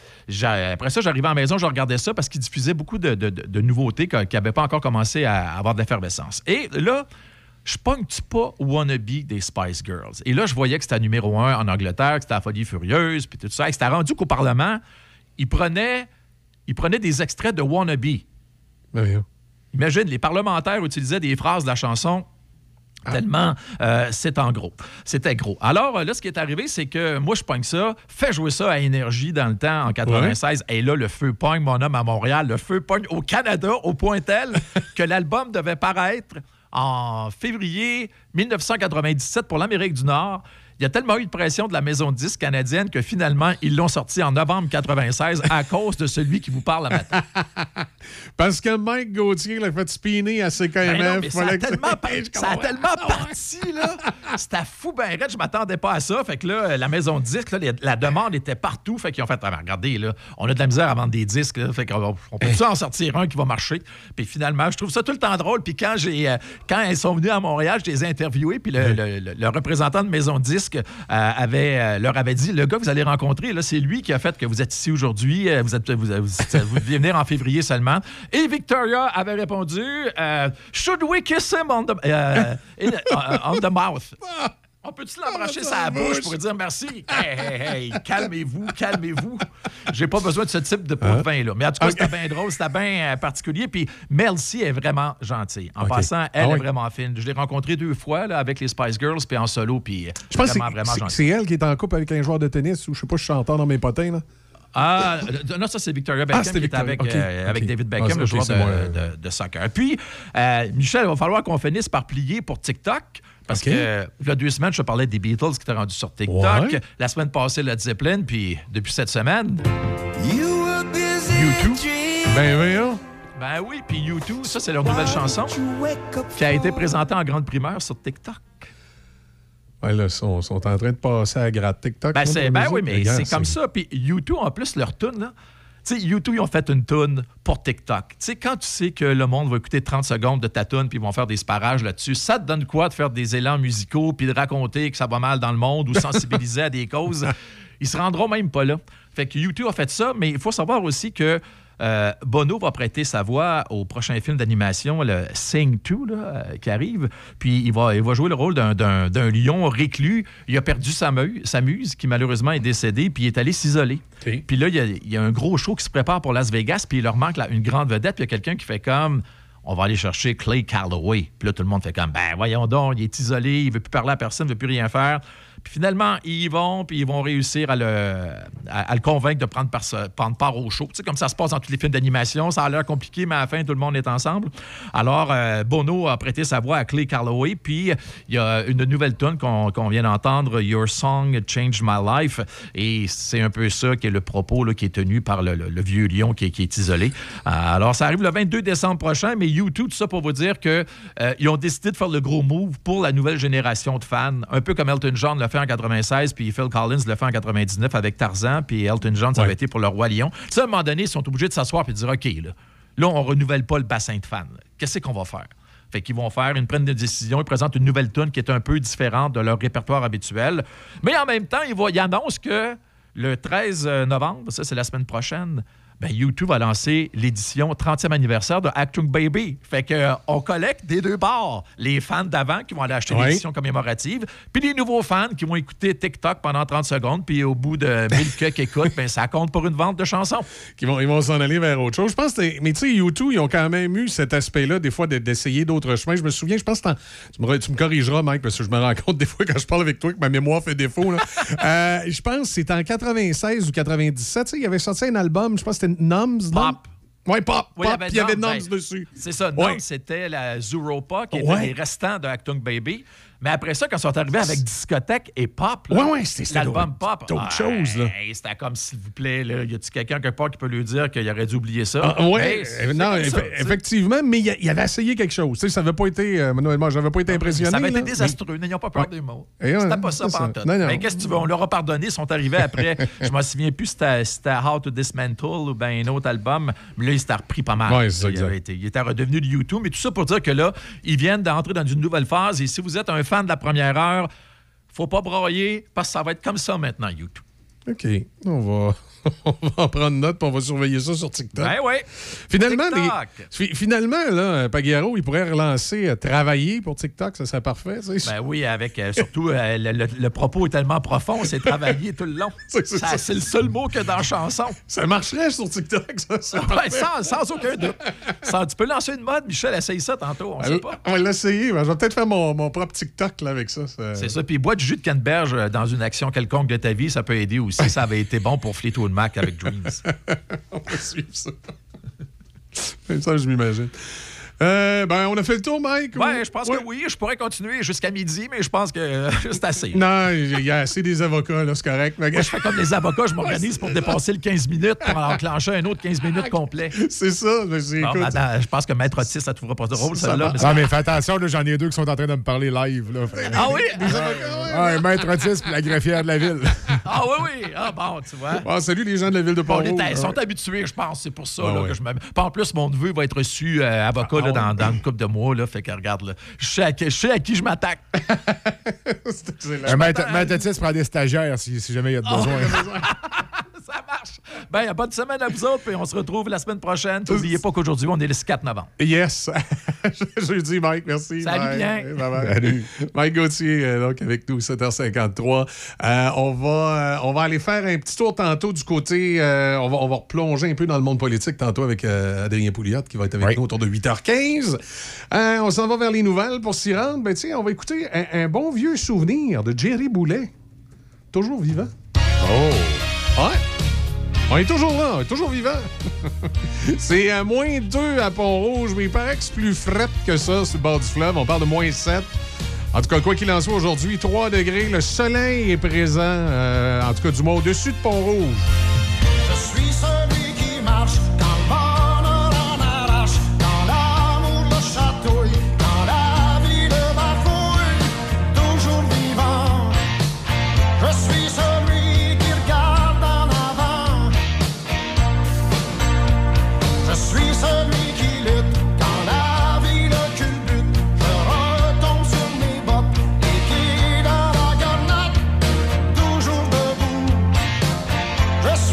après ça, j'arrivais à la maison, je regardais ça parce qu'ils diffusaient beaucoup de nouveautés qui n'avaient pas encore commencé à avoir de l'effervescence. Et là, je pogne-tu pas Wannabe des Spice Girls? Et là, je voyais que c'était numéro 1 en Angleterre, que c'était la folie furieuse, puis tout ça. Et c'était rendu qu'au Parlement, ils prenaient des extraits de Wannabe. Imagine, les parlementaires utilisaient des phrases de la chanson tellement c'était gros. Alors là, ce qui est arrivé, c'est que moi, je pogne ça, fais jouer ça à Énergie dans le temps, en 96, et là, le feu pogne, mon homme, à Montréal, le feu pogne au Canada, au point tel que l'album devait paraître en février 1997 pour l'Amérique du Nord. Il y a tellement eu de pression de la maison de disques canadienne que finalement, ils l'ont sorti en novembre 96 à cause de celui qui vous parle à matin. Parce que Mike Gauthier l'a fait spinner à CKMF. Ben non, ça a tellement parti, là. C'était fou, ben raide, je m'attendais pas à ça. Fait que là, la maison de disques, là, la demande était partout. Fait qu'ils ont fait, regardez, là, on a de la misère à vendre des disques. Là, fait qu'on peut en sortir un qui va marcher. Puis finalement, je trouve ça tout le temps drôle. Puis quand ils sont venus à Montréal, je les ai interviewés. Puis le représentant de maison de disques leur avait dit, le gars que vous allez rencontrer, là, c'est lui qui a fait que vous êtes ici aujourd'hui. Vous deviez venir en février seulement. Et Victoria avait répondu, should we kiss him on the mouth? On peut-tu l'embrasser sa bouche pour dire merci? Hey, calmez-vous. J'ai pas besoin de ce type de pot de vin-là. Mais en tout cas, c'était bien drôle, c'était bien particulier. Puis Mel C est vraiment gentille. En passant, elle est vraiment fine. Je l'ai rencontrée 2 fois là, avec les Spice Girls, puis en solo, puis je pense vraiment gentille. C'est elle qui est en couple avec un joueur de tennis, ou je sais pas, je suis chanteur dans mes potins, là. Non, ça, c'est Victoria Beckham qui est avec David Beckham, le joueur de soccer. Puis, Michel, il va falloir qu'on finisse par plier pour TikTok. Parce que, il y a 2 semaines, je te parlais des Beatles qui étaient rendus sur TikTok. Ouais. La semaine passée, Led Zeppelin. Puis, depuis cette semaine, U2. Ben oui, puis U2, ça, c'est leur nouvelle chanson qui a été présentée en grande primeur sur TikTok. Ouais, là, ils sont en train de passer à gratte TikTok. Oui, mais c'est comme ça. Puis U2, en plus, leur tune, là. Tu sais, U2, ils ont fait une toune pour TikTok. Tu sais, quand tu sais que le monde va écouter 30 secondes de ta toune puis ils vont faire des sparages là-dessus, ça te donne quoi de faire des élans musicaux puis de raconter que ça va mal dans le monde ou sensibiliser à des causes? Ils se rendront même pas là. Fait que U2 a fait ça, mais il faut savoir aussi que Bono va prêter sa voix au prochain film d'animation, le Sing 2, qui arrive. Puis il va jouer le rôle d'un lion reclus. Il a perdu sa muse, qui malheureusement est décédée, puis il est allé s'isoler. Okay. Puis là, il y a un gros show qui se prépare pour Las Vegas, puis il leur manque une grande vedette. Puis il y a quelqu'un qui fait comme... On va aller chercher Clay Calloway. Puis là, tout le monde fait comme, voyons donc, il est isolé, il veut plus parler à personne, il veut plus rien faire. Puis finalement, ils vont réussir à le convaincre de prendre part au show. Tu sais, comme ça se passe dans tous les films d'animation. Ça a l'air compliqué, mais à la fin, tout le monde est ensemble. Alors, Bono a prêté sa voix à Clay Calloway. Puis, il y a une nouvelle tune qu'on vient d'entendre, Your Song Changed My Life. Et c'est un peu ça qui est le propos là, qui est tenu par le vieux lion qui est isolé. Alors, ça arrive le 22 décembre prochain, mais U2, tout ça pour vous dire qu'ils ont décidé de faire le gros move pour la nouvelle génération de fans. Un peu comme Elton John l'a fait en 96, puis Phil Collins l'a fait en 99 avec Tarzan, puis Elton John, ça avait été pour le Roi Lion. Ça, à un moment donné, ils sont obligés de s'asseoir et de dire, OK, là on renouvelle pas le bassin de fans. Qu'est-ce qu'on va faire? Fait qu'ils ils prennent des décisions, ils présentent une nouvelle tune qui est un peu différente de leur répertoire habituel. Mais en même temps, ils annoncent que le 13 novembre, ça c'est la semaine prochaine, U2 va lancer l'édition 30e anniversaire de Achtung Baby. Fait qu'on collecte des 2 bords. Les fans d'avant qui vont aller acheter l'édition commémorative, puis les nouveaux fans qui vont écouter TikTok pendant 30 secondes, puis au bout de 1000 queues qui écoutent, ça compte pour une vente de chansons. Ils vont s'en aller vers autre chose. Je pense mais tu sais, U2, ils ont quand même eu cet aspect-là, des fois, d'essayer d'autres chemins. Je me souviens, je pense que tu me corrigeras, Mike, parce que je me rends compte des fois quand je parle avec toi que ma mémoire fait défaut. Je pense que c'était en 96 ou 97, il avait sorti un album, je pense que c'était Noms. Pop. Oui, Pop. Oui, il y avait Noms dessus. C'est ça. Noms, c'était la Zuropa, qui était les restants de Achtung Baby. Mais après ça, quand ils sont arrivés avec Discothèque et Pop, c'était l'album Pop, d'autres choses. C'était comme, s'il vous plaît, là, y a-t-il quelqu'un quelque part qui peut lui dire qu'il aurait dû oublier ça? Effectivement, mais il avait essayé quelque chose. Tu sais, ça n'avait pas été, moi, j'avais pas été impressionné. Ça avait été désastreux, n'ayons pas peur des mots. C'était pas ça, pantoute. Mais qu'est-ce que tu veux? On leur a pardonné, ils sont arrivés après. Je m'en souviens plus, c'était How to Dismantle ou un autre album. Mais là, il s'était repris pas mal. Ouais, c'est exact. Il était redevenu de U2, mais tout ça pour dire que là, ils viennent d'entrer dans une nouvelle phase. Et si vous êtes un fan de la première heure, faut pas brailler parce que ça va être comme ça maintenant, U2. OK. On va en prendre note et on va surveiller ça sur TikTok. Ben oui. Finalement, là, Pagliaro, il pourrait relancer travailler pour TikTok. Ça serait parfait. Ben oui, avec surtout le propos est tellement profond, c'est travailler tout le long. C'est le seul mot que dans la chanson. Ça marcherait sur TikTok, ça. Ouais, sans aucun doute. Tu peux lancer une mode, Michel, essaye ça tantôt, on sait pas. On va l'essayer. Je vais peut-être faire mon propre TikTok là, avec ça. C'est ça. Puis boire du jus de canneberge dans une action quelconque de ta vie, ça peut aider aussi. Ça avait été bon pour Fleetwood Mac avec Dreams. On va suivre ça. Même ça, je m'imagine. On a fait le tour, Mike? Oui, je pense que oui. Je pourrais continuer jusqu'à midi, mais je pense que c'est assez. Non, il y a assez des avocats, là, c'est correct. Moi, je fais comme les avocats, je m'organise pour dépasser le 15 minutes pour enclencher un autre 15 minutes complet. C'est ça. Je pense que Maître Otis, ça ne trouvera pas drôle, celle-là. Non, mais fais attention, là, j'en ai deux qui sont en train de me parler live. Là. Ah oui? Des avocats, Maître Otis et la greffière de la ville. Ah oui. Ah bon, tu vois. Salut les gens de la ville de Port-Rouge. Ils sont habitués, je pense. C'est pour ça que je me... En plus, mon neveu va être reçu avocat là, dans une couple de mois. Là, fait que regarde, là, je sais à qui je m'attaque. Maître Otis prend des stagiaires si jamais il y a besoin. Ça marche. Ben, il n'y a pas de semaine à vous autres, puis on se retrouve la semaine prochaine. N'oubliez pas qu'aujourd'hui, on est le 4 novembre. Yes. Jeudi, Mike, merci. Salut bien. Bye. Salut. Mike Gauthier, donc avec nous, 7h53. On va aller faire un petit tour tantôt du côté... on va replonger un peu dans le monde politique tantôt avec Adrien Pouliot qui va être avec nous autour de 8h15. On s'en va vers les nouvelles pour s'y rendre. Ben, on va écouter un bon vieux souvenir de Jerry Boulet. Toujours vivant. Oh! Ouais! On est toujours là, on est toujours vivant. C'est -2 à Pont-Rouge, mais il paraît que c'est plus fret que ça sur le bord du fleuve. On parle de -7. En tout cas, quoi qu'il en soit, aujourd'hui, 3 degrés. Le soleil est présent, en tout cas du moins au-dessus de Pont-Rouge. Je suis celui qui marche quand le bonheur en arrache, quand l'amour le chatouille, quand la vie le bafouille, toujours vivant. Je suis celui qui regarde en avant. Je suis celui qui lutte quand la vie le culbute. Je retombe sur mes bottes, les pieds dans la garnotte, toujours debout. Je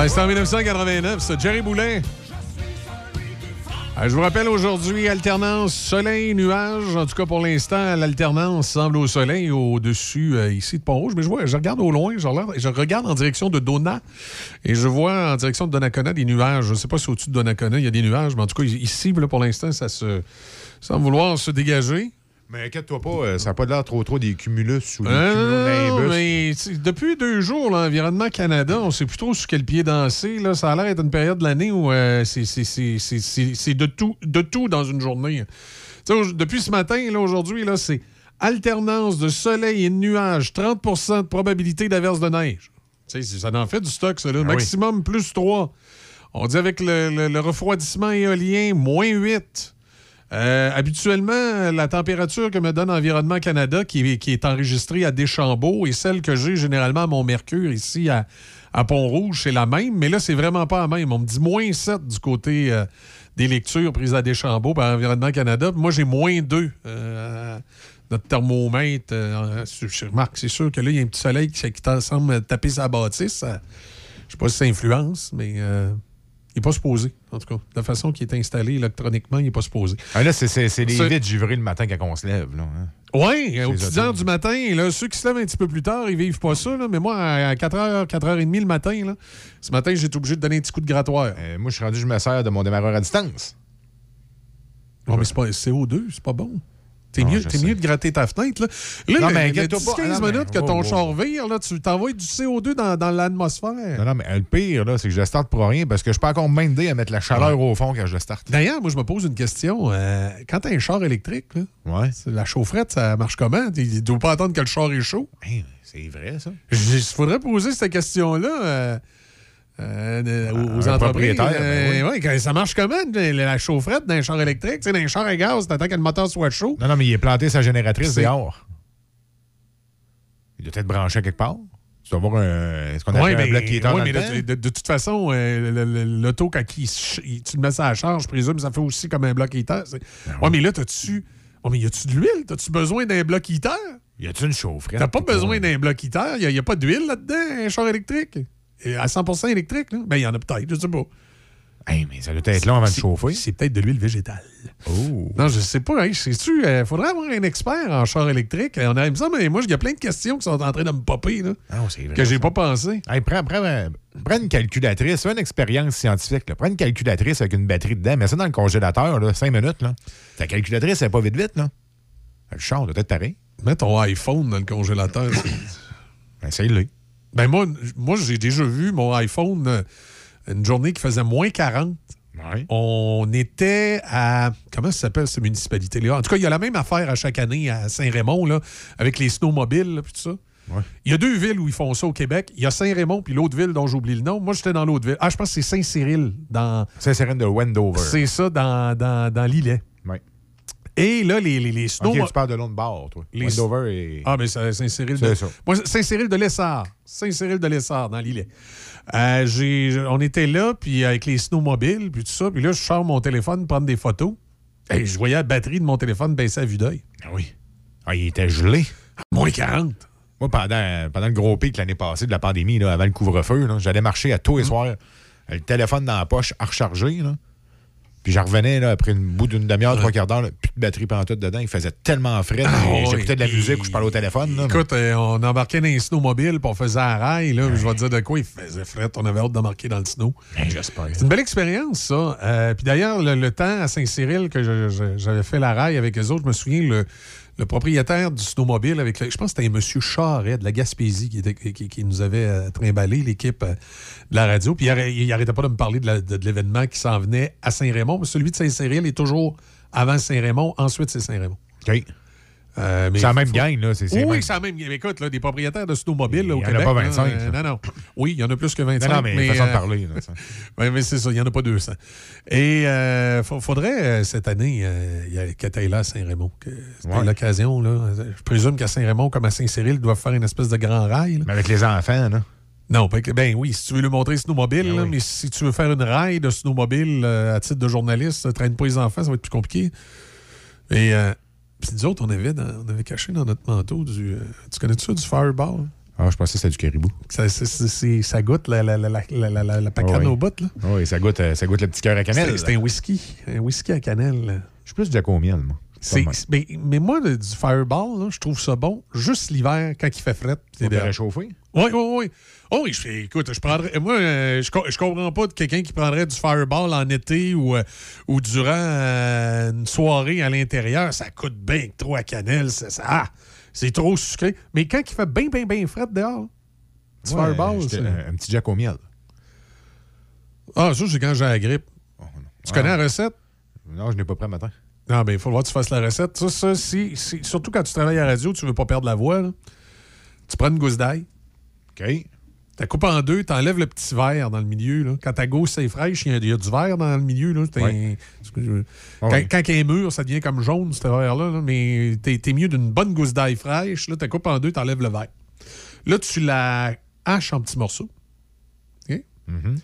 Ah, c'est en 1989, ça. Jerry Boulet. Je vous rappelle aujourd'hui, alternance soleil-nuage. En tout cas, pour l'instant, l'alternance semble au soleil au-dessus ici de Pont-Rouge. Mais je regarde au loin, je regarde en direction de Donna et je vois en direction de Donnacona des nuages. Je ne sais pas si au-dessus de Donnacona, il y a des nuages, mais en tout cas, ici, là, pour l'instant, ça semble vouloir se dégager. Mais inquiète-toi pas, ça n'a pas l'air trop des cumulus ou des cumulonimbus. Mais depuis 2 jours, l'Environnement Canada, on ne sait plus trop sur quel pied danser. Là. Ça a l'air d'être une période de l'année où c'est de tout dans une journée. Depuis ce matin, là, aujourd'hui, là, c'est alternance de soleil et de nuages, 30 de probabilité d'averse de neige. Ça en fait du stock, ça. Là. Maximum plus 3. On dit avec le refroidissement éolien, moins 8. Habituellement, la température que me donne Environnement Canada, qui est enregistrée à Deschambault, et celle que j'ai généralement à Mont-Mercure, ici à Pont-Rouge, c'est la même. Mais là, c'est vraiment pas la même. On me dit moins 7 du côté des lectures prises à Deschambault par Environnement Canada. Moi, j'ai moins 2. Notre thermomètre, je remarque, c'est sûr que là, il y a un petit soleil qui semble taper sa bâtisse. Je sais pas si ça influence, mais... il n'est pas supposé, en tout cas. De la façon qu'il est installé électroniquement, il n'est pas supposé. Ah là, c'est les vitres givrées le matin quand on se lève. Hein? Oui, aux petites heures du matin. Là, ceux qui se lèvent un petit peu plus tard, ils ne vivent pas ça. Là, mais moi, à 4h, 4h30 le matin, là, ce matin, j'ai été obligé de donner un petit coup de grattoir. Moi, je suis rendu, je me sers de mon démarreur à distance. Non, mais c'est pas CO2, c'est pas bon. T'es mieux de gratter ta fenêtre. Là, non, mais 10-15 minutes que ton char vire, là, tu t'envoies du CO2 dans l'atmosphère. Non, mais le pire, là, c'est que je le starte pour rien parce que je peux encore m'aider à mettre la chaleur au fond quand je le starte. D'ailleurs, moi, je me pose une question. Quand t'as un char électrique, là, la chaufferette, ça marche comment? Il ne doit pas attendre que le char est chaud. Hey, c'est vrai, ça. Il faudrait poser cette question-là aux entreprises. Oui, ça marche comment, la chaufferette d'un char électrique? Dans un char à gaz, t'attends que le moteur soit chaud. Non, mais il est planté sa génératrice dehors. Il doit être branché quelque part. Tu dois avoir ce qu'on appelle un bloc qui est en mais de toute façon, l'auto, quand tu le mets ça à charge, je présume, ça fait aussi comme un bloc heater. Oui, mais là, t'as-tu... mais y a-tu de l'huile? T'as-tu besoin d'un bloc heater? Y a-tu une chaufferette? T'as pas besoin d'un bloc heater? Y a pas d'huile là-dedans, un char électrique? À 100% électrique, là? Ben, il y en a peut-être, je sais pas. Hey, mais ça doit être long avant de chauffer. C'est peut-être de l'huile végétale. Oh. Non, je sais pas. Hey, sais-tu, faudrait avoir un expert en char électrique. Il me semble, mais moi, il y a plein de questions qui sont en train de me popper, là, c'est vrai, que j'ai pas pensé. Hey, prends une calculatrice, fais une expérience scientifique. Là. Prends une calculatrice avec une batterie dedans, mets ça dans le congélateur, là, 5 minutes. Là. Ta calculatrice, elle n'est pas vite. Là. Le char doit être pareil. Mets ton iPhone dans le congélateur. Essaye-le. Ben moi j'ai déjà vu mon iPhone une journée qui faisait moins 40. Ouais. On était à... Comment ça s'appelle, cette municipalité-là? En tout cas, il y a la même affaire à chaque année à Saint-Raymond, là, avec les snowmobiles, là, puis tout ça. Ouais. Il y a 2 villes où ils font ça au Québec. Il y a Saint-Raymond, puis l'autre ville dont j'oublie le nom. Moi, j'étais dans l'autre ville. Ah, je pense que c'est Saint-Cyril. Saint-Cyril de Wendover. C'est ça, dans l'Îlet. Oui. Et là, les snowmobiles... OK, tu parles de l'autre bord, toi. Wendover et... Ah, mais c'est Saint-Cyril. C'est ça. Moi, Saint-Cyril de l'Essard. Saint-Cyril de l'Essard, dans l'Îlet. On était là, puis avec les snowmobiles, puis tout ça. Puis là, je sors mon téléphone, prendre des photos. Et je voyais la batterie de mon téléphone baisser à vue d'œil. Ah oui. Ah, il était gelé. Moins 40. Moi, pendant le gros pic l'année passée de la pandémie, là, avant le couvre-feu, là, j'allais marcher à tous les soirs, le téléphone dans la poche, à recharger, là. Puis j'en revenais là, après une bout d'une demi-heure, 3/4 d'heure, plus de batterie pantoute dedans. Il faisait tellement frais. J'écoutais de la musique ou je parlais au téléphone. Là, écoute, on embarquait dans les snowmobiles puis on faisait un rail. Là, je vais te dire de quoi il faisait frais. On avait hâte d'embarquer dans le snow. J'espère. C'est une belle expérience, ça. Puis d'ailleurs, le temps à Saint-Cyril que j'avais fait la rail avec eux autres, je me souviens, le propriétaire du snowmobile, je pense que c'était un monsieur Charret de la Gaspésie qui nous avait trimballé, l'équipe de la radio. Puis il n'arrêtait pas de me parler de l'événement qui s'en venait à Saint-Raymond. Mais celui de Saint-Cyril est toujours avant Saint-Raymond. Ensuite, c'est Saint-Raymond. OK. C'est la même gang, là. Oui, c'est la même gang. Écoute, là, des propriétaires de snowmobiles au Québec. Il n'y en a pas 25. Non. Oui, il y en a plus que 25. Non, mais façon de parler. Mais c'est ça, il n'y en a pas 200. Et faudrait, cette année, que tu ailles là à Saint-Raymond. C'était l'occasion, là. Je présume qu'à Saint-Raymond, comme à Saint-Cyril, ils doivent faire une espèce de grand rail. Là. Mais avec les enfants, là. Non, ben oui, si tu veux lui montrer snowmobile, là, mais si tu veux faire une rail de snowmobile à titre de journaliste, traîne pas les enfants, ça va être plus compliqué. Et... Puis nous autres, on avait caché dans notre manteau tu connais ça, du Fireball? Ah, je pensais que c'était du caribou. Ça goûte la pacane au bout, là. Oui, ça goûte le petit cœur à cannelle. C'est un whisky. Un whisky à cannelle. Je suis plus Jack au miel, moi. Mais moi, du Fireball, là, je trouve ça bon juste l'hiver, quand il fait fret. Tu t'es réchauffé? Oui. Oh, oui, écoute, je prendrais. Moi, je comprends pas de quelqu'un qui prendrait du Fireball en été ou durant une soirée à l'intérieur. Ça coûte bien trop à cannelle. C'est trop sucré. Mais quand il fait bien fret dehors, du Fireball, c'est un petit Jack au miel. Ah, ça, c'est quand j'ai la grippe. Tu connais la recette? Non, je n'ai pas prêt matin. Non, mais il faut voir que tu fasses la recette. Ça, surtout quand tu travailles à la radio, tu veux pas perdre la voix, là. Tu prends une gousse d'ail. OK. Tu la coupes en deux, tu enlèves le petit verre dans le milieu. Là. Quand ta gousse est fraîche, il y a du verre dans le milieu. Là. Quand elle est mûre, ça devient comme jaune, ce verre-là. Là. Mais t'es mieux d'une bonne gousse d'ail fraîche. Tu la coupes en deux, tu enlèves le verre. Là, tu la haches en petits morceaux. OK? Mm-hmm.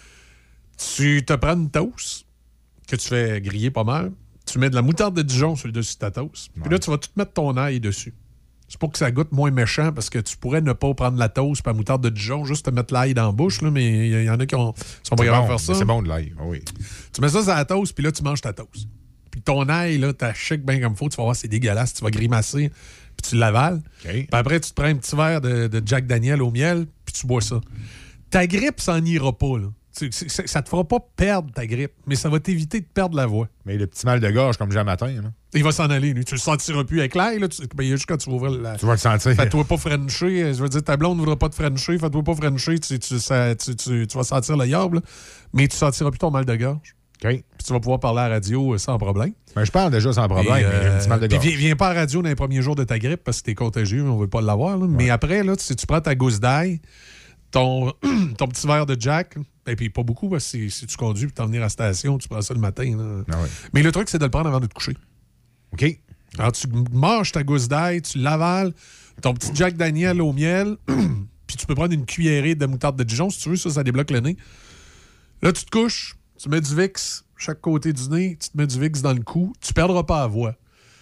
Tu te prends une toast que tu fais griller pas mal. Tu mets de la moutarde de Dijon sur le dessus de ta toast. Puis là, tu vas tout mettre ton ail dessus. C'est pour que ça goûte moins méchant, parce que tu pourrais ne pas prendre la toast et la moutarde de Dijon, juste te mettre l'ail dans la bouche, là, mais il y en a qui sont pas capables de faire ça. C'est bon de l'ail, oui. Tu mets ça sur la toast, puis là, tu manges ta toast. Puis ton ail, là, t'achèques bien comme il faut, tu vas voir, c'est dégueulasse, tu vas grimacer, puis tu l'avales. Okay. Puis après, tu te prends un petit verre de Jack Daniel au miel, puis tu bois ça. Ta grippe, ça n'en ira pas, là. Ça te fera pas perdre ta grippe, mais ça va t'éviter de perdre la voix. Mais le petit mal de gorge, comme j'ai matin, là. Il va s'en aller, lui. Tu le sentiras plus avec l'ail, là. Juste quand tu vas ouvrir la... Tu vas le sentir. Fais-toi pas frencher. Je veux dire, ta blonde ne voudra pas te frencher. Fais-toi pas frencher. Tu vas sentir le yarb, là. Mais tu sentiras plus ton mal de gorge. OK. Puis tu vas pouvoir parler à la radio sans problème. Ben, je parle déjà sans problème, mais j'ai un petit mal de gorge. Puis viens pas à la radio dans les premiers jours de ta grippe parce que t'es contagieux, on veut pas l'avoir, là. Mais après, là, si tu prends ta gousse d'ail, ton petit verre de Jack, et puis pas beaucoup, parce que si tu conduis pour t'en venir à la station, tu prends ça le matin. Là. Ah ouais. Mais le truc, c'est de le prendre avant de te coucher. OK. Alors, tu manges ta gousse d'ail, tu l'avales, ton petit Jack Daniel au miel, puis tu peux prendre une cuillerée de moutarde de Dijon, si tu veux, ça débloque le nez. Là, tu te couches, tu mets du Vicks chaque côté du nez, tu te mets du Vicks dans le cou, tu perdras pas la voix.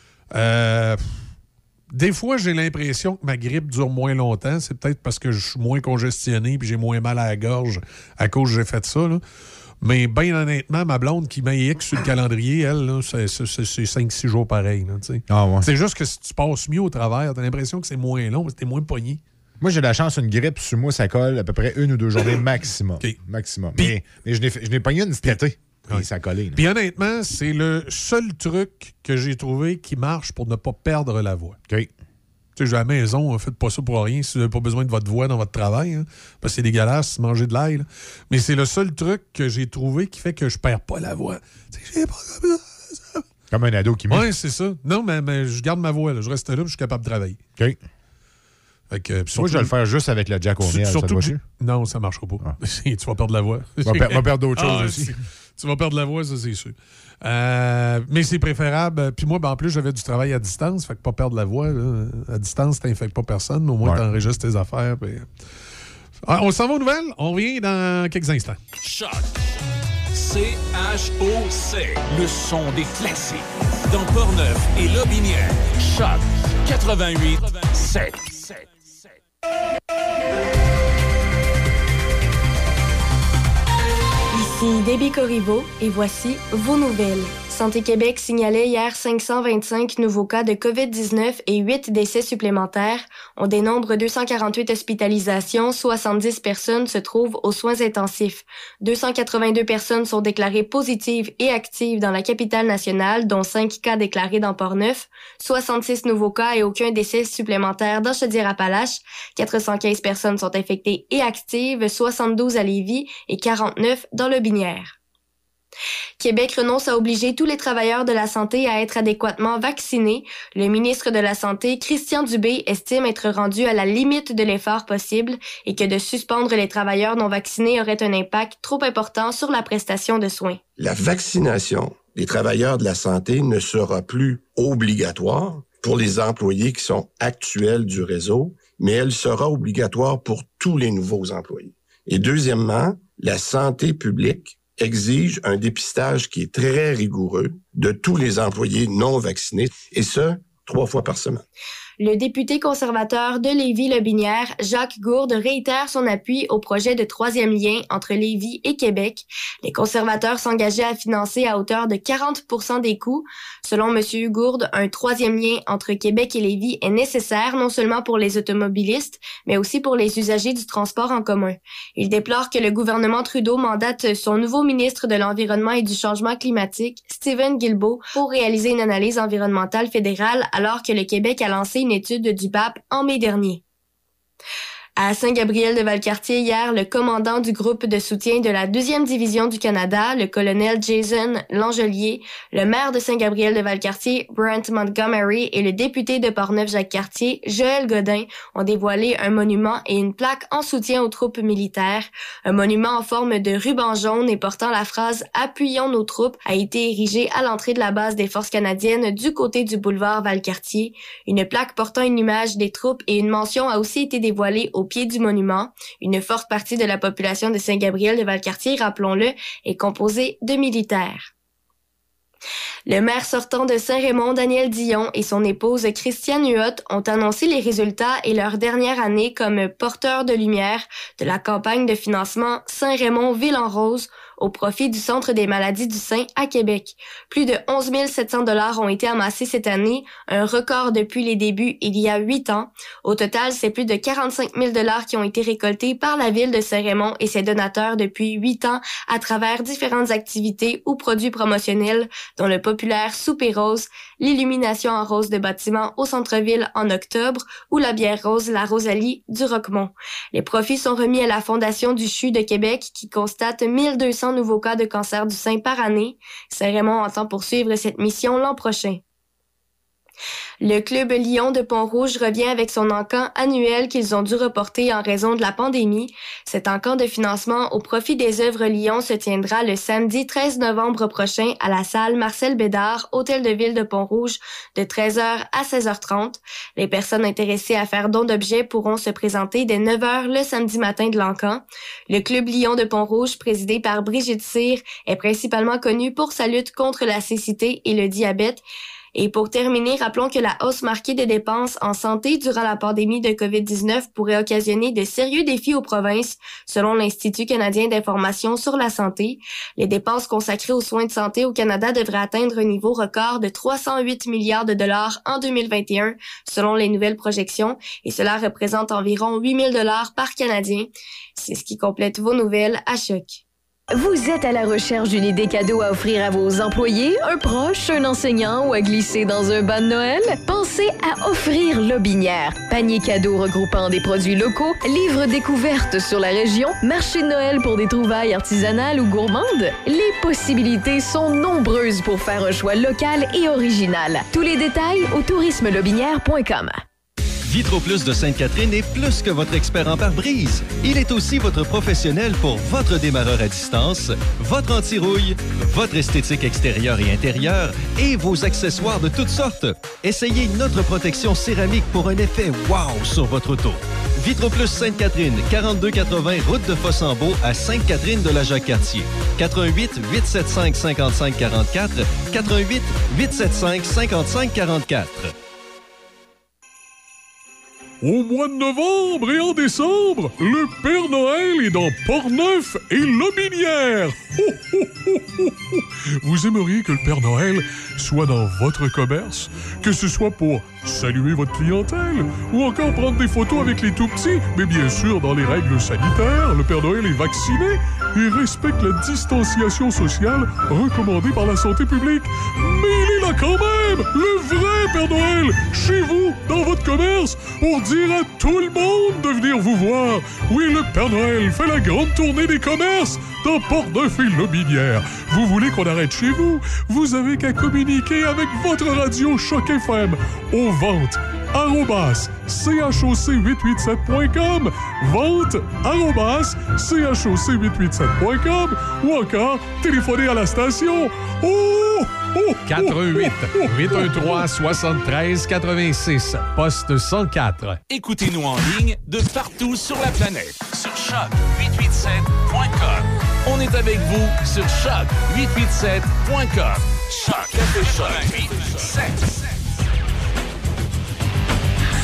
Des fois, j'ai l'impression que ma grippe dure moins longtemps. C'est peut-être parce que je suis moins congestionné puis j'ai moins mal à la gorge à cause que j'ai fait ça, là. Mais bien honnêtement, ma blonde qui met X sur le calendrier, elle, là, c'est 5-6 jours pareil. Là, c'est juste que si tu passes mieux au travers, t'as l'impression que c'est moins long parce que t'es moins pogné. Moi, j'ai la chance, une grippe, sur moi, ça colle à peu près 1 ou 2 journées maximum. Okay. Maximum. Mais je n'ai pogné une cet été. Puis ça a collé. Puis honnêtement, c'est le seul truc que j'ai trouvé qui marche pour ne pas perdre la voix. OK. Tu sais, à la maison, faites pas ça pour rien si vous n'avez pas besoin de votre voix dans votre travail. Hein, parce que c'est dégueulasse, manger de l'ail. Là. Mais c'est le seul truc que j'ai trouvé qui fait que je perds pas la voix. C'est que j'ai pas comme ça. Comme un ado qui met. Oui, c'est ça. Non, mais je garde ma voix. Là. Je reste là, je suis capable de travailler. OK. Surtout, moi, je vais le faire juste avec le Jack au miel. Surtout ça non, ça ne marchera pas. Ah. Tu vas perdre la voix. Tu vas perdre d'autres choses aussi. Tu vas perdre la voix, ça, c'est sûr. Mais c'est préférable. Puis moi, en plus, j'avais du travail à distance. Fait que pas perdre la voix. Là. À distance, tu n'infectes pas personne. Mais au moins, tu enregistres tes affaires. Puis... on s'en va aux nouvelles. On revient dans quelques instants. Choc. C-H-O-C. Le son des classiques. Dans Portneuf et Lotbinière. Choc 88-7. Ici Déby Corriveau et voici vos nouvelles. Santé Québec signalait hier 525 nouveaux cas de COVID-19 et 8 décès supplémentaires. On dénombre 248 hospitalisations, 70 personnes se trouvent aux soins intensifs. 282 personnes sont déclarées positives et actives dans la capitale nationale, dont 5 cas déclarés dans Portneuf, 66 nouveaux cas et aucun décès supplémentaire dans Chaudière-Appalaches. 415 personnes sont infectées et actives, 72 à Lévis et 49 dans Lotbinière. Québec renonce à obliger tous les travailleurs de la santé à être adéquatement vaccinés. Le ministre de la Santé, Christian Dubé, estime être rendu à la limite de l'effort possible et que de suspendre les travailleurs non vaccinés aurait un impact trop important sur la prestation de soins. La vaccination des travailleurs de la santé ne sera plus obligatoire pour les employés qui sont actuels du réseau, mais elle sera obligatoire pour tous les nouveaux employés. Et deuxièmement, la santé publique exige un dépistage qui est très rigoureux de tous les employés non vaccinés, et ce, 3 fois par semaine. Le député conservateur de Lévis-Lobinière, Jacques Gourde, réitère son appui au projet de troisième lien entre Lévis et Québec. Les conservateurs s'engageaient à financer à hauteur de 40% des coûts. Selon M. Gourde, un troisième lien entre Québec et Lévis est nécessaire non seulement pour les automobilistes, mais aussi pour les usagers du transport en commun. Il déplore que le gouvernement Trudeau mandate son nouveau ministre de l'Environnement et du Changement climatique, Stephen Guilbeault, pour réaliser une analyse environnementale fédérale alors que le Québec a lancé une étude du BAP en mai dernier. À Saint-Gabriel-de-Valcartier, hier, le commandant du groupe de soutien de la 2e division du Canada, le colonel Jason Langelier, le maire de Saint-Gabriel-de-Valcartier, Brent Montgomery, et le député de Portneuf-Jacques-Cartier, Joël Godin, ont dévoilé un monument et une plaque en soutien aux troupes militaires. Un monument en forme de ruban jaune et portant la phrase « Appuyons nos troupes » a été érigé à l'entrée de la base des forces canadiennes du côté du boulevard Valcartier. Une plaque portant une image des troupes et une mention a aussi été dévoilée au pied du monument. Une forte partie de la population de Saint-Gabriel-de-Valcartier, rappelons-le, est composée de militaires. Le maire sortant de Saint-Raymond, Daniel Dion, et son épouse Christiane Huot ont annoncé les résultats et leur dernière année comme porteurs de lumière de la campagne de financement Saint-Raymond Ville en Rose au profit du Centre des maladies du sein à Québec. Plus de 11 700 $ ont été amassés cette année, un record depuis les débuts il y a 8 ans. Au total, c'est plus de 45 000 $ qui ont été récoltés par la ville de Saint-Raymond et ses donateurs depuis 8 ans à travers différentes activités ou produits promotionnels, dont le populaire souper rose, l'illumination en rose de bâtiments au centre-ville en octobre ou la bière rose La Rosalie du Roquemont. Les profits sont remis à la Fondation du CHU de Québec qui constate 1200 nouveaux cas de cancer du sein par année. Saint-Raymond entend poursuivre cette mission l'an prochain. Le club Lion de Pont-Rouge revient avec son encan annuel qu'ils ont dû reporter en raison de la pandémie. Cet encan de financement au profit des œuvres Lion se tiendra le samedi 13 novembre prochain à la salle Marcel Bédard, Hôtel de Ville de Pont-Rouge, de 13h à 16h30. Les personnes intéressées à faire don d'objets pourront se présenter dès 9h le samedi matin de l'encan. Le club Lion de Pont-Rouge, présidé par Brigitte Cyr, est principalement connu pour sa lutte contre la cécité et le diabète. Et pour terminer, rappelons que la hausse marquée des dépenses en santé durant la pandémie de COVID-19 pourrait occasionner de sérieux défis aux provinces, selon l'Institut canadien d'information sur la santé. Les dépenses consacrées aux soins de santé au Canada devraient atteindre un niveau record de 308 milliards de dollars en 2021, selon les nouvelles projections, et cela représente environ 8 000 $ par Canadien. C'est ce qui complète vos nouvelles à Choc. Vous êtes à la recherche d'une idée cadeau à offrir à vos employés, un proche, un enseignant ou à glisser dans un bas de Noël? Pensez à Offrir Lobinière. Panier cadeau regroupant des produits locaux, livres découvertes sur la région, marché de Noël pour des trouvailles artisanales ou gourmandes. Les possibilités sont nombreuses pour faire un choix local et original. Tous les détails au tourismelobinière.com. Vitroplus de Sainte-Catherine est plus que votre expert en pare-brise. Il est aussi votre professionnel pour votre démarreur à distance, votre anti-rouille, votre esthétique extérieure et intérieure et vos accessoires de toutes sortes. Essayez notre protection céramique pour un effet wow sur votre auto. Vitroplus Sainte-Catherine, 4280 route de Fossambeau à Sainte-Catherine de la Jacques-Cartier. 88 875 55 44, 88 875 55 44. Au mois de novembre et en décembre, le Père Noël est dans Portneuf et Lobinière. Vous aimeriez que le Père Noël soit dans votre commerce, que ce soit pour saluer votre clientèle ou encore prendre des photos avec les tout-petits, mais bien sûr dans les règles sanitaires. Le Père Noël est vacciné et respecte la distanciation sociale recommandée par la santé publique. Mais il est là quand même, le vrai Père Noël, chez vous, dans votre commerce, pour dire à tout le monde de venir vous voir. Oui, le Père Noël fait la grande tournée des commerces dans Portneuf et Lobinière. Vous voulez qu'on arrête chez vous? Vous avez qu'à communiquer avec votre radio Choc FM aux ventes @choc887.com, vente @choc887.com ou encore téléphoner à la station. 88 813 73 86, poste 104. Écoutez-nous en ligne de partout sur la planète sur choc887.com. On est avec vous sur choc887.com. Choc 887.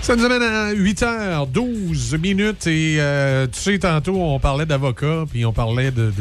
Ça nous amène à 8h12 minutes et tu sais, tantôt, on parlait d'avocats, puis on parlait de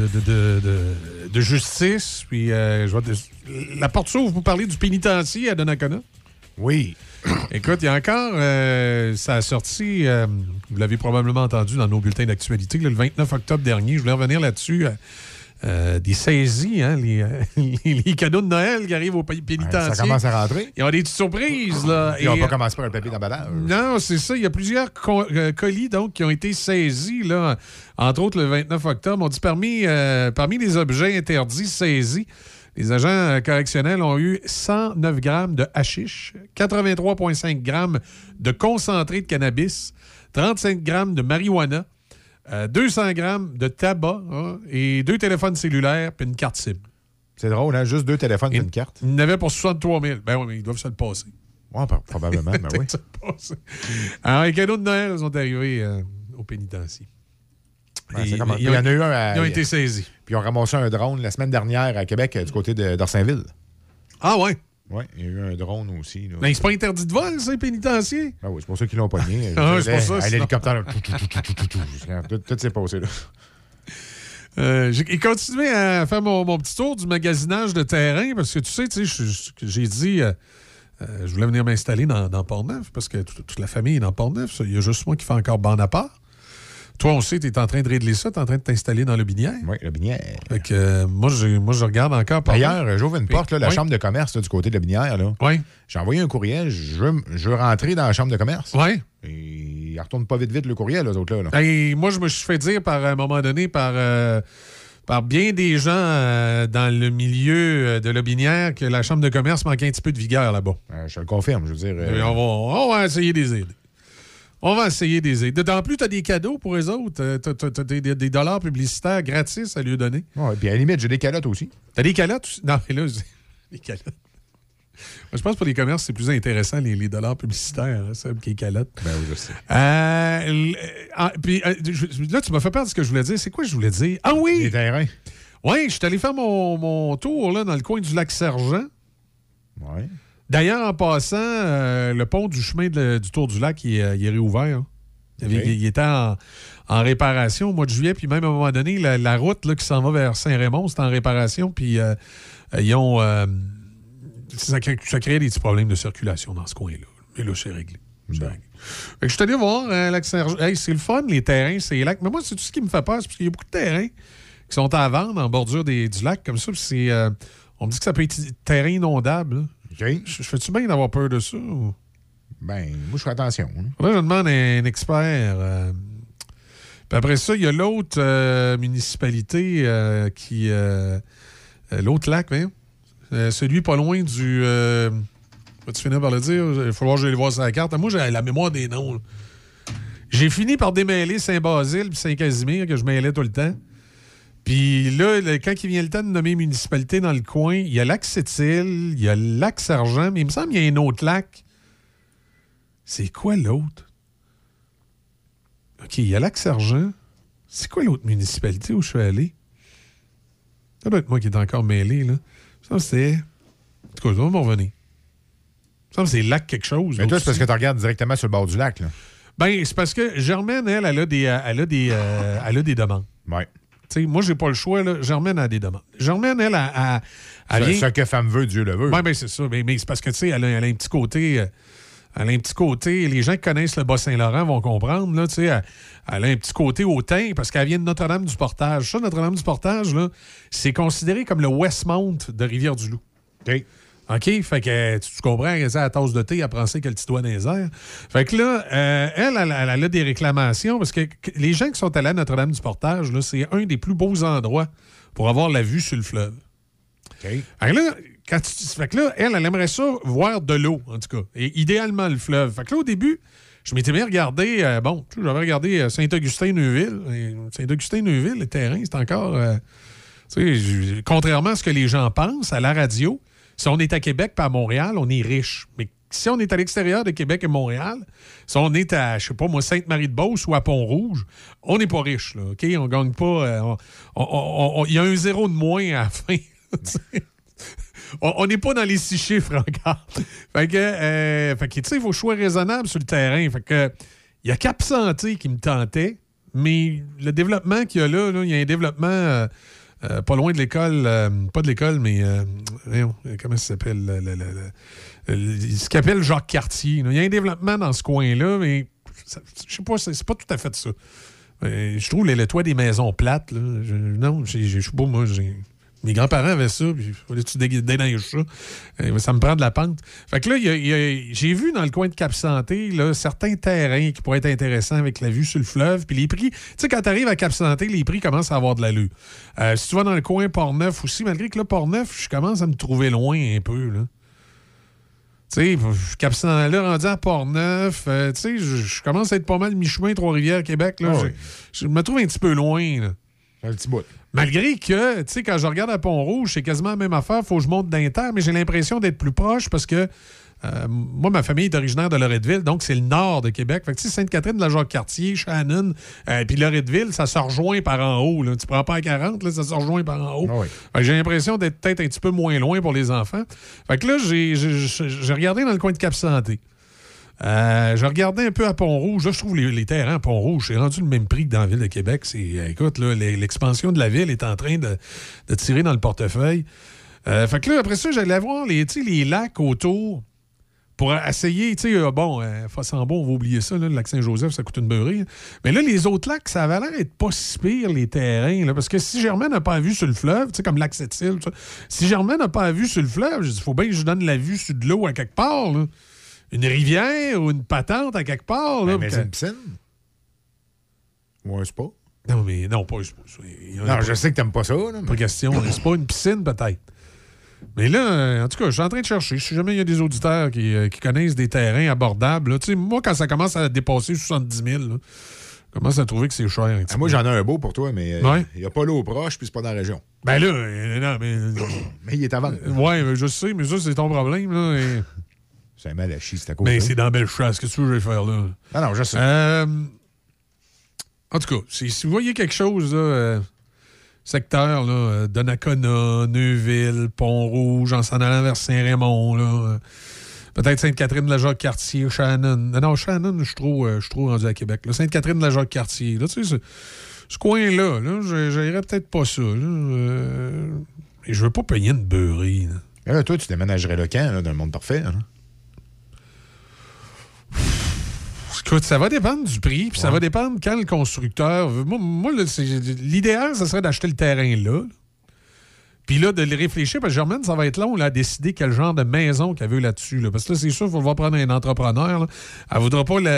justice, puis la porte s'ouvre pour parler du pénitencier à Donnacona. Oui. Écoute, il y a encore, ça a sorti, vous l'avez probablement entendu dans nos bulletins d'actualité, le 29 octobre dernier, je voulais revenir là-dessus, des saisies, hein, les cadeaux de Noël qui arrivent au pénitencier. Ça commence à rentrer. Il y a des petites surprises. Là, Ils n'ont pas commencé par le papier d'emballage. Non, c'est ça. Il y a plusieurs colis donc, qui ont été saisis, là, entre autres le 29 octobre. On dit parmi les objets interdits saisis, les agents correctionnels ont eu 109 grammes de hashish, 83,5 grammes de concentré de cannabis, 35 grammes de marijuana, 200 grammes de tabac, hein, et 2 téléphones cellulaires puis une carte SIM. C'est drôle, hein? Juste 2 téléphones et une carte. Il y en avait pour 63 000. Ben oui, mais ils doivent se le passer. Oui, probablement, ben oui. Alors, les cadeaux de Noël sont arrivés au pénitencier. Ben, il y en a eu un ils ont été saisis. Puis ils ont ramassé un drone la semaine dernière à Québec, du côté d'Orsainville. Ah ouais? Oui, il y a eu un drone aussi. Là. Mais c'est pas interdit de vol, ça, les pénitenciers? Ah oui, c'est pour ça qu'ils l'ont pogné. C'est pour ça. L'hélicoptère, tout s'est passé là. J'ai continué à faire mon petit tour du magasinage de terrain parce que tu sais, j'ai dit je voulais venir m'installer dans Port-Neuf parce que toute la famille est dans Port-Neuf. Il y a juste moi qui fais encore bande à part. Toi, on sait, tu es en train de régler ça, tu es en train de t'installer dans le Binière. Oui, le Binière. Fait que, moi, je regarde encore. D'ailleurs, j'ouvre une porte, là, la chambre de commerce là, du côté de la Binière. Oui. J'ai envoyé un courriel, je veux rentrer dans la chambre de commerce. Oui. Et ils ne retournent pas vite le courriel, eux autres. Là. Et moi, je me suis fait dire à un moment donné par bien des gens dans le milieu de la Binière que la chambre de commerce manquait un petit peu de vigueur là-bas. Je le confirme, je veux dire. On va essayer des aides. On va essayer des aides. En plus, tu as des cadeaux pour les autres. Tu as des dollars publicitaires gratis à lui donner. Oui, puis à la limite, j'ai des calottes aussi. Tu as des calottes aussi? Non, mais là, les calottes. Moi, je pense que pour les commerces, c'est plus intéressant, les dollars publicitaires, hein, ça, que les calottes. Ben oui, je sais. Puis là, tu m'as fait perdre ce que je voulais dire. C'est quoi je voulais dire? Ah oui! Les terrains. Oui, je suis allé faire mon tour là, dans le coin du lac Sergent. Oui. D'ailleurs, en passant, le pont du chemin du Tour du Lac, il est réouvert. Hein. Il était en réparation au mois de juillet, puis même à un moment donné, la route là, qui s'en va vers Saint-Raymond, c'était en réparation, puis ils ont... ça créait des petits problèmes de circulation dans ce coin-là. Mais là, c'est réglé. Fait que je suis allé voir Lac Saint-Jean. Hey, c'est le fun, les terrains, c'est les lacs. Mais moi, c'est tout ce qui me fait peur, c'est parce qu'il y a beaucoup de terrains qui sont à vendre en bordure du lac, comme ça. Puis on me dit que ça peut être terrain inondable. Là. Okay. Je fais-tu bien d'avoir peur de ça? Ou? Ben, moi, je fais attention. Hein. Là, je demande à un expert. Puis après ça, il y a l'autre municipalité qui... l'autre lac, hein? Celui pas loin du... vas-tu finir par le dire? Il va falloir que j'aille voir sur la carte. Moi, j'ai la mémoire des noms. Là. J'ai fini par démêler Saint-Basile et Saint-Casimir, que je mêlais tout le temps. Puis là, quand il vient le temps de nommer municipalité dans le coin, il y a Lac-Sept-Îles, il y a Lac-Sergent, mais il me semble qu'il y a un autre lac. C'est quoi l'autre? OK, il y a Lac-Sergent. C'est quoi l'autre municipalité où je suis allé? Ça doit être moi qui est encore mêlé, là. Ça, c'est... En tout cas, ça va m'en revenir. Ça, c'est lac quelque chose. Mais toi, c'est parce que tu regardes directement sur le bord du lac, là. Ben, c'est parce que Germaine, elle a des demandes. Oui. T'sais, moi, j'ai pas le choix. Là. Germaine a des demandes. Germaine, elle vient... Ce que femme veut, Dieu le veut. Oui, ben, c'est ça. Mais c'est parce que, tu sais, elle a un petit côté... Elle a un petit côté... Les gens qui connaissent le Bas-Saint-Laurent vont comprendre, là, tu sais. Elle a un petit côté hautain parce qu'elle vient de Notre-Dame-du-Portage. Ça, Notre-Dame-du-Portage, là, c'est considéré comme le Westmount de Rivière-du-Loup. OK? Fait que tu comprends, elle a la tasse de thé, elle prend ça avec le petit doigt dans les airs. Fait que là, elle a des réclamations parce que les gens qui sont allés à Notre-Dame-du-Portage, là, c'est un des plus beaux endroits pour avoir la vue sur le fleuve. OK. Fait que là, fait que là, elle aimerait ça voir de l'eau, en tout cas. Et idéalement, le fleuve. Fait que là, au début, je m'étais bien regardé, j'avais regardé Saint-Augustin-Neuville. Saint-Augustin-Neuville, le terrain, c'est encore... contrairement à ce que les gens pensent, à la radio, si on est à Québec pas à Montréal, on est riche. Mais si on est à l'extérieur de Québec et Montréal, si on est à, je sais pas moi, Sainte-Marie-de-Beauce ou à Pont-Rouge, on n'est pas riche, là, OK? On gagne pas... Il y a un zéro de moins à la fin. on n'est pas dans les 6 chiffres encore. Fait que tu sais, il faut choix raisonnable sur le terrain. Fait que il y a Cap Santé qui me tentait, mais le développement qu'il y a là, il y a un développement pas loin de l'école, pas de l'école, mais comment ça s'appelle? Ce qu'il appelle Jacques Cartier. Il y a un développement dans ce coin-là, mais je sais pas, c'est pas tout à fait ça. Je trouve le toit des maisons plates. Là, je suis beau, moi, mes grands-parents avaient ça, puis il fallait-tu déneiger ça? Ça me prend de la pente. Fait que là, j'ai vu dans le coin de Cap-Santé là, certains terrains qui pourraient être intéressants avec la vue sur le fleuve, puis les prix... Tu sais, quand tu arrives à Cap-Santé, les prix commencent à avoir de l'allure. Si tu vas dans le coin Port-Neuf aussi, malgré que là, Port-Neuf, je commence à me trouver loin un peu, là. Tu sais, Cap-Santé, là, rendu à Port-Neuf, tu sais, je commence à être pas mal mi-chemin Trois-Rivières, Québec, là. Je me trouve un petit peu loin, là. Un petit bout. Malgré que, tu sais, quand je regarde à Pont-Rouge, c'est quasiment la même affaire. Faut que je monte d'inter, mais j'ai l'impression d'être plus proche parce que moi, ma famille est originaire de Loretteville, donc c'est le nord de Québec. Fait que, tu sais, Sainte-Catherine, la Jacques-Cartier, Shannon, puis Loretteville, ça se rejoint par en haut. Là. Tu prends pas à 40, là, ça se rejoint par en haut. Oui. Fait que j'ai l'impression d'être peut-être un petit peu moins loin pour les enfants. Fait que là, j'ai regardé dans le coin de Cap-Santé. Je regardais un peu à Pont-Rouge. Là, je trouve les terrains à Pont-Rouge, c'est rendu le même prix que dans la ville de Québec. Écoute, là, l'expansion de la ville est en train de tirer dans le portefeuille. Fait que là, après ça, j'allais voir les lacs autour pour essayer, tu sais, Fossambeau, on va oublier ça, là, le lac Saint-Joseph, ça coûte une beurrée. Mais là, les autres lacs, ça avait l'air d'être pas si pire, les terrains, là, parce que si Germain n'a pas vue sur le fleuve, tu sais, comme lac Sept-Îles, si Germain n'a pas vue sur le fleuve, il faut bien que je donne la vue sur de l'eau à quelque part, là. Une rivière ou une patente à quelque part. Là, mais c'est une piscine? Ou un spa? Non, mais non, pas un spa. Non, je sais que t'aimes pas ça. Là, mais... Pas question. C'est pas une piscine, peut-être. Mais là, en tout cas, je suis en train de chercher. Si jamais il y a des auditeurs qui connaissent des terrains abordables, tu sais, moi, quand ça commence à dépasser 70 000, là, je commence à trouver que c'est cher. Moi, j'en ai un beau pour toi, mais il n'y a pas l'eau proche, puis c'est pas dans la région. Ben là, non, mais... mais il est à vendre. Ouais, je sais, mais ça, c'est ton problème, là. Et... C'est un mal à chier, c'est à cause. Mais c'est dans Bellechasse. Qu'est-ce que je vais faire là? Ah non, je sais. En tout cas, si vous voyez quelque chose, là, secteur, là, Donnacona, Neuville, Pont-Rouge, en s'en allant vers Saint-Raymond, là, peut-être Sainte-Catherine-de-la-Jacques-Cartier, Shannon. Non, Shannon, je suis trop rendu à Québec. Là. Sainte-Catherine-de-la-Jacques-Cartier. Là, tu sais, ce coin-là, là, j'irais peut-être pas ça. Et je veux pas payer une beurrée. Là, toi, tu déménagerais le camp là, d'un monde parfait. Hein? Écoute, ça va dépendre du prix, puis ça va dépendre quand le constructeur... Moi l'idéal, ça serait d'acheter le terrain là. Puis là, de le réfléchir, parce que Germaine, ça va être long là, à décider quel genre de maison qu'elle veut là-dessus. Là. Parce que là, c'est sûr, il va prendre un entrepreneur. Là. Elle ne voudra pas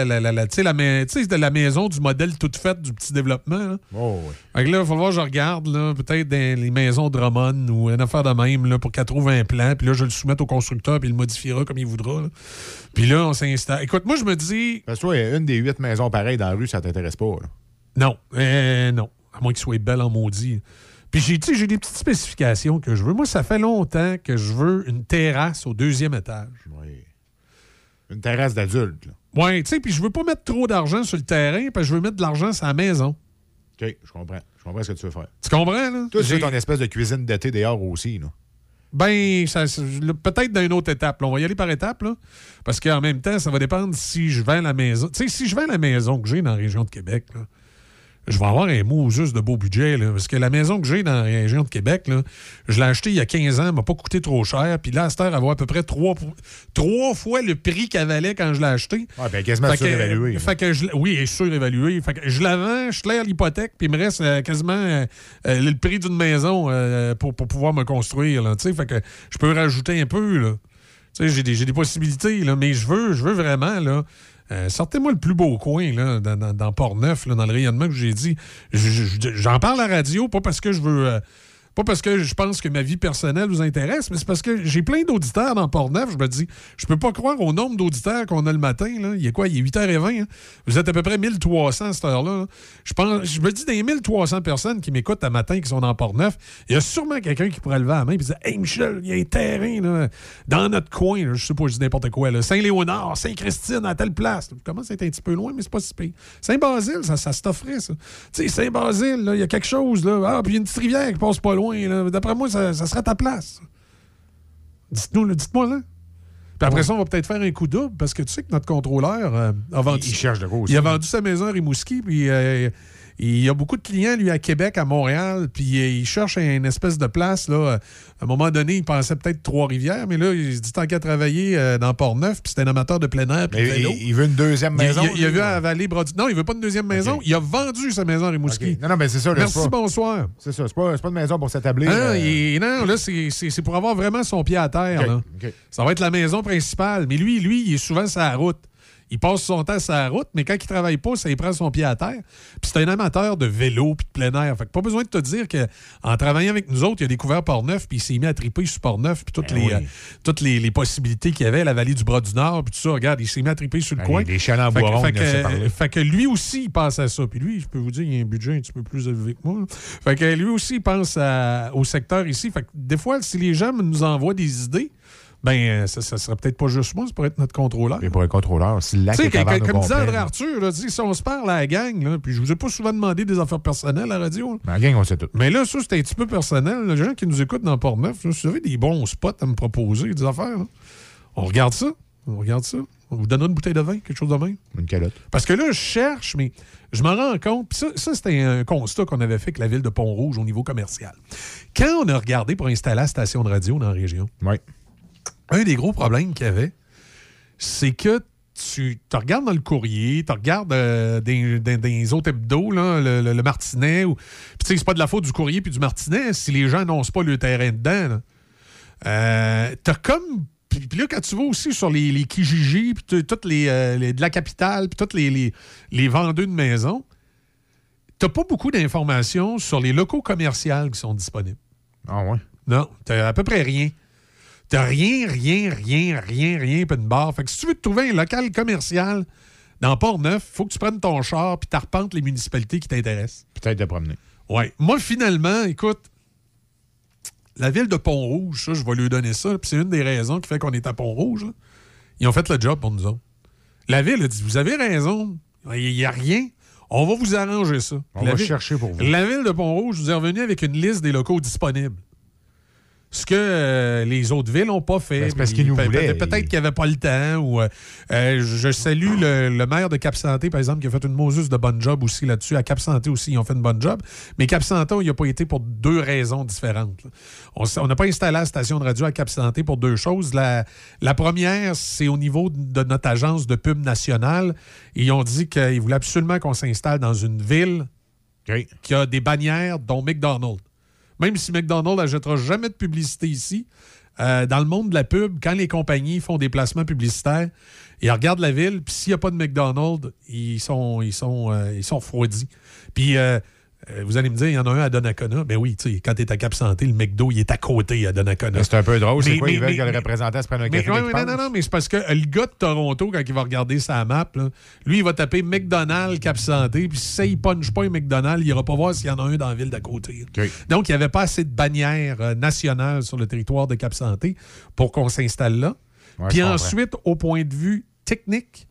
la maison du modèle toute faite du petit développement. Là. Oh, oui. Fait que là, il va falloir que je regarde là, peut-être dans les maisons Drummond ou une affaire de même là, pour qu'elle trouve un plan. Puis là, je le soumette au constructeur, puis il le modifiera comme il voudra. Là. Puis là, on s'installe. Écoute, moi, je me dis... Parce que toi, une des 8 maisons pareilles dans la rue, ça t'intéresse pas. Là. Non. Non. À moins qu'il soit belle en maudit. Puis j'ai des petites spécifications que je veux. Moi, ça fait longtemps que je veux une terrasse au 2e étage. Oui. Une terrasse d'adulte. Oui, tu sais, puis je veux pas mettre trop d'argent sur le terrain, parce que je veux mettre de l'argent sur la maison. OK, je comprends. Je comprends ce que tu veux faire. Tu comprends, là? Toi, tu veux ton espèce de cuisine d'été dehors aussi, là. Ben, peut-être dans une autre étape. Là. On va y aller par étapes, là. Parce qu'en même temps, ça va dépendre si je vends la maison. Tu sais, si je vends la maison que j'ai dans la région de Québec, là, je vais avoir un mot juste de beau budget, là, parce que la maison que j'ai dans la région de Québec, là, je l'ai achetée il y a 15 ans, elle m'a pas coûté trop cher, puis là, à cette heure, elle vaut à peu près 3 fois le prix qu'elle valait quand je l'ai achetée. Ah, bien, quasiment surévalué. Oui, elle est surévaluée. Fait que je la vends, je claire l'hypothèque, puis il me reste quasiment le prix d'une maison pour pouvoir me construire, là, fait que je peux rajouter un peu, là. J'ai des possibilités, là, mais je veux vraiment, là... sortez-moi le plus beau coin là, dans Port-Neuf, là, dans le rayonnement que j'ai dit. J'en parle à la radio, pas parce que je veux... pas parce que je pense que ma vie personnelle vous intéresse, mais c'est parce que j'ai plein d'auditeurs dans Port-Neuf. Je me dis, je peux pas croire au nombre d'auditeurs qu'on a le matin. Là. Il y a quoi? Il est 8h20. Hein? Vous êtes à peu près 1300 à cette heure-là. Là. Je me dis, des 1300 personnes qui m'écoutent à matin, qui sont dans Port-Neuf, il y a sûrement quelqu'un qui pourrait lever la main et dire, « Hey, Michel, il y a un terrain là, dans notre coin. Là, je sais pas, je dis n'importe quoi. Là, Saint-Léonard, Saint-Christine, à telle place. » Vous commencez à être un petit peu loin, mais c'est pas si pire. Saint-Basile, ça se t'offrait, ça. Tu sais, Saint-Basile, il y a quelque chose. Là. Ah, puis il y a une petite rivière qui passe pas loin. Là. D'après moi, ça serait ta place. Dites-moi là. Puis après ça, on va peut-être faire un coup double parce que tu sais que notre contrôleur a vendu. Il cherche de gros aussi. Il a vendu sa maison à Rimouski, puis il y a beaucoup de clients, lui, à Québec, à Montréal, puis il cherche une espèce de place. Là. À un moment donné, il pensait peut-être Trois-Rivières, mais là, il se dit tant qu'à travailler dans Port-Neuf, puis c'est un amateur de plein air, puis de vélo. Il veut une deuxième maison. Il a vu à Vallée-Brody. Non, il veut pas une deuxième maison. Il a vendu sa maison à Rimouski. Non, mais c'est ça. Là, Merci, bonsoir. C'est ça. C'est pas une maison pour s'établir. Non, là, c'est pour avoir vraiment son pied à terre. Là. Ça va être la maison principale. Mais lui, il est souvent sur la route. Il passe son temps sur la route, mais quand il travaille pas, ça il prend son pied à terre. Puis c'est un amateur de vélo puis de plein air. Fait que pas besoin de te dire qu'en travaillant avec nous autres, il a découvert Port-Neuf, puis il s'est mis à triper sur Port-Neuf, puis toutes les possibilités qu'il y avait, la vallée du Bras-du-Nord, puis tout ça. Regarde, il s'est mis à triper sur le coin. Des chalands en boiron, fait que lui aussi, il pense à ça. Puis lui, je peux vous dire, il a un budget un petit peu plus élevé que moi. Fait que lui aussi, il pense au secteur ici. Fait que des fois, si les gens nous envoient des idées, ben, ça serait peut-être pas juste moi, ça pourrait être notre contrôleur. Mais pour un contrôleur, si le lac est avant comme disait André Arthur, là, si on se parle à la gang, là, puis je vous ai pas souvent demandé des affaires personnelles à la radio. Mais la gang, on sait tout. Mais là, ça, c'est un petit peu personnel. Les gens qui nous écoutent dans Port-Neuf, si vous avez des bons spots à me proposer, des affaires, là, on regarde ça. On vous donnera une bouteille de vin, quelque chose de même. Une calotte. Parce que là, je cherche, mais je m'en rends compte. Puis ça, c'était un constat qu'on avait fait avec la ville de Pont-Rouge au niveau commercial. Quand on a regardé pour installer la station de radio dans la région, un des gros problèmes qu'il y avait, c'est que tu te regardes dans le courrier, tu regardes des autres hebdos, là, le Martinet. Puis tu sais, c'est pas de la faute du courrier puis du Martinet si les gens n'annoncent pas le terrain dedans. T'as comme... Puis là, quand tu vas aussi sur les Kijiji, puis toutes les de la capitale, puis tous les vendeurs de maisons, t'as pas beaucoup d'informations sur les locaux commerciaux qui sont disponibles. Ah ouais? Non, t'as à peu près rien. T'as rien, puis une barre. Fait que si tu veux te trouver un local commercial dans Port-Neuf, il faut que tu prennes ton char puis t'arpentes les municipalités qui t'intéressent. Peut-être de promener. Oui. Moi, finalement, écoute, la ville de Pont-Rouge, ça, je vais lui donner ça, puis c'est une des raisons qui fait qu'on est à Pont-Rouge. Là. Ils ont fait le job pour nous autres. La ville a dit, vous avez raison, il n'y a rien, on va vous arranger ça. On va chercher pour vous. La ville de Pont-Rouge vous est revenue avec une liste des locaux disponibles. Ce que les autres villes n'ont pas fait. C'est parce qu'ils nous voulaient. Peut-être qu'il n'y avait pas le temps. Ou, je salue le maire de Cap-Santé, par exemple, qui a fait une Moses de bonne job aussi là-dessus. À Cap-Santé aussi, ils ont fait une bonne job. Mais Cap-Santé, il n'y a pas été pour deux raisons différentes. On n'a pas installé la station de radio à Cap-Santé pour deux choses. La première, c'est au niveau de notre agence de pub nationale. Ils ont dit qu'ils voulaient absolument qu'on s'installe dans une ville qui a des bannières, dont McDonald's. Même si McDonald's n'achètera jamais de publicité ici, dans le monde de la pub, quand les compagnies font des placements publicitaires, ils regardent la ville, puis s'il n'y a pas de McDonald's, ils sont refroidis. Puis vous allez me dire, il y en a un à Donnacona. Ben oui, tu sais, quand tu es à Cap-Santé, le McDo, il est à côté à Donnacona. C'est un peu drôle, c'est quoi? Ils veulent que le représentant se prenne un café. Non, mais c'est parce que le gars de Toronto, quand il va regarder sa map, là, lui, il va taper McDonald's Cap-Santé, puis si il ne punche pas un McDonald's, il n'ira pas voir s'il y en a un dans la ville d'à côté. Donc, il n'y avait pas assez de bannières nationales sur le territoire de Cap-Santé pour qu'on s'installe là. Puis ensuite, au point de vue technique,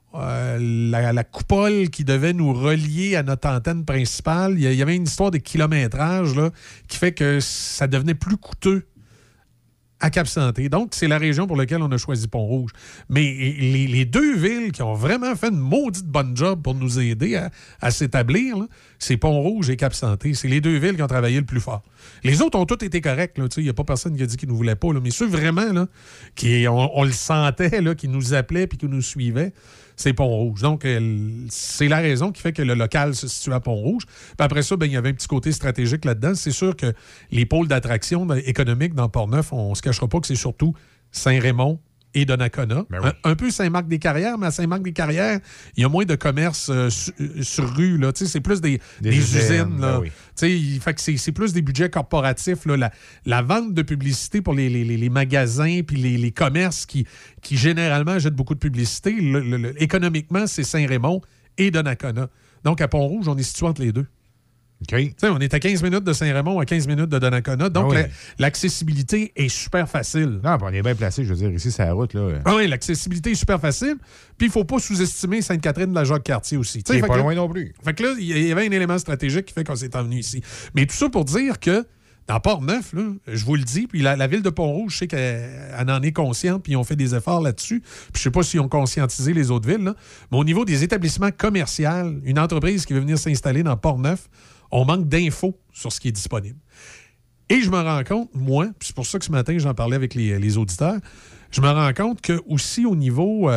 la coupole qui devait nous relier à notre antenne principale, il y avait une histoire de kilométrage là, qui fait que ça devenait plus coûteux à Cap-Santé. Donc, c'est la région pour laquelle on a choisi Pont-Rouge. Mais les deux villes qui ont vraiment fait une maudite bonne job pour nous aider à s'établir, là, c'est Pont-Rouge et Cap-Santé. C'est les deux villes qui ont travaillé le plus fort. Les autres ont tous été corrects. Il n'y a pas personne qui a dit qu'ils ne nous voulaient pas. Là. Mais ceux vraiment, là, on le sentait, là, qui nous appelaient et qui nous suivaient, c'est Pont-Rouge. Donc, c'est la raison qui fait que le local se situe à Pont-Rouge. Puis après ça, il y avait un petit côté stratégique là-dedans. C'est sûr que les pôles d'attraction économiques dans Port-Neuf, on ne se cachera pas que c'est surtout Saint-Raymond et Donnacona. Ben oui. Un peu Saint-Marc-des-Carrières, mais à Saint-Marc-des-Carrières, il y a moins de commerce sur rue. Là. C'est plus des usines. Là. Ben oui. Fait que c'est plus des budgets corporatifs. Là. La vente de publicité pour les magasins puis les commerces qui généralement jettent beaucoup de publicité, économiquement, c'est Saint-Raymond et Donnacona. Donc, à Pont-Rouge, on est situé entre les deux. Okay. On est à 15 minutes de Saint-Raymond, à 15 minutes de Donnacona. Donc, l'accessibilité est super facile. Non, on est bien placé. Je veux dire, ici, c'est la route. Là. Ah oui, l'accessibilité est super facile. Puis, il ne faut pas sous-estimer Sainte-Catherine de la Jacques-Cartier aussi. C'est pas loin non plus. Fait que là, il y avait un élément stratégique qui fait qu'on s'est envenu ici. Mais tout ça pour dire que Dans Port-Neuf, là, je vous le dis, puis la ville de Pont-Rouge, je sais qu'elle en est consciente, puis ils ont fait des efforts là-dessus. Puis je sais pas s'ils ont conscientisé les autres villes, là. Mais au niveau des établissements commerciaux, une entreprise qui veut venir s'installer dans Port-Neuf, on manque d'infos sur ce qui est disponible. Et je me rends compte, moi, puis c'est pour ça que ce matin, j'en parlais avec les auditeurs, je me rends compte que aussi au niveau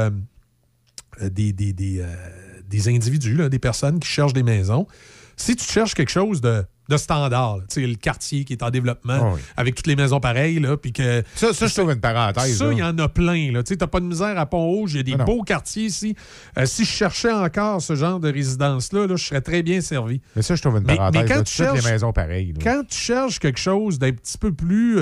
des individus, là, des personnes qui cherchent des maisons, si tu cherches quelque chose de standard, tu sais, le quartier qui est en développement, avec toutes les maisons pareilles, là, puis que... Ça, je trouve une parenthèse. Ça, il y en a plein, là. Tu sais, t'as pas de misère à Pont-Rouge, il y a des beaux quartiers ici. Si je cherchais encore ce genre de résidence-là, là, je serais très bien servi. Mais ça, je trouve une parenthèse. Mais quand là, tu cherches, toutes les maisons pareilles. Là. Quand tu cherches quelque chose d'un petit peu plus...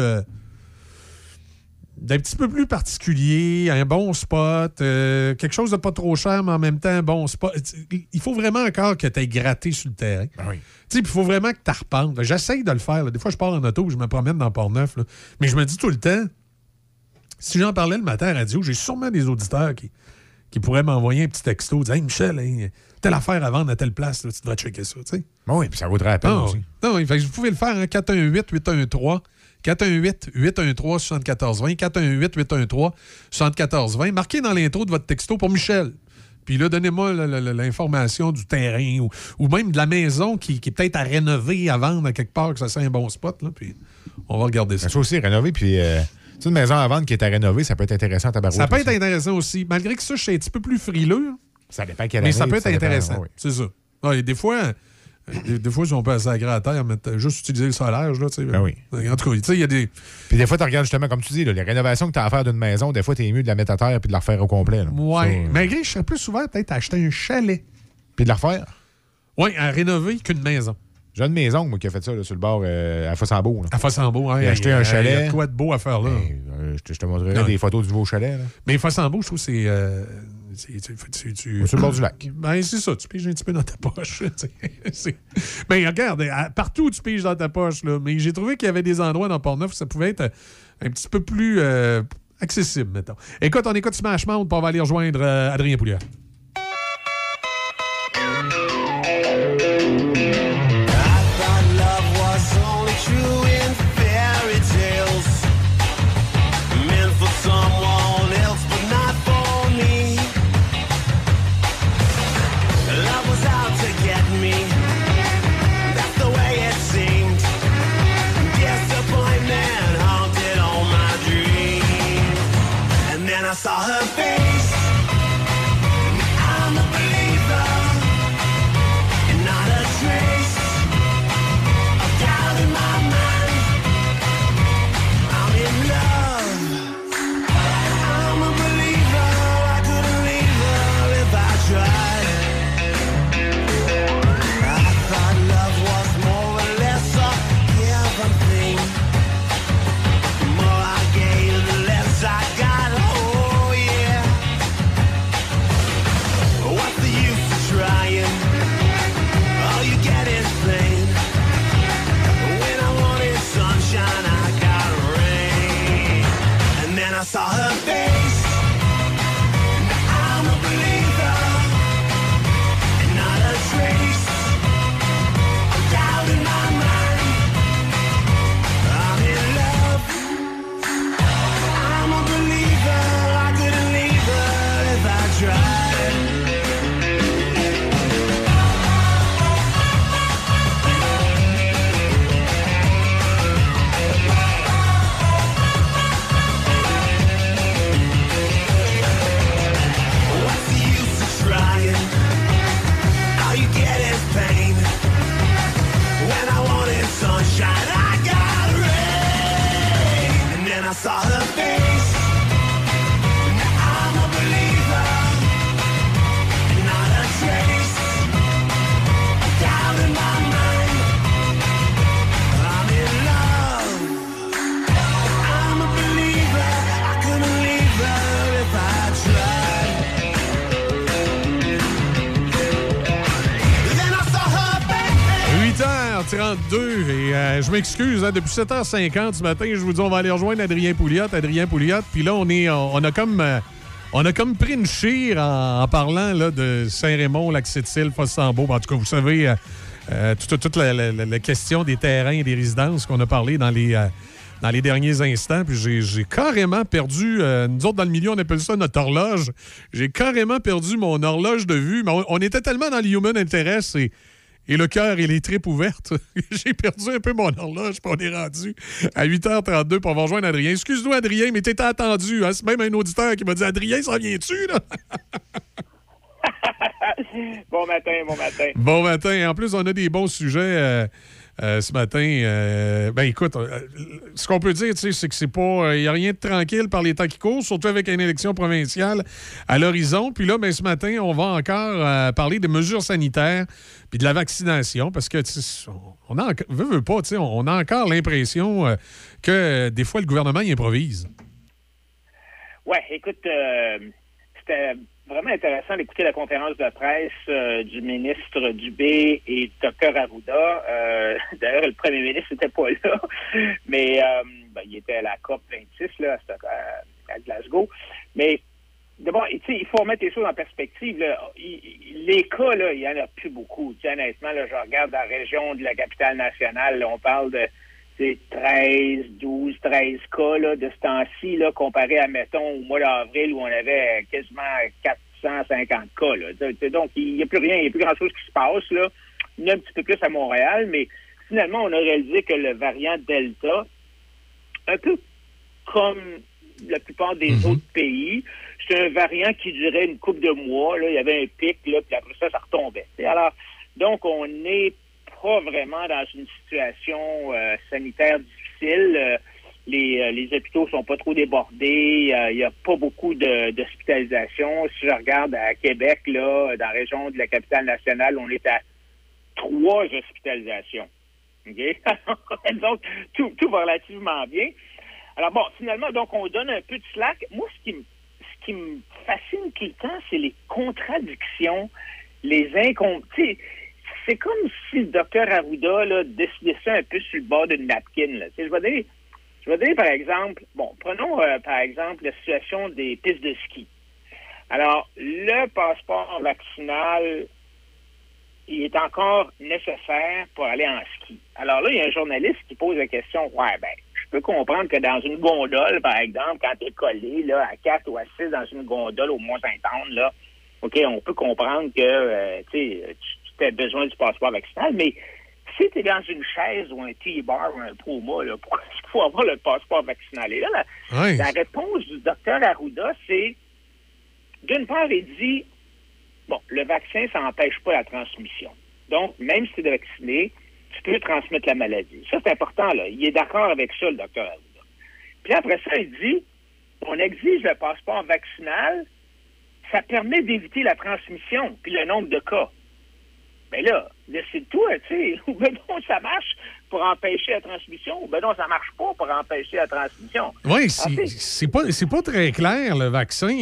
particulier, un bon spot, quelque chose de pas trop cher, mais en même temps un bon spot. Il faut vraiment encore que tu aies gratté sur le terrain. Il faut vraiment que tu repentes. J'essaye de le faire. Là. Des fois, je pars en auto, je me promène dans Port-Neuf. Là. Mais je me dis tout le temps, si j'en parlais le matin à la radio, j'ai sûrement des auditeurs qui pourraient m'envoyer un petit texto, dire « Hey Michel, telle affaire à vendre à telle place, là, tu devrais checker ça. » Oui, puis ça vaudrait la peine aussi. Non, fait que vous pouvez le faire, hein, 418-813. 418-813-7420. 418-813-7420. Marquez dans l'intro de votre texto pour Michel. Puis là, donnez-moi l'information du terrain ou même de la maison qui est peut-être à rénover, à vendre à quelque part, que ça soit un bon spot. Là, puis on va regarder ça. Ça aussi, rénover, puis une maison à vendre qui est à rénover, ça peut être intéressant à tabarouette. Ça peut être intéressant aussi. Malgré que ça, je suis un petit peu plus frileux. Ça dépend quelle mais année, ça peut être intéressant. Oui. C'est ça. Ouais, des fois, si on peut s'agréer à terre, juste utiliser le solaire, là, tu sais. Oui. En tout cas, tu sais, il y a des... Puis des fois, tu regardes justement, comme tu dis, là, les rénovations que tu as à faire d'une maison, des fois, tu es mieux de la mettre à terre puis de la refaire au complet. Oui. Malgré, je serais plus souvent peut-être à acheter un chalet. Puis de la refaire? Oui, à rénover qu'une maison. J'ai une maison, moi, qui a fait ça là, sur le bord à Fossambeau. À Fossambeau, hein. J'ai acheté un chalet. Il y a quoi de beau à faire là? Je te montrerai des photos du nouveau chalet. Là. Mais Fossambeau, je trouve que c'est... sur le bord du lac. Ben, c'est ça, tu piges un petit peu dans ta poche. Ben, regarde, partout tu piges dans ta poche, là. Mais j'ai trouvé qu'il y avait des endroits dans Port-Neuf où ça pouvait être un petit peu plus accessible, mettons. Écoute, on écoute Smash Mouth, puis on va aller rejoindre Adrien Pouliot. I saw her face. I'm a believer, and not a trace of doubt in my mind. I'm in love. I'm a believer. I couldn't leave her if I tried. I thought love was more or less a given thing. The more I gave, the less I got. I saw her face. I'm a believer, and not a trace of doubt in my mind. I'm in love. I'm a believer. I couldn't leave her if I tried. 32 et je m'excuse, hein, depuis 7h50 ce matin, je vous dis on va aller rejoindre Adrien Pouliot. Puis là, on a comme pris une chire en parlant là, de Saint-Raymond, Lac-Sept-Îles, Fossambeau. En tout cas, vous savez, toute la question des terrains et des résidences qu'on a parlé dans les derniers instants. Puis j'ai carrément perdu, nous autres dans le milieu, on appelle ça notre horloge. J'ai carrément perdu mon horloge de vue. Mais on était tellement dans le human interest et le cœur et les tripes ouvertes. J'ai perdu un peu mon horloge, puis on est rendu à 8h32 pour avoir rejoindre Adrien. Excuse-nous, Adrien, mais t'étais attendu. Hein? C'est même un auditeur qui m'a dit « Adrien, ça vient-tu, là? » Bon matin, bon matin. Bon matin. En plus, on a des bons sujets ce matin. Ben écoute, ce qu'on peut dire, c'est que c'est pas... Il n'y a rien de tranquille par les temps qui courent, surtout avec une élection provinciale à l'horizon. Puis là, ben, ce matin, on va encore parler des mesures sanitaires puis de la vaccination, parce que on a encore l'impression que des fois, le gouvernement y improvise. Oui, écoute, c'était vraiment intéressant d'écouter la conférence de presse du ministre Dubé et du Dr Arruda. D'ailleurs, le premier ministre n'était pas là, mais il était à la COP 26 là, à Glasgow. Mais d'abord, il faut remettre les choses en perspective. Là. Les cas, là, il n'y en a plus beaucoup. Honnêtement, là, je regarde la région de la capitale nationale, là, on parle de 13 cas là, de ce temps-ci, là, comparé à, mettons, au mois d'avril où on avait quasiment 450 cas. Là. Donc, il n'y a plus rien, il n'y a plus grand-chose qui se passe. Là. Il y en a un petit peu plus à Montréal, mais finalement, on a réalisé que le variant Delta, un peu comme la plupart des autres pays, c'est un variant qui durait une couple de mois. Là. Il y avait un pic, là, puis après ça retombait. Alors, donc, on n'est pas vraiment dans une situation sanitaire difficile. Les hôpitaux sont pas trop débordés. Il n'y a pas beaucoup d'hospitalisation. Si je regarde à Québec, là, dans la région de la capitale nationale, on est à 3 hospitalisations. Okay? Donc, tout va relativement bien. Alors bon, finalement, donc on donne un peu de slack. Moi, ce qui me fascine tout le temps, c'est les contradictions, les c'est comme si le docteur Arruda là, décidait ça un peu sur le bord d'une napkin. Là. Je vais donner, par exemple, prenons par exemple la situation des pistes de ski. Alors, le passeport vaccinal, il est encore nécessaire pour aller en ski. Alors là, il y a un journaliste qui pose la question, je peux comprendre que dans une gondole, par exemple, quand tu es collé là, à 4 ou à 6 dans une gondole au Mont-Saint-Anne, là, OK, on peut comprendre que tu as besoin du passeport vaccinal, mais si tu es dans une chaise ou un T-bar ou un Puma, là, pourquoi est-ce qu'il faut avoir le passeport vaccinal? Et là, la réponse du docteur Arruda, c'est, d'une part, il dit, le vaccin, ça n'empêche pas la transmission. Donc, même si tu es vacciné, tu peux transmettre la maladie. Ça, c'est important, là. Il est d'accord avec ça, le docteur Arruda. Puis après ça, il dit, on exige le passeport vaccinal, ça permet d'éviter la transmission, puis le nombre de cas. Mais là, c'est toi, tu sais. Ou ben non, ça marche pour empêcher la transmission, ou ben non, ça marche pas pour empêcher la transmission. Oui, c'est pas très clair, le vaccin,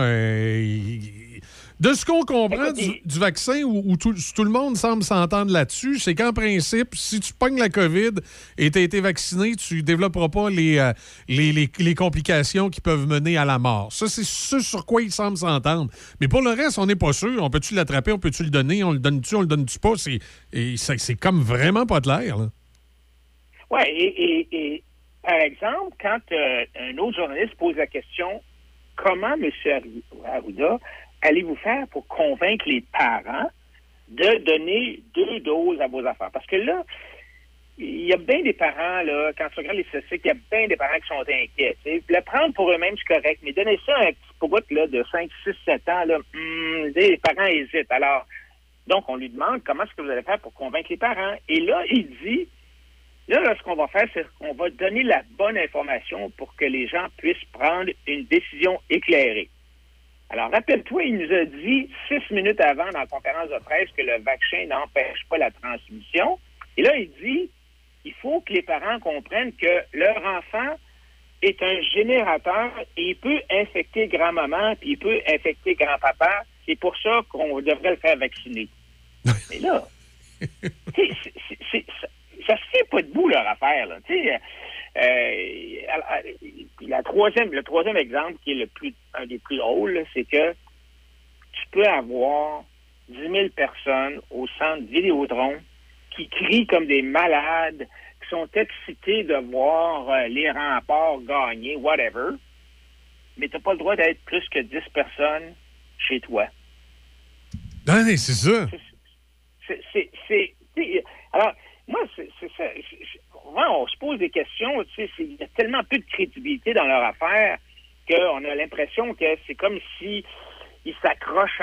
là. De ce qu'on comprend du vaccin, où tout le monde semble s'entendre là-dessus, c'est qu'en principe, si tu pognes la COVID et tu as été vacciné, tu ne développeras pas les complications qui peuvent mener à la mort. Ça, c'est ce sur quoi ils semblent s'entendre. Mais pour le reste, on n'est pas sûr. On peut-tu l'attraper? On peut-tu le donner? On le donne-tu? On le donne-tu pas? C'est comme vraiment pas clair. Oui, et par exemple, quand un autre journaliste pose la question, comment M. Arruda allez-vous faire pour convaincre les parents de donner 2 doses à vos enfants? Parce que là, il y a bien des parents, là, quand tu regardes les statistiques, il y a bien des parents qui sont inquiets. T'sais. Le prendre pour eux-mêmes, c'est correct, mais donner ça à un petit pote là, de 5, 6, 7 ans, là, les parents hésitent. Alors, donc, on lui demande comment est-ce que vous allez faire pour convaincre les parents. Et là, il dit, là, ce qu'on va faire, c'est qu'on va donner la bonne information pour que les gens puissent prendre une décision éclairée. Alors, rappelle-toi, il nous a dit 6 minutes avant dans la conférence de presse que le vaccin n'empêche pas la transmission. Et là, il dit, il faut que les parents comprennent que leur enfant est un générateur et il peut infecter grand-maman puis il peut infecter grand-papa. C'est pour ça qu'on devrait le faire vacciner. Mais là, ça se tient pas debout, leur affaire. Là. Le troisième exemple, qui est un des plus drôles, là, c'est que tu peux avoir 10 000 personnes au centre Vidéotron qui crient comme des malades, qui sont excités de voir les remparts gagner, whatever. Mais tu n'as pas le droit d'être plus que 10 personnes chez toi. Non, mais c'est ça. Alors, moi, c'est ça. On se pose des questions. Il y a tellement peu de crédibilité dans leur affaire qu'on a l'impression que c'est comme si ils s'accrochent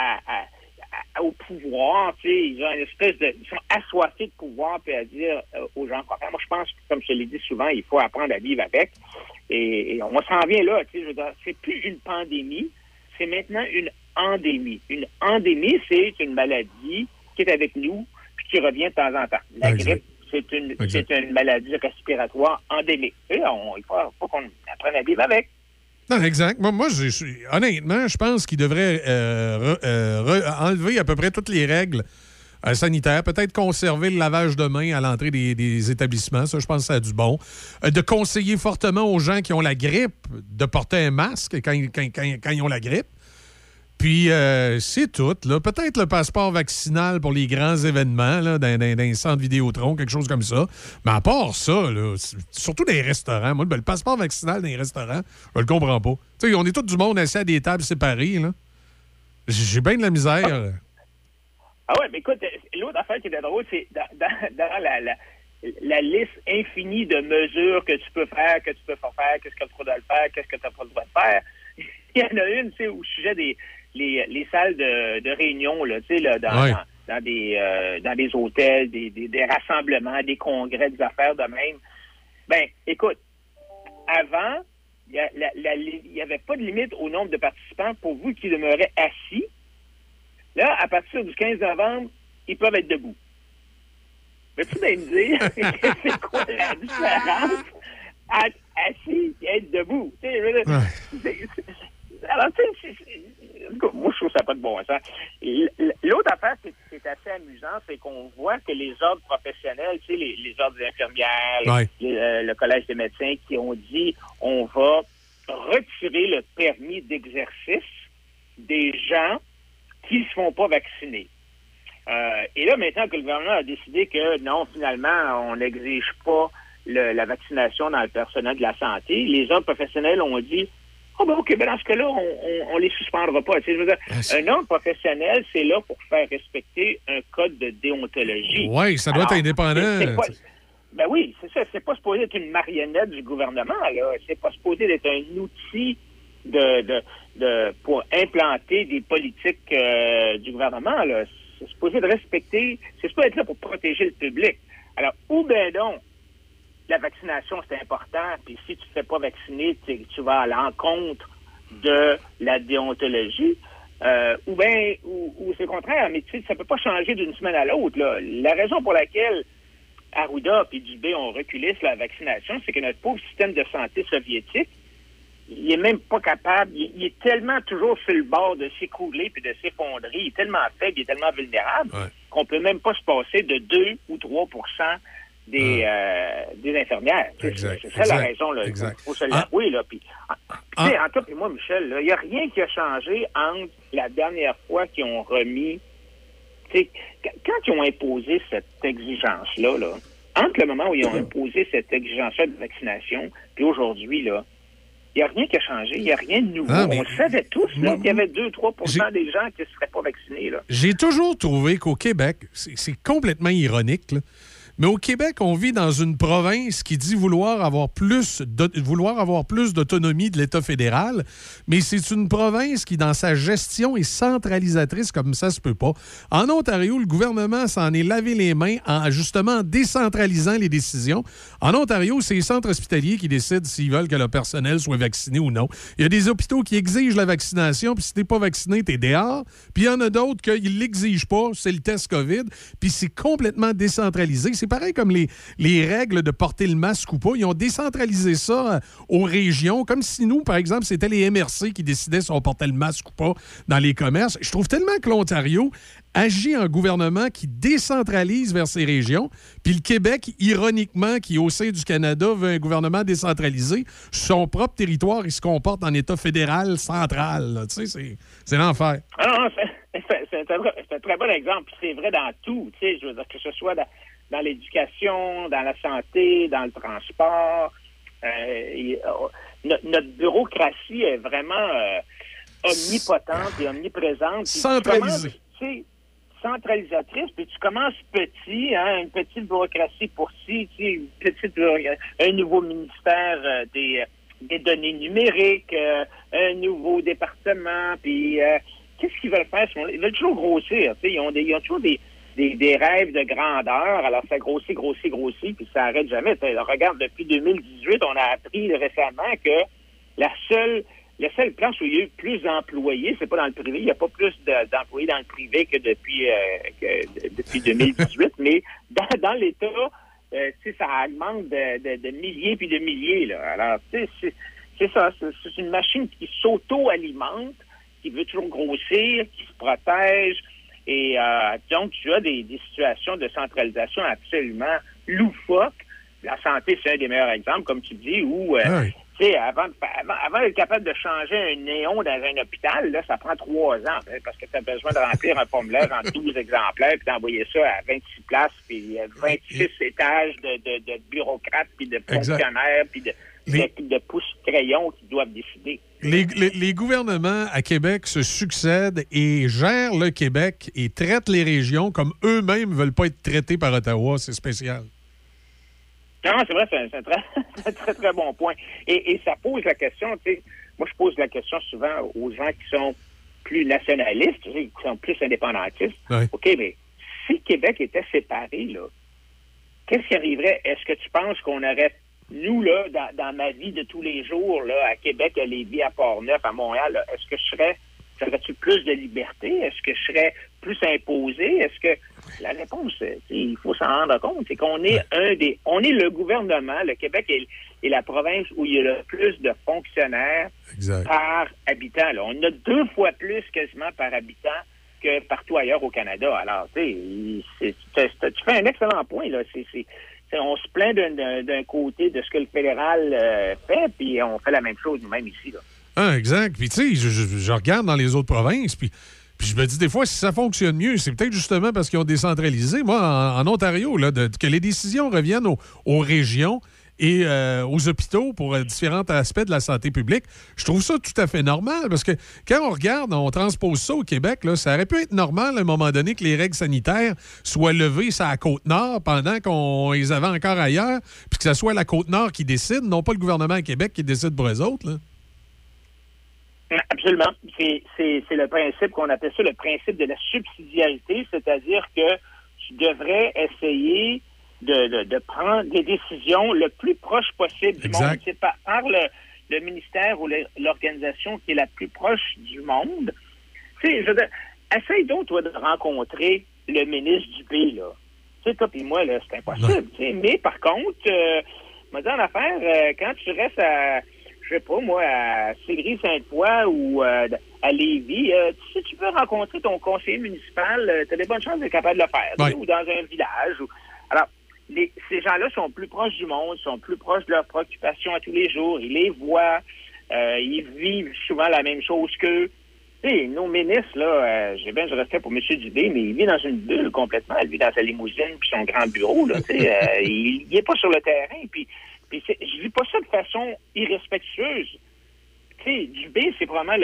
au pouvoir. Ils ont une espèce de... Ils sont assoiffés de pouvoir puis à dire aux gens quoi faire. Moi, je pense que, comme je te l'ai dit souvent, il faut apprendre à vivre avec. Et on s'en vient là. Je veux dire, c'est plus une pandémie, c'est maintenant une endémie. Une endémie, c'est une maladie qui est avec nous puis qui revient de temps en temps. La grippe, c'est une maladie respiratoire endémique. Il faut qu'on apprenne à vivre avec. Non, exact. Moi honnêtement, je pense qu'il devrait enlever à peu près toutes les règles sanitaires. Peut-être conserver le lavage de mains à l'entrée des établissements. Ça, je pense que ça a du bon. De conseiller fortement aux gens qui ont la grippe de porter un masque quand ils ont la grippe. Puis, c'est tout. Là. Peut-être le passeport vaccinal pour les grands événements là, dans les centres Vidéotron, quelque chose comme ça. Mais à part ça, là, surtout dans les restaurants, moi, le passeport vaccinal dans les restaurants, je le comprends pas. Tu sais, on est tous du monde assis à des tables séparées. Là. J'ai bien de la misère. Ah ouais, mais écoute, l'autre affaire qui est drôle, c'est dans la liste infinie de mesures que tu peux faire, que tu peux pas faire, qu'est-ce que tu as le droit de le faire, qu'est-ce que tu n'as pas le droit de faire. Il y en a une, tu sais, au sujet des les salles de réunion, là, tu sais, là, dans des hôtels, des rassemblements, des congrès, des affaires de même. Ben, écoute, avant, il n'y avait pas de limite au nombre de participants pour vous qui demeuraient assis. Là, à partir du 15 novembre, ils peuvent être debout. Peux-tu bien me dire c'est quoi la différence entre assis et être debout? Tu sais, alors, tu sais, moi, je trouve ça pas de bon sens. L'autre affaire qui est assez amusant, c'est qu'on voit que les ordres professionnels, tu sais, les ordres des infirmières, le Collège des médecins, qui ont dit on va retirer le permis d'exercice des gens qui ne se font pas vacciner. Et là, maintenant que le gouvernement a décidé que non, finalement, on n'exige pas la vaccination dans le personnel de la santé, les ordres professionnels ont dit OK, dans ce cas-là, on les suspendra pas. Tu sais, je veux dire, un ordre professionnel, c'est là pour faire respecter un code de déontologie. Oui, ça doit être indépendant. Ben oui, c'est ça. C'est pas supposé être une marionnette du gouvernement, là. C'est pas supposé être un outil pour implanter des politiques du gouvernement, là. C'est supposé de respecter, c'est supposé être là pour protéger le public. Alors, ou bien donc, la vaccination, c'est important, puis si tu ne te fais pas vacciner, tu vas à l'encontre de la déontologie, ou c'est le contraire, mais tu sais, ça ne peut pas changer d'une semaine à l'autre, là. La raison pour laquelle Arruda et Dubé ont reculé sur la vaccination, c'est que notre pauvre système de santé soviétique, il est même pas capable, il est tellement toujours sur le bord de s'écrouler puis de s'effondrer, il est tellement faible, il est tellement vulnérable qu'on peut même pas se passer de 2 ou 3 des infirmières. Exact. C'est ça la raison, là. Il faut se l'avouer, là. Puis, en tout cas, puis moi, Michel, il n'y a rien qui a changé entre la dernière fois qu'ils ont remis, quand ils ont imposé cette exigence-là, là, entre le moment où ils ont imposé cette exigence-là de vaccination, puis aujourd'hui, là, il n'y a rien qui a changé, il n'y a rien de nouveau. On savait tous qu'il y avait 2-3 des gens qui ne seraient pas vaccinés. Là. J'ai toujours trouvé qu'au Québec, c'est complètement ironique, là, mais au Québec, on vit dans une province qui dit vouloir avoir plus d'autonomie de l'État fédéral, mais c'est une province qui, dans sa gestion, est centralisatrice comme ça se peut pas. En Ontario, le gouvernement s'en est lavé les mains en justement décentralisant les décisions. En Ontario, c'est les centres hospitaliers qui décident s'ils veulent que le personnel soit vacciné ou non. Il y a des hôpitaux qui exigent la vaccination, puis si t'es pas vacciné, t'es dehors. Puis il y en a d'autres qui l'exigent pas, c'est le test COVID, puis c'est complètement décentralisé. C'est pareil comme les règles de porter le masque ou pas. Ils ont décentralisé ça aux régions, comme si nous, par exemple, c'était les MRC qui décidaient si on portait le masque ou pas dans les commerces. Je trouve tellement que l'Ontario agit en gouvernement qui décentralise vers ces régions, puis le Québec, ironiquement, qui au sein du Canada veut un gouvernement décentralisé, son propre territoire, il se comporte en État fédéral central. Là. Tu sais, c'est l'enfer. Ah non, c'est un très bon exemple. C'est vrai dans tout. Tu sais, je veux dire, que ce soit dans l'éducation, dans la santé, dans le transport. Notre bureaucratie est vraiment omnipotente et omniprésente. Centralisée. Centralisatrice, puis tu commences petit, hein, une petite bureaucratie pour ci, un nouveau ministère des données numériques, un nouveau département, puis qu'est-ce qu'ils veulent faire? Ils veulent toujours grossir, ils ont toujours des rêves de grandeur, alors ça grossit, puis ça arrête jamais. Regarde, depuis 2018, on a appris récemment que la seule place où il y a eu plus d'employés, c'est pas dans le privé. Il n'y a pas plus d'employés dans le privé que depuis 2018, mais dans l'État, ça augmente de milliers puis de milliers. Là. Alors, c'est ça. C'est une machine qui s'auto-alimente, qui veut toujours grossir, qui se protège. Et donc, tu as des situations de centralisation absolument loufoques. La santé, c'est un des meilleurs exemples, comme tu dis, où... Tu sais, avant d'être capable de changer un néon dans un hôpital, là, ça prend 3 ans, hein, parce que tu as besoin de remplir un formulaire en 12 exemplaires, puis d'envoyer ça à 26 places, puis 26 étages de bureaucrates, puis de fonctionnaires, puis de pouces-crayons qui doivent décider. Les gouvernements à Québec se succèdent et gèrent le Québec et traitent les régions comme eux-mêmes ne veulent pas être traités par Ottawa. C'est spécial. Non, c'est vrai, c'est un très, très bon point. Et ça pose la question, tu sais, moi je pose la question souvent aux gens qui sont plus nationalistes, tu sais, qui sont plus indépendantistes. Oui. OK, mais si Québec était séparé, là, qu'est-ce qui arriverait? Est-ce que tu penses qu'on aurait, nous, là, dans ma vie de tous les jours, là, à Québec, à Lévis, à Port-Neuf, à Montréal, là, est-ce que j'aurais-tu plus de liberté? Est-ce que je serais plus imposé? Est-ce que... La réponse, il faut s'en rendre compte, c'est qu'on est on est le gouvernement, le Québec est la province où il y a le plus de fonctionnaires par habitant. Là. On a 2 fois plus quasiment par habitant que partout ailleurs au Canada. Alors, tu fais un excellent point, là. On se plaint d'un côté de ce que le fédéral fait, puis on fait la même chose nous-mêmes ici, là. Ah, exact. Puis, tu sais, je regarde dans les autres provinces, puis je me dis des fois, si ça fonctionne mieux, c'est peut-être justement parce qu'ils ont décentralisé. Moi, en Ontario, là, que les décisions reviennent aux régions et aux hôpitaux pour différents aspects de la santé publique, je trouve ça tout à fait normal. Parce que quand on regarde, on transpose ça au Québec, là, ça aurait pu être normal à un moment donné que les règles sanitaires soient levées sur la Côte-Nord pendant qu'on les avait encore ailleurs, puis que ce soit la Côte-Nord qui décide, non pas le gouvernement à Québec qui décide pour eux autres, là. Absolument. C'est le principe qu'on appelle ça le principe de la subsidiarité, c'est-à-dire que tu devrais essayer de prendre des décisions le plus proche possible du monde. C'est par le ministère ou l'organisation qui est la plus proche du monde. Tu sais, essaye donc, toi, de rencontrer le ministre du B, là. Tu sais, toi puis moi, là, c'est impossible. Mais par contre, me dire en affaire, quand tu restes à... je sais pas, moi, à Sillery-Sainte-Foy ou à Lévis, si tu peux rencontrer ton conseiller municipal, tu as des bonnes chances d'être capable de le faire, ou dans un village. Alors, ces gens-là sont plus proches du monde, sont plus proches de leurs préoccupations à tous les jours, ils les voient, ils vivent souvent la même chose qu'eux. Tu sais, nos ministres, là, j'ai bien du respect pour M. Dubé, mais il vit dans une bulle complètement, il vit dans sa limousine puis son grand bureau, là, tu sais, il n'est pas sur le terrain, puis je dis pas ça de façon irrespectueuse. Tu sais, Dubé, c'est probablement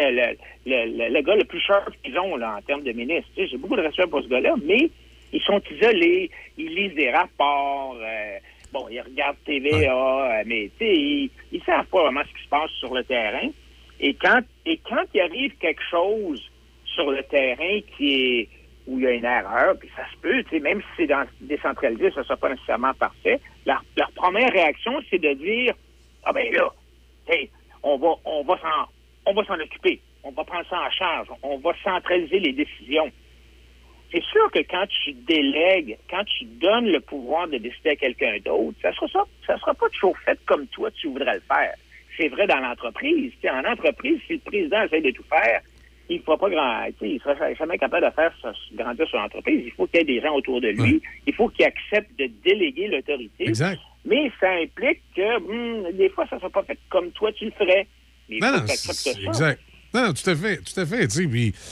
le gars le plus sharp qu'ils ont là, en termes de ministre. Tu sais, j'ai beaucoup de respect pour ce gars-là, mais ils sont isolés, ils lisent des rapports, ils regardent TVA, mais tu sais, ils savent pas vraiment ce qui se passe sur le terrain. Et quand il arrive quelque chose sur le terrain où il y a une erreur, puis ça se peut, tu sais, même si c'est décentralisé, ça ne sera pas nécessairement parfait. Leur première réaction, c'est de dire, ah ben là, hey, on va s'en occuper, on va prendre ça en charge, on va centraliser les décisions. C'est sûr que quand tu délègues, quand tu donnes le pouvoir de décider à quelqu'un d'autre, ça sera pas toujours fait comme toi tu voudrais le faire. C'est vrai dans l'entreprise. Tu sais, en entreprise, si le président essaie de tout faire, il ne fera pas il sera jamais capable de faire grandir son entreprise. Il faut qu'il y ait des gens autour de lui. Il faut qu'il accepte de déléguer l'autorité. Exact. Mais ça implique que des fois, ça ne sera pas fait comme toi tu le ferais. Mais il faut que tu acceptes ça. Exact. Non, tout à fait. Tu sais, puis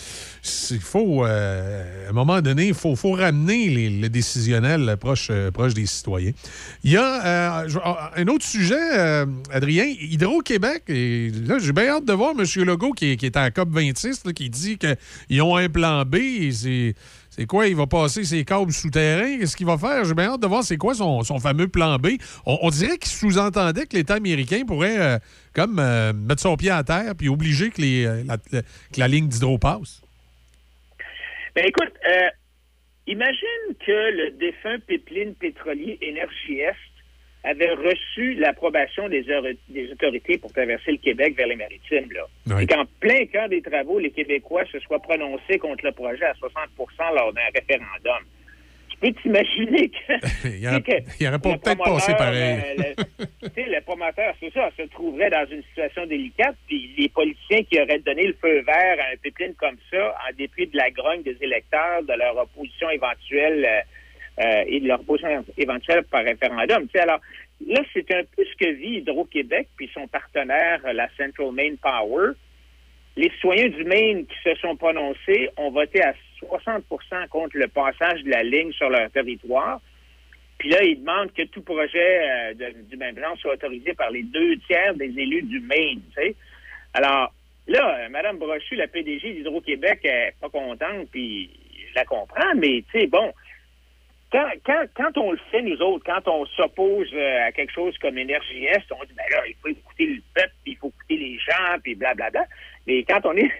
il faut, à un moment donné, il faut ramener le décisionnel proche des citoyens. Il y a un autre sujet, Adrien, Hydro-Québec, et là, j'ai bien hâte de voir M. Legault qui est à la COP26, là, qui dit qu'ils ont un plan B. Et c'est quoi? Il va passer ses câbles souterrains? Qu'est-ce qu'il va faire? J'ai bien hâte de voir c'est quoi son fameux plan B. On dirait qu'il sous-entendait que l'État américain pourrait mettre son pied à terre puis obliger que la ligne d'hydro passe. Ben écoute, imagine que le défunt pipeline pétrolier Énergie Est avait reçu l'approbation des autorités pour traverser le Québec vers les Maritimes. Là. Oui. Et qu'en plein cœur des travaux, les Québécois se soient prononcés contre le projet à 60 lors d'un référendum. Tu peux t'imaginer il aurait pas peut-être passé pareil. Le promoteur, c'est ça, se trouverait dans une situation délicate, puis les politiciens qui auraient donné le feu vert à un pipeline comme ça, en dépit de la grogne des électeurs, de leur opposition éventuelle et de leur opposition éventuelle par référendum. Alors, là, c'est un peu ce que vit Hydro-Québec puis son partenaire, la Central Maine Power. Les citoyens du Maine qui se sont prononcés ont voté à 60 contre le passage de la ligne sur leur territoire. Puis là, ils demandent que tout projet du même genre soit autorisé par les 2/3 des élus du Maine. Tu sais. Alors, là, Mme Brochu, la PDG d'Hydro-Québec, est pas contente, puis je la comprends, mais tu sais, bon, quand on le fait, nous autres, quand on s'oppose à quelque chose comme Énergie Est, on dit, ben là, il faut écouter le peuple, puis il faut écouter les gens, puis blablabla. Mais quand on est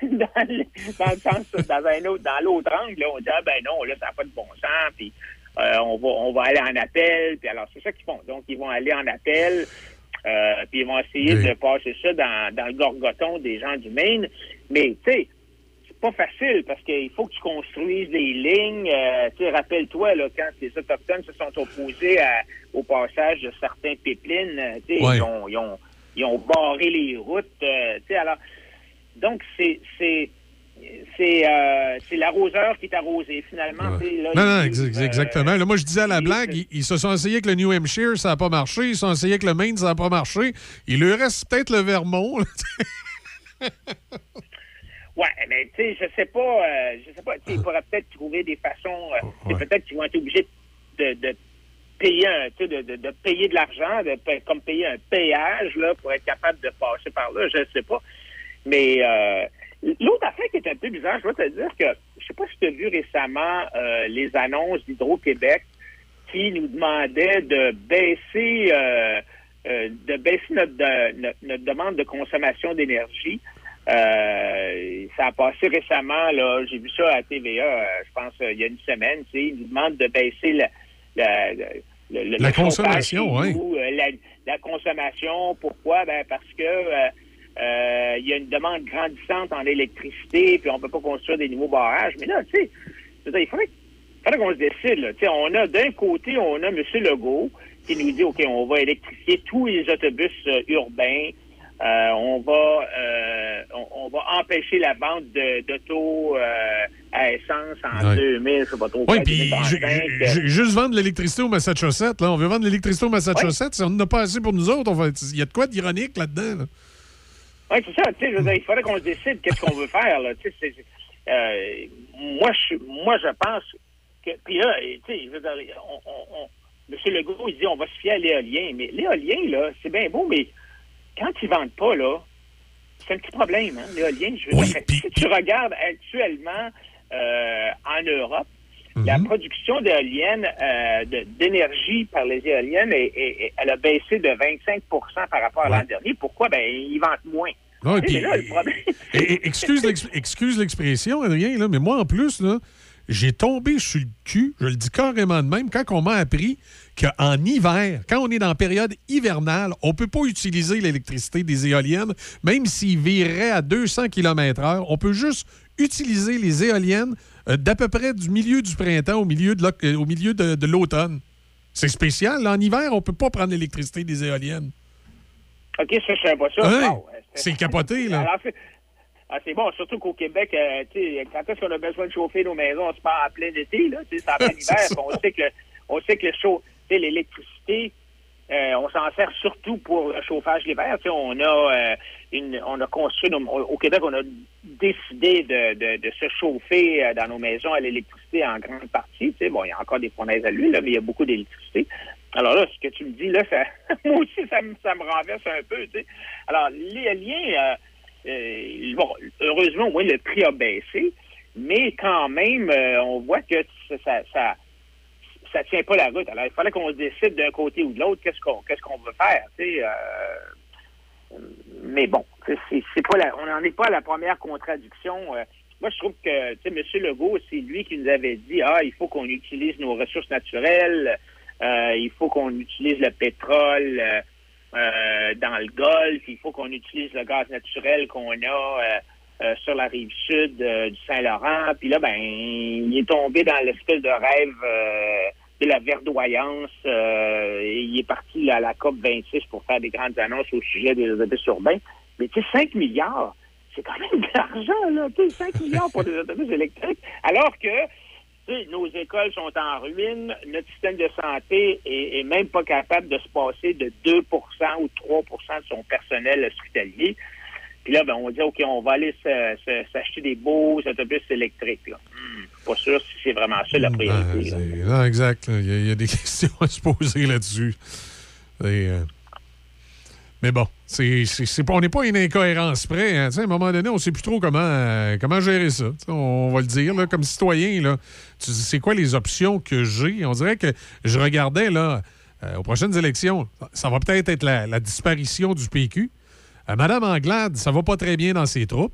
dans l'autre angle, là, on dit, ah ben non, là, ça n'a pas de bon sens, puis on va aller en appel, puis alors, c'est ça qu'ils font. Donc, ils vont aller en appel, puis ils vont essayer de passer ça dans le gorgoton des gens du Maine. Mais, tu sais, pas facile parce qu'il faut que tu construises des lignes. Rappelle-toi, là, quand les Autochtones se sont opposés au passage de certains pipelines, ils ont barré les routes. Alors, donc, c'est l'arroseur qui est arrosé, finalement. Ouais. Là, exactement. Là, moi, je disais à la blague, ils se sont essayés avec le New Hampshire, ça n'a pas marché. Ils se sont essayés avec le Maine, ça n'a pas marché. Il leur reste peut-être le Vermont. Ouais, mais tu sais, je sais pas, ils pourraient peut-être trouver des façons, peut-être qu'ils vont être obligés de payer de payer de l'argent, comme payer un péage, là, pour être capable de passer par là, je sais pas. Mais l'autre affaire qui est un peu bizarre, je dois te dire que, je sais pas si tu as vu récemment les annonces d'Hydro-Québec qui nous demandaient de baisser notre demande de consommation d'énergie. Ça a passé récemment, là, j'ai vu ça à TVA, je pense, il y a une semaine, tu sais, ils nous demandent de baisser la consommation, oui. La consommation, pourquoi? Ben, parce que il y a une demande grandissante en électricité, puis on peut pas construire des nouveaux barrages. Mais là, tu sais, il faudrait qu'on se décide, là. Tu sais, on a, d'un côté, on a M. Legault qui nous dit, OK, on va électrifier tous les autobus urbains. On va empêcher la vente d'auto à essence en 2000, je sais pas trop. Oui, puis juste vendre l'électricité au Massachusetts. Là. On veut vendre l'électricité au Massachusetts. Si on n'en a pas assez pour nous autres, il y a de quoi d'ironique là-dedans. Là. Oui, c'est ça. Il faudrait qu'on se décide qu'est-ce qu'on veut faire. Là. Moi, je pense que... Puis là, M. Legault, il dit on va se fier à l'éolien. Mais l'éolien, là, c'est bien beau, mais quand ils ne vendent pas, là, c'est un petit problème, hein, l'éolien. Si tu regardes actuellement en Europe, la production d'éoliennes, d'énergie par les éoliennes, elle a baissé de 25 par rapport à l'an dernier. Pourquoi? Ben, ils vendent moins. Ouais, c'est là le problème. Excuse l'expression, Adrien, là, mais moi, en plus, là, j'ai tombé sur le cul, je le dis carrément de même, quand on m'a appris qu'en hiver, quand on est dans la période hivernale, on ne peut pas utiliser l'électricité des éoliennes, même s'ils vireraient à 200 km/h. On peut juste utiliser les éoliennes d'à peu près du milieu du printemps au milieu de l'automne. C'est spécial. Là, en hiver, on ne peut pas prendre l'électricité des éoliennes. OK, ça, je ne sais pas ça. Ouais, wow, c'est capoté, là. Alors, c'est bon, surtout qu'au Québec, quand est-ce qu'on a besoin de chauffer nos maisons, on se part en plein été, là, c'est en plein hiver, on sait que l'électricité, on s'en sert surtout pour le chauffage l'hiver. Tu sais, on a construit, au Québec, on a décidé de se chauffer dans nos maisons à l'électricité en grande partie. Tu sais, bon, il y a encore des fournaises à l'huile, là, mais il y a beaucoup d'électricité. Alors là, ce que tu me dis, là, moi aussi, ça me renverse un peu, tu sais. Alors, l'éolien, bon, heureusement, au moins, le prix a baissé, mais quand même, on voit que ça tient pas la route. Alors, il fallait qu'on décide d'un côté ou de l'autre qu'est-ce qu'on veut faire, tu sais. Mais bon, c'est pas on n'en est pas à la première contradiction. Moi, je trouve que, tu sais, M. Legault, c'est lui qui nous avait dit, il faut qu'on utilise nos ressources naturelles, il faut qu'on utilise le pétrole dans le Golfe, il faut qu'on utilise le gaz naturel qu'on a sur la rive sud du Saint-Laurent. Puis là, il est tombé dans l'espèce de rêve de la verdoyance. Et il est parti à la COP26 pour faire des grandes annonces au sujet des autobus urbains. Mais tu sais, 5 milliards, c'est quand même de l'argent, là. Tu sais, 5 milliards pour des autobus électriques. Alors que nos écoles sont en ruine, notre système de santé est même pas capable de se passer de 2 ou 3 de son personnel hospitalier. Puis là, on dit, OK, on va aller s'acheter des beaux autobus électriques. Là. Pas sûr si c'est vraiment ça la priorité. Non, exact. Il y a des questions à se poser là-dessus. Mais bon, on n'est pas une incohérence près. Hein. À un moment donné, on ne sait plus trop comment gérer ça. T'sais, on va le dire, là, comme citoyen. Là, tu dis, c'est quoi les options que j'ai? On dirait que je regardais là, aux prochaines élections, ça va peut-être être la disparition du PQ. Madame Anglade, ça va pas très bien dans ses troupes.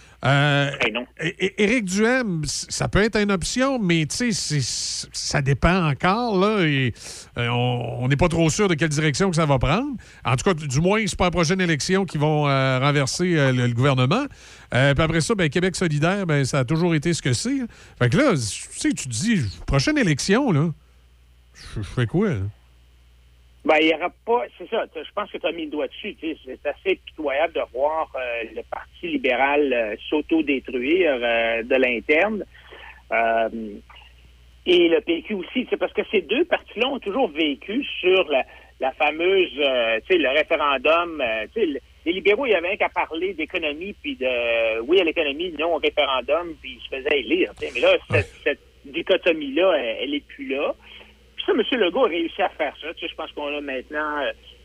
Éric Duhem, ça peut être une option, mais tu sais, ça dépend encore, là, et on n'est pas trop sûr de quelle direction que ça va prendre. En tout cas, du moins, c'est pas la prochaine élection qui vont renverser le gouvernement. Puis après ça, Québec solidaire, ça a toujours été ce que c'est. Fait que là, tu sais, tu te dis, prochaine élection, là, je fais quoi, là? Il n'y aura pas... C'est ça, je pense que tu as mis le doigt dessus. C'est assez pitoyable de voir le Parti libéral s'auto-détruire de l'interne. Et le PQ aussi, parce que ces deux partis-là ont toujours vécu sur la fameuse... le référendum... les libéraux, il y avait rien qu'à parler d'économie, puis de oui à l'économie, non au référendum, puis ils se faisaient élire. Mais là, cette dichotomie-là, elle n'est plus là. Ça, M. Legault a réussi à faire ça. Je pense qu'on a maintenant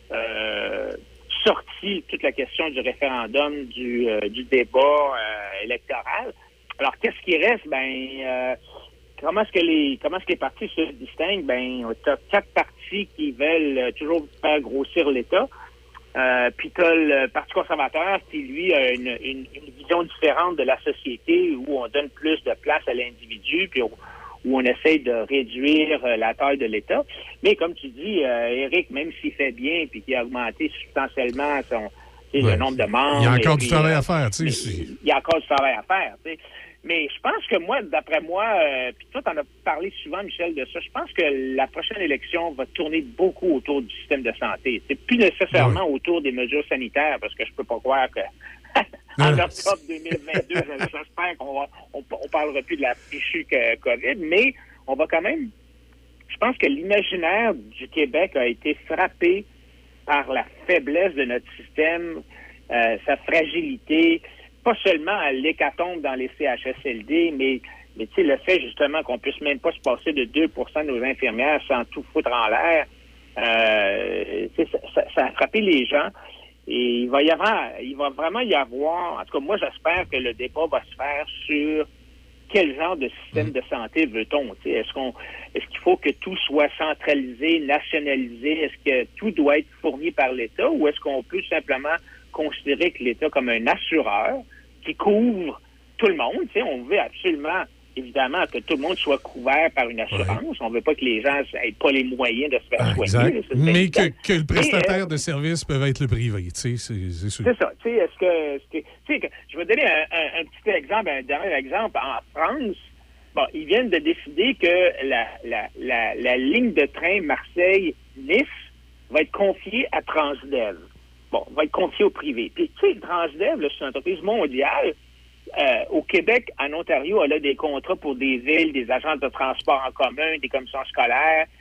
sorti toute la question du référendum, du débat électoral. Alors, qu'est-ce qui reste? Comment est-ce que les partis se distinguent? Tu as 4 partis qui veulent toujours faire grossir l'État. Puis tu as le Parti conservateur qui, lui, a une vision différente de la société où on donne plus de place à l'individu, puis où on essaie de réduire la taille de l'État. Mais comme tu dis, Éric, même s'il fait bien puis qu'il a augmenté substantiellement le nombre de membres... Il y a encore du travail à faire. Il y a encore du travail à faire. T'sais. Mais je pense que moi, d'après moi, puis toi, t'en as parlé souvent, Michel, de ça, je pense que la prochaine élection va tourner beaucoup autour du système de santé. C'est plus nécessairement autour des mesures sanitaires, parce que je peux pas croire que... En octobre 2022, j'espère qu'on parlera plus de la fichue COVID, mais on va quand même... Je pense que l'imaginaire du Québec a été frappé par la faiblesse de notre système, sa fragilité, pas seulement à l'hécatombe dans les CHSLD, mais tu sais, le fait justement qu'on puisse même pas se passer de 2 de nos infirmières sans tout foutre en l'air, ça a frappé les gens. Et il va vraiment y avoir, en tout cas, moi, j'espère que le débat va se faire sur quel genre de système de santé veut-on. Est-ce qu'il faut que tout soit centralisé, nationalisé? Est-ce que tout doit être fourni par l'État? Ou est-ce qu'on peut simplement considérer que l'État comme un assureur qui couvre tout le monde? On veut absolument, évidemment, que tout le monde soit couvert par une assurance. Ouais. On veut pas que les gens n'aient pas les moyens de se faire soigner. Mais que le prestataire de service peut être le privé, c'est sûr. C'est ça. Je vais donner un petit exemple, un dernier exemple. En France, ils viennent de décider que la ligne de train Marseille-Nice va être confiée à Transdev. Va être confiée au privé. Puis, Transdev, c'est une entreprise mondiale. Au Québec, en Ontario, elle a des contrats pour des villes, des agences de transport en commun, des commissions scolaires.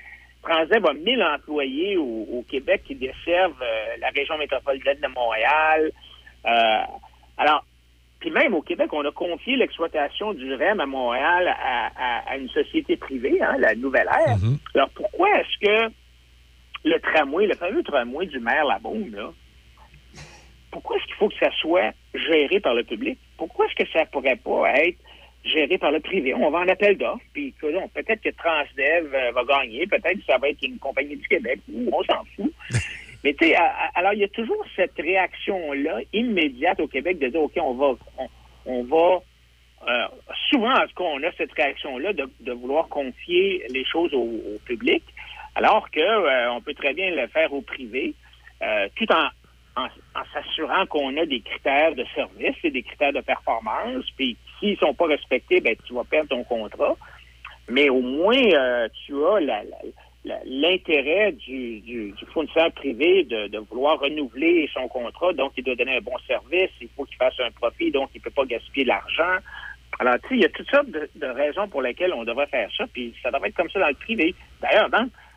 Transdev a 1000 employés au Québec qui desservent la région métropolitaine de Montréal. Alors, puis même au Québec, on a confié l'exploitation du REM à Montréal à une société privée, la Nouvelle Ère. Alors, pourquoi est-ce que le tramway, le fameux tramway du maire Labaume, là, pourquoi est-ce qu'il faut que ça soit géré par le public? Pourquoi est-ce que ça pourrait pas être géré par le privé? On va en appel d'offres, puis peut-être que Transdev va gagner, peut-être que ça va être une compagnie du Québec, on s'en fout. Mais tu sais, alors il y a toujours cette réaction-là immédiate au Québec de dire, OK, on va souvent, en tout cas, on a cette réaction-là de vouloir confier les choses au public, alors que on peut très bien le faire au privé, tout en s'assurant qu'on a des critères de service et des critères de performance, puis s'ils sont pas respectés, ben tu vas perdre ton contrat. Mais au moins, tu as l'intérêt du fournisseur privé de vouloir renouveler son contrat, donc il doit donner un bon service, il faut qu'il fasse un profit, donc il peut pas gaspiller l'argent. Alors, tu sais, il y a toutes sortes de raisons pour lesquelles on devrait faire ça, puis ça devrait être comme ça dans le privé. D'ailleurs,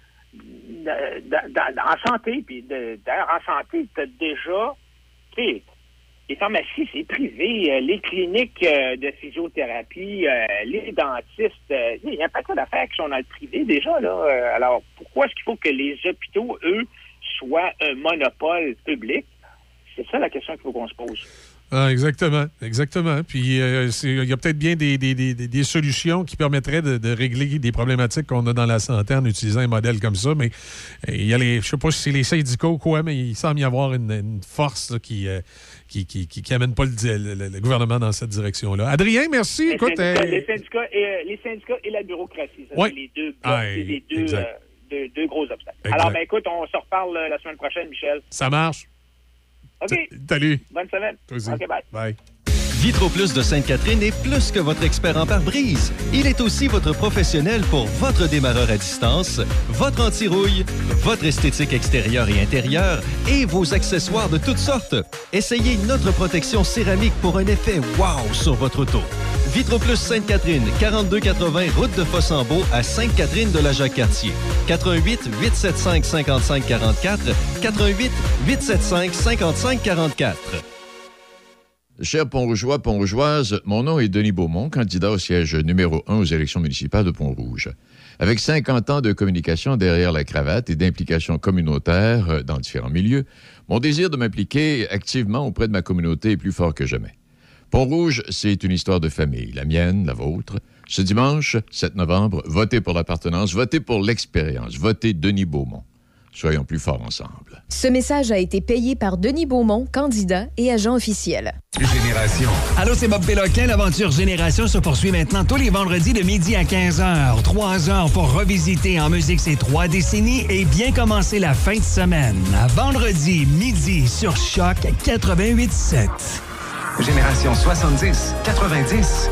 en santé, puis d'ailleurs, en santé, tu as déjà, tu sais, les pharmacies, c'est privé, les cliniques de physiothérapie, les dentistes, il y a pas d'affaires qui sont dans le privé déjà, là. Alors, pourquoi est-ce qu'il faut que les hôpitaux, eux, soient un monopole public? C'est ça la question qu'il faut qu'on se pose. Ah, exactement. Puis, il y a peut-être bien des solutions qui permettraient de régler des problématiques qu'on a dans la santé en utilisant un modèle comme ça. Mais il y a je sais pas si c'est les syndicats ou quoi, mais il semble y avoir une force là, qui amène pas le gouvernement dans cette direction-là. Adrien, merci. Les syndicats et la bureaucratie. Ça, oui. C'est les deux gros obstacles. Exact. Alors, écoute, on se reparle la semaine prochaine, Michel. Ça marche. OK. Salut. Bonne semaine. Toi aussi. OK, bye. Bye. Vitro Plus de Sainte-Catherine est plus que votre expert en pare-brise. Il est aussi votre professionnel pour votre démarreur à distance, votre anti-rouille, votre esthétique extérieure et intérieure et vos accessoires de toutes sortes. Essayez notre protection céramique pour un effet wow sur votre auto. Vitro Plus Sainte-Catherine, 4280 route de Fossambeau à Sainte-Catherine de la Jacques-Cartier. 88 875 55 44, 88 875 55 44. Chers Pont-Rougeois, Pont-Rougeoises, mon nom est Denis Beaumont, candidat au siège numéro 1 aux élections municipales de Pont-Rouge. Avec 50 ans de communication derrière la cravate et d'implication communautaire dans différents milieux, mon désir de m'impliquer activement auprès de ma communauté est plus fort que jamais. Pont-Rouge, c'est une histoire de famille, la mienne, la vôtre. Ce dimanche, 7 novembre, votez pour l'appartenance, votez pour l'expérience, votez Denis Beaumont. Soyons plus forts ensemble. Ce message a été payé par Denis Beaumont, candidat et agent officiel. Génération. Allô, c'est Bob Péloquin. L'aventure Génération se poursuit maintenant tous les vendredis de midi à 15h. 3 heures pour revisiter en musique ces 3 décennies et bien commencer la fin de semaine. À vendredi, midi, sur Choc 88.7. Génération 70-90.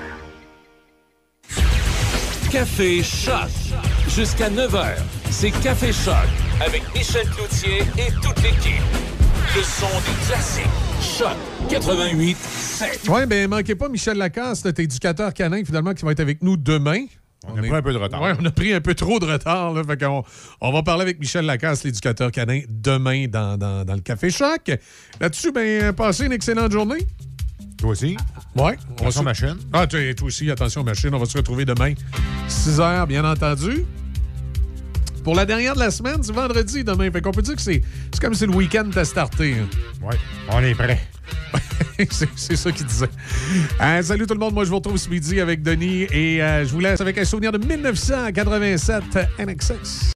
Café Choc. Jusqu'à 9h, c'est Café Choc avec Michel Cloutier et toute l'équipe. Le son des classiques. Choc 88.7. Oui, bien, manquez pas Michel Lacasse, notre éducateur canin, finalement, qui va être avec nous demain. On a pris un peu de retard. Oui, on a pris un peu trop de retard. Là, fait qu'on, on va parler avec Michel Lacasse, l'éducateur canin, demain dans le Café Choc. Là-dessus, bien, passez une excellente journée. Toi aussi? Oui. Attention aux machines. Ah, toi aussi, attention aux machines. On va se retrouver demain, 6h, bien entendu. Pour la dernière de la semaine, c'est vendredi demain. Fait qu'on peut dire que c'est comme si le week-end t'a starté. Oui, on est prêt. c'est ça qu'il disait. Salut tout le monde. Moi, je vous retrouve ce midi avec Denis et je vous laisse avec un souvenir de 1987 NXS.